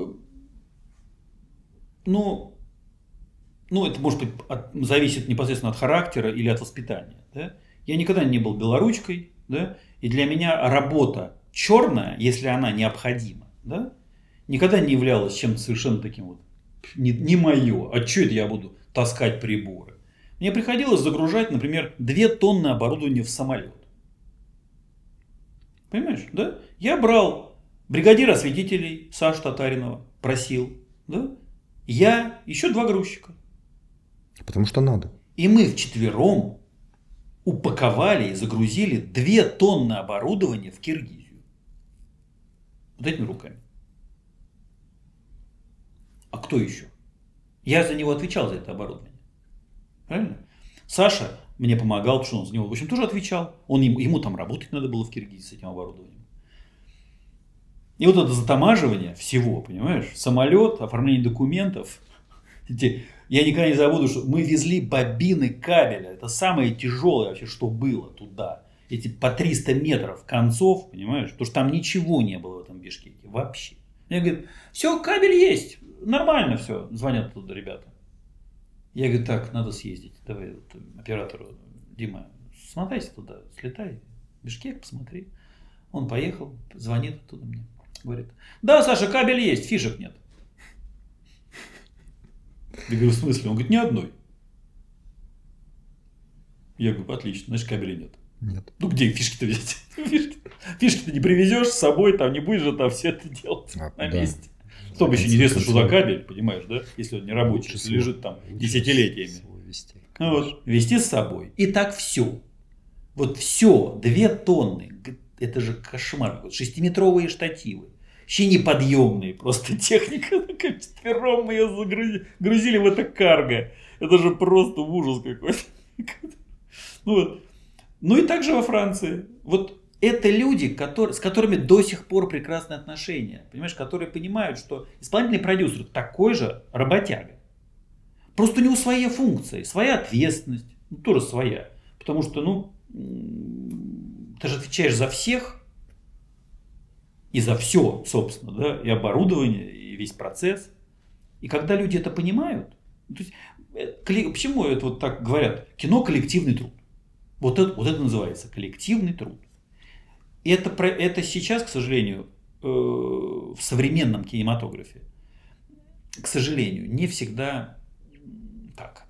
[SPEAKER 2] ну, это может быть зависит непосредственно от характера или от воспитания. Да? Я никогда не был белоручкой, да? И для меня работа черная, если она необходима, да? Никогда не являлась чем-то совершенно таким вот не мое. А что это я буду таскать приборы? Мне приходилось загружать, например, 2 тонны оборудования в самолет. Понимаешь, да? Я брал бригадира осветителей Сашу Татаринова, просил, да? Я, еще 2 грузчика.
[SPEAKER 1] Потому что надо.
[SPEAKER 2] И мы вчетвером упаковали и загрузили 2 тонны оборудования в Киргизию. Вот этими руками. А кто еще? Я за него отвечал, за это оборудование. Правильно? Саша мне помогал, потому что он за него, в общем, тоже отвечал. Ему там работать надо было в Киргизии с этим оборудованием. И вот это затамаживание всего, понимаешь? Самолет, оформление документов. Я никогда не забуду, что мы везли бобины кабеля. Это самое тяжелое вообще, что было туда. Эти по 300 метров концов, понимаешь? Потому что там ничего не было в этом Бишкеке. Вообще. Мне говорят, все, кабель есть. Нормально все. Звонят туда ребята. Я говорю, так, надо съездить. Давай вот, оператору, Дима, смотайся туда, слетай. Бишкек, посмотри. Он поехал, звонит оттуда мне. Говорит, да, Саша, кабель есть, фишек нет. Я говорю, в смысле? Он говорит, ни одной. Я говорю, отлично, значит кабеля нет.
[SPEAKER 1] Нет.
[SPEAKER 2] Ну где фишки-то взять? Фишки-то не привезешь с собой, там не будешь же там все это делать на
[SPEAKER 1] да.
[SPEAKER 2] месте. Чтобы еще неизвестно, что за кабель, понимаешь, да? Если он не рабочий, если лежит там десятилетиями. Ну вот, везти с собой. И так все. Вот все, 2 тонны. Это же кошмар. 6-метровые штативы. Вообще неподъемные. Просто техника. Вчетвером мы ее грузили в это карго. Это же просто ужас какой-то. Ну, вот. Ну и также во Франции. Вот это люди, с которыми до сих пор прекрасные отношения. Понимаешь, которые понимают, что исполнительный продюсер такой же работяга. Просто у него своя функция, своя ответственность. Ну, тоже своя. Потому что, ну, ты же отвечаешь за всех. И за все, собственно, да, и оборудование, и весь процесс. И когда люди это понимают, то есть, почему это вот так говорят? Кино – коллективный труд. Вот это называется коллективный труд. И это сейчас, к сожалению, в современном кинематографе, к сожалению, не всегда так.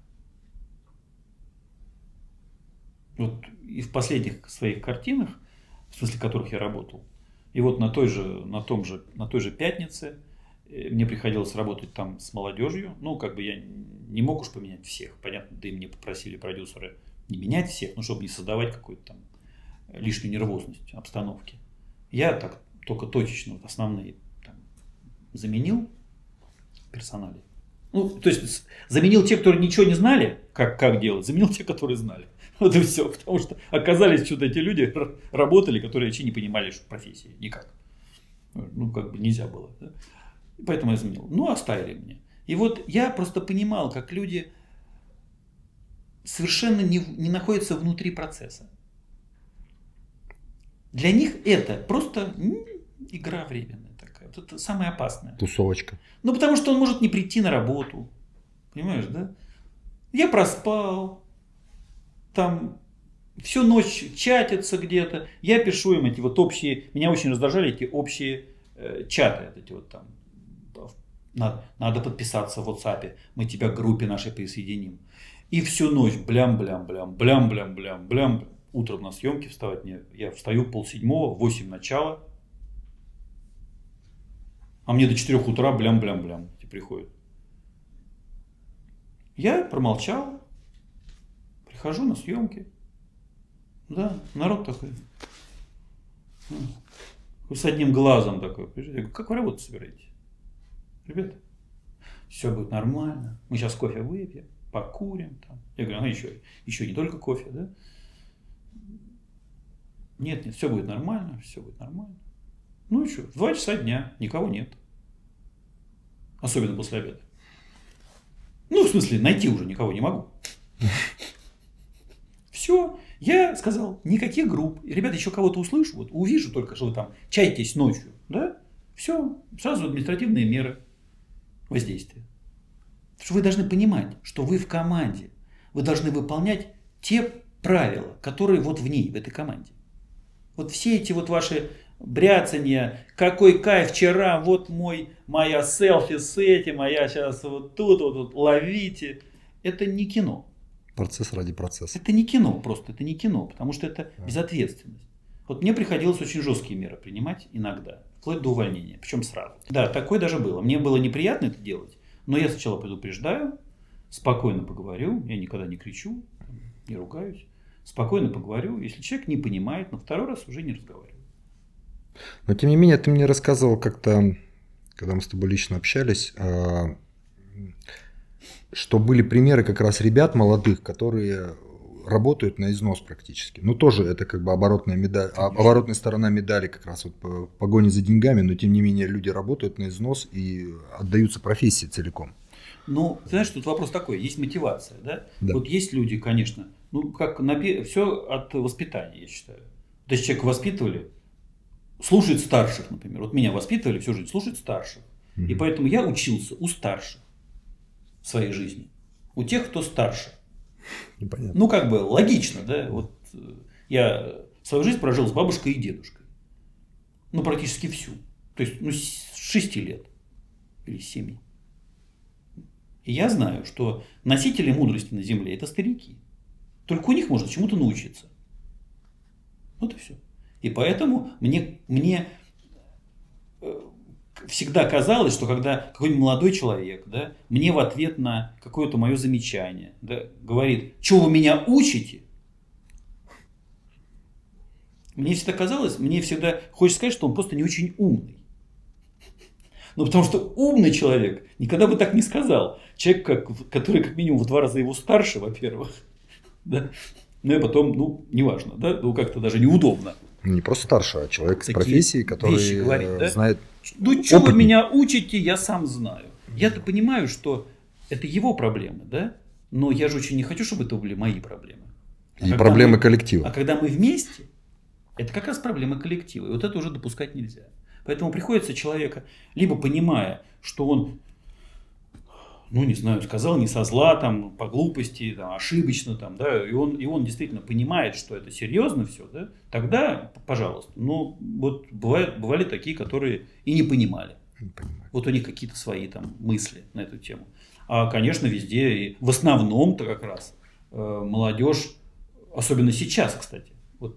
[SPEAKER 2] Вот и в последних своих картинах, в смысле которых я работал, и вот на той же «Пятнице» мне приходилось работать там с молодежью. Ну, как бы я не мог уж поменять всех. Понятно, да и мне попросили продюсеры не менять всех, ну, чтобы не создавать какую-то там лишнюю нервозность обстановки. Я так только точечно вот основные там заменил персонали. Ну, то есть заменил те, которые ничего не знали, как делать, заменил те, которые знали. Вот и все. Потому что оказались что-то эти люди работали, которые вообще не понимали, что профессии никак. Ну, как бы нельзя было. Да? Поэтому я заменил. Ну, оставили мне. И вот я просто понимал, как люди совершенно не находятся внутри процесса. Для них это просто игра временная такая. Вот это самое опасное.
[SPEAKER 1] Тусовочка.
[SPEAKER 2] Ну, потому что он может не прийти на работу. Понимаешь, да? Я проспал. Там всю ночь чатятся где-то. Я пишу им эти вот общие... Меня очень раздражали эти общие чаты. Эти вот там Надо подписаться в WhatsApp, мы тебя к группе нашей присоединим. И всю ночь блям-блям-блям, блям-блям-блям-блям. Утром на съемке вставать мне. Я встаю 6:30, 8 начала. А мне до 4 утра блям-блям-блям приходит. Я промолчал. Прихожу на съемки. Да, народ такой. С одним глазом такой. Я говорю, как вы работать собираетесь? Ребята, все будет нормально. Мы сейчас кофе выпьем, покурим. Там. Я говорю, еще не только кофе, да? Нет, все будет нормально, все будет нормально. Ну и что, 2 часа дня, никого нет. Особенно после обеда. Ну, в смысле, найти уже никого не могу. Все, я сказал, никаких групп. Ребята, еще кого-то услышу, вот увижу только, что вы там чаетесь ночью, да? Все, сразу административные меры воздействия. Потому что вы должны понимать, что вы в команде. Вы должны выполнять те правила, которые вот в ней, в этой команде. Вот все эти вот ваши бряцания, какой кайф вчера, вот моя селфи с этим, а я сейчас вот тут, ловите. Это не кино.
[SPEAKER 1] Процесс ради процесса.
[SPEAKER 2] Это не кино просто, это не кино, потому что это безответственность. Вот мне приходилось очень жесткие меры принимать иногда, вплоть до увольнения, причем сразу. Да, такое даже было. Мне было неприятно это делать, но я сначала предупреждаю, спокойно поговорю, я никогда не кричу, не ругаюсь, спокойно поговорю, если человек не понимает, на второй раз уже не разговариваю.
[SPEAKER 1] Но тем не менее, ты мне рассказывал как-то, когда мы с тобой лично общались, что были примеры как раз ребят молодых, которые работают на износ практически. Ну, тоже это как бы оборотная медаль, оборотная сторона медали как раз вот погони за деньгами, но тем не менее люди работают на износ и отдаются профессии целиком.
[SPEAKER 2] Ну, ты знаешь, тут вопрос такой, есть мотивация, да?
[SPEAKER 1] Да.
[SPEAKER 2] Вот есть люди, конечно, ну, как все от воспитания, я считаю. То есть человека воспитывали, слушать старших, например. Вот меня воспитывали всю жизнь слушать старших. И поэтому я учился у старших в своей жизни. У тех, кто старше.
[SPEAKER 1] Непонятно.
[SPEAKER 2] Ну, как бы логично, да? Вот я свою жизнь прожил с бабушкой и дедушкой. Ну, практически всю. То есть, ну, с 6 лет. Или с 7. И я знаю, что носители мудрости на земле – это старики. Только у них можно чему-то научиться. Вот и все. И поэтому мне всегда казалось, что когда какой-нибудь молодой человек, да, мне в ответ на какое-то мое замечание, да, говорит, что вы меня учите, мне всегда хочется сказать, что он просто не очень умный. Ну, потому что умный человек никогда бы так не сказал. Человек, который как минимум в 2 раза его старше, во-первых, да, ну и потом, ну, неважно, да, ну как-то даже неудобно.
[SPEAKER 1] Не просто старше, а человек с профессией, который
[SPEAKER 2] говорит, да?
[SPEAKER 1] знает.
[SPEAKER 2] Ну, что вы меня учите, я сам знаю. Я-то понимаю, что это его проблемы, да? Но я же очень не хочу, чтобы это были мои проблемы.
[SPEAKER 1] И проблемы коллектива.
[SPEAKER 2] А когда мы вместе, это как раз проблемы коллектива. И вот это уже допускать нельзя. Поэтому приходится человека, либо понимая, что он, ну, не знаю, сказал не со зла, там, по глупости, там, ошибочно, там, да, и он действительно понимает, что это серьезно все, да, тогда, пожалуйста. Но вот бывали такие, которые и не понимали. Вот у них какие-то свои там мысли на эту тему. А, конечно, везде, и в основном-то как раз молодежь, особенно сейчас, кстати, вот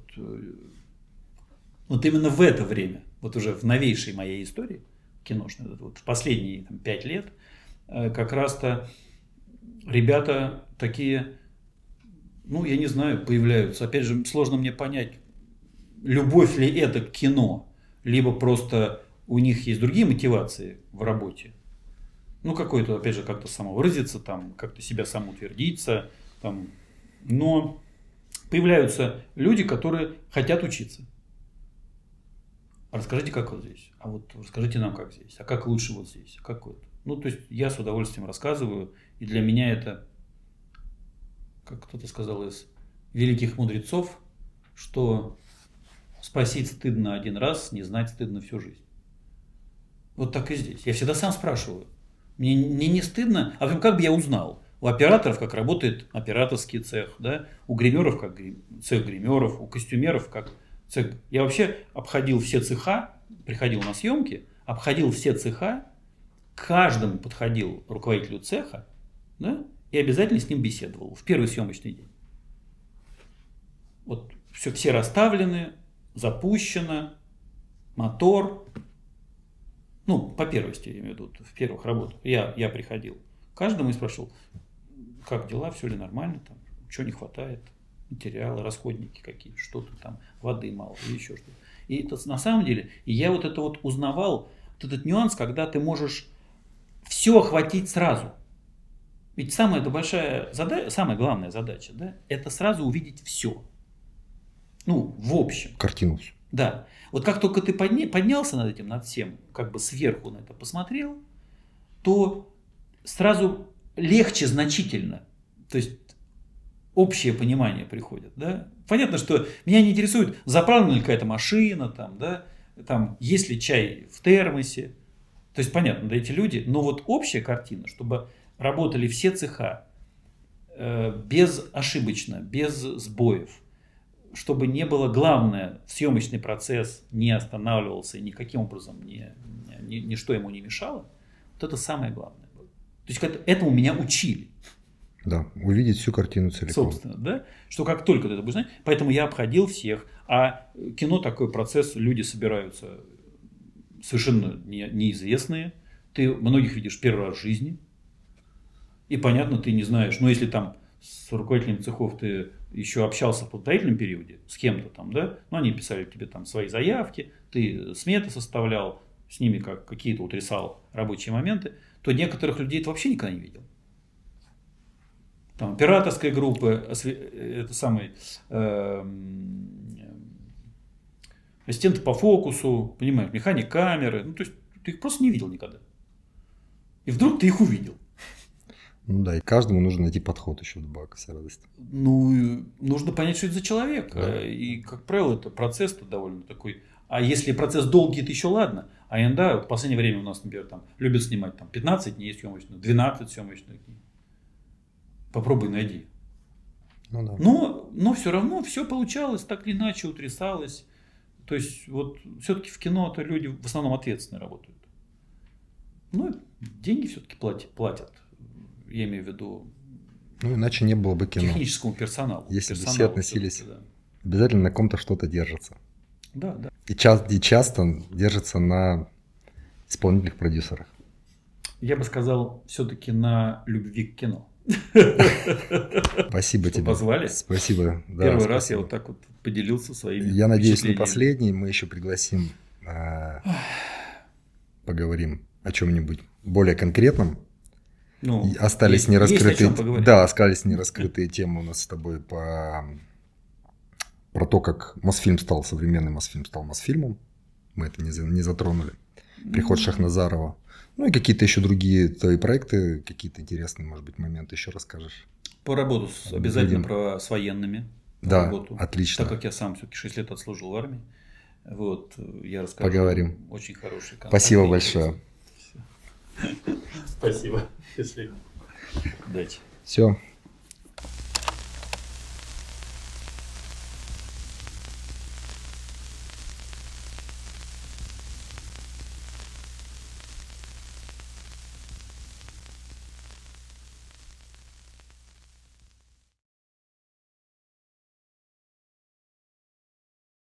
[SPEAKER 2] именно в это время, вот уже в новейшей моей истории киношной, вот в последние 5 лет, как раз-то ребята такие, ну, я не знаю, появляются. Опять же, сложно мне понять, любовь ли это к кино, либо просто у них есть другие мотивации в работе. Ну, какой-то, опять же, как-то самовыразиться, там, как-то себя самоутвердиться. Там. Но появляются люди, которые хотят учиться. Расскажите, как вот здесь. А вот расскажите нам, как здесь. А как лучше вот здесь. А как вот. Ну, то есть, я с удовольствием рассказываю. И для меня это, как кто-то сказал из великих мудрецов, что спросить стыдно один раз, не знать стыдно всю жизнь. Вот так и здесь. Я всегда сам спрашиваю. Мне не стыдно. А как бы я узнал? У операторов, как работает операторский цех, да? У гримеров, как цех гримеров, у костюмеров, как цех. Я вообще обходил все цеха, приходил на съемки, обходил все цеха к каждому подходил руководителю цеха, да, и обязательно с ним беседовал в первый съемочный день. Вот все расставлены, запущено, мотор. Ну, по первости, я имею в виду, в первых работах. Я приходил к каждому и спрашивал, как дела, все ли нормально, там, чего не хватает, материалы, расходники какие, что-то там, воды мало или еще что-то. И это на самом деле, и я вот это вот узнавал, вот этот нюанс, когда ты можешь все охватить сразу. Ведь самая большая задача, самая главная задача, да, это сразу увидеть все. Ну, в общем.
[SPEAKER 1] Картину.
[SPEAKER 2] Да. Вот как только ты поднялся над этим, над всем, как бы сверху на это посмотрел, то сразу легче значительно. То есть общее понимание приходит. Да? Понятно, что меня не интересует, заправлена ли какая-то машина, там, да, там, есть ли чай в термосе. То есть понятно, да, эти люди, но вот общая картина, чтобы работали все цеха безошибочно, без сбоев, чтобы не было, главное, съемочный процесс не останавливался и никаким образом ничто ему не мешало, вот это самое главное. То есть этому меня учили.
[SPEAKER 1] Да, увидеть всю картину целиком.
[SPEAKER 2] Собственно, да, что как только ты это будешь знать, поэтому я обходил всех, а кино такой процесс, люди собираются совершенно неизвестные, ты многих видишь первый раз в жизни, и понятно, ты не знаешь, но если там с руководителем цехов ты еще общался в подготовительном периоде с кем-то там, да, ну они писали тебе там свои заявки, ты сметы составлял, с ними какие-то утрясал рабочие моменты, то некоторых людей ты вообще никогда не видел. Там операторская группа, это самый ассистенты по фокусу, понимаешь, механик камеры, ну то есть ты их просто не видел никогда. И вдруг ты их увидел.
[SPEAKER 1] Ну да, и каждому нужно найти подход еще вдобавок ко всей радости.
[SPEAKER 2] Ну, нужно понять, что это за человек.
[SPEAKER 1] Да.
[SPEAKER 2] И, как правило, это процесс-то довольно такой. А если процесс долгий, это еще ладно. А иногда в последнее время у нас, например, там, любят снимать там, 15 дней съемочных, 12 съемочных дней. Попробуй найди.
[SPEAKER 1] Ну, да.
[SPEAKER 2] Но все равно все получалось, так или иначе утрясалось. То есть, вот все-таки в кино-то люди в основном ответственно работают. Ну, деньги все-таки платят. Я имею в виду
[SPEAKER 1] Ну, иначе не было бы кино.
[SPEAKER 2] техническому персоналу.
[SPEAKER 1] Если бы все относились,
[SPEAKER 2] да.
[SPEAKER 1] обязательно на ком-то что-то держится.
[SPEAKER 2] Да, да.
[SPEAKER 1] И часто держится на исполнительных продюсерах.
[SPEAKER 2] Я бы сказал, все-таки на любви к кино.
[SPEAKER 1] Спасибо
[SPEAKER 2] Что
[SPEAKER 1] тебе.
[SPEAKER 2] позвали.
[SPEAKER 1] Спасибо. Да,
[SPEAKER 2] Первый
[SPEAKER 1] спасибо.
[SPEAKER 2] раз я вот так вот поделился своими
[SPEAKER 1] Я надеюсь, не
[SPEAKER 2] впечатлениями.
[SPEAKER 1] последний. Мы еще пригласим, поговорим о чем-нибудь более конкретном.
[SPEAKER 2] Ну,
[SPEAKER 1] И остались
[SPEAKER 2] есть
[SPEAKER 1] нераскрытые,
[SPEAKER 2] о чем поговорить.
[SPEAKER 1] да, остались нераскрытые темы у нас с тобой про то, как Мосфильм стал, современный Мосфильм стал Мосфильмом. Мы это не затронули. Приход Шахназарова. Ну и какие-то еще другие твои проекты, какие-то интересные, может быть, моменты еще расскажешь.
[SPEAKER 2] По работу обязательно
[SPEAKER 1] Будем.
[SPEAKER 2] с военными.
[SPEAKER 1] Да,
[SPEAKER 2] работу.
[SPEAKER 1] отлично.
[SPEAKER 2] Так как я сам все-таки 6 лет отслужил в армии. Вот, я расскажу.
[SPEAKER 1] Поговорим.
[SPEAKER 2] Очень хороший контакт.
[SPEAKER 1] Спасибо большое.
[SPEAKER 2] Спасибо. Счастливо. Удачи.
[SPEAKER 1] Все.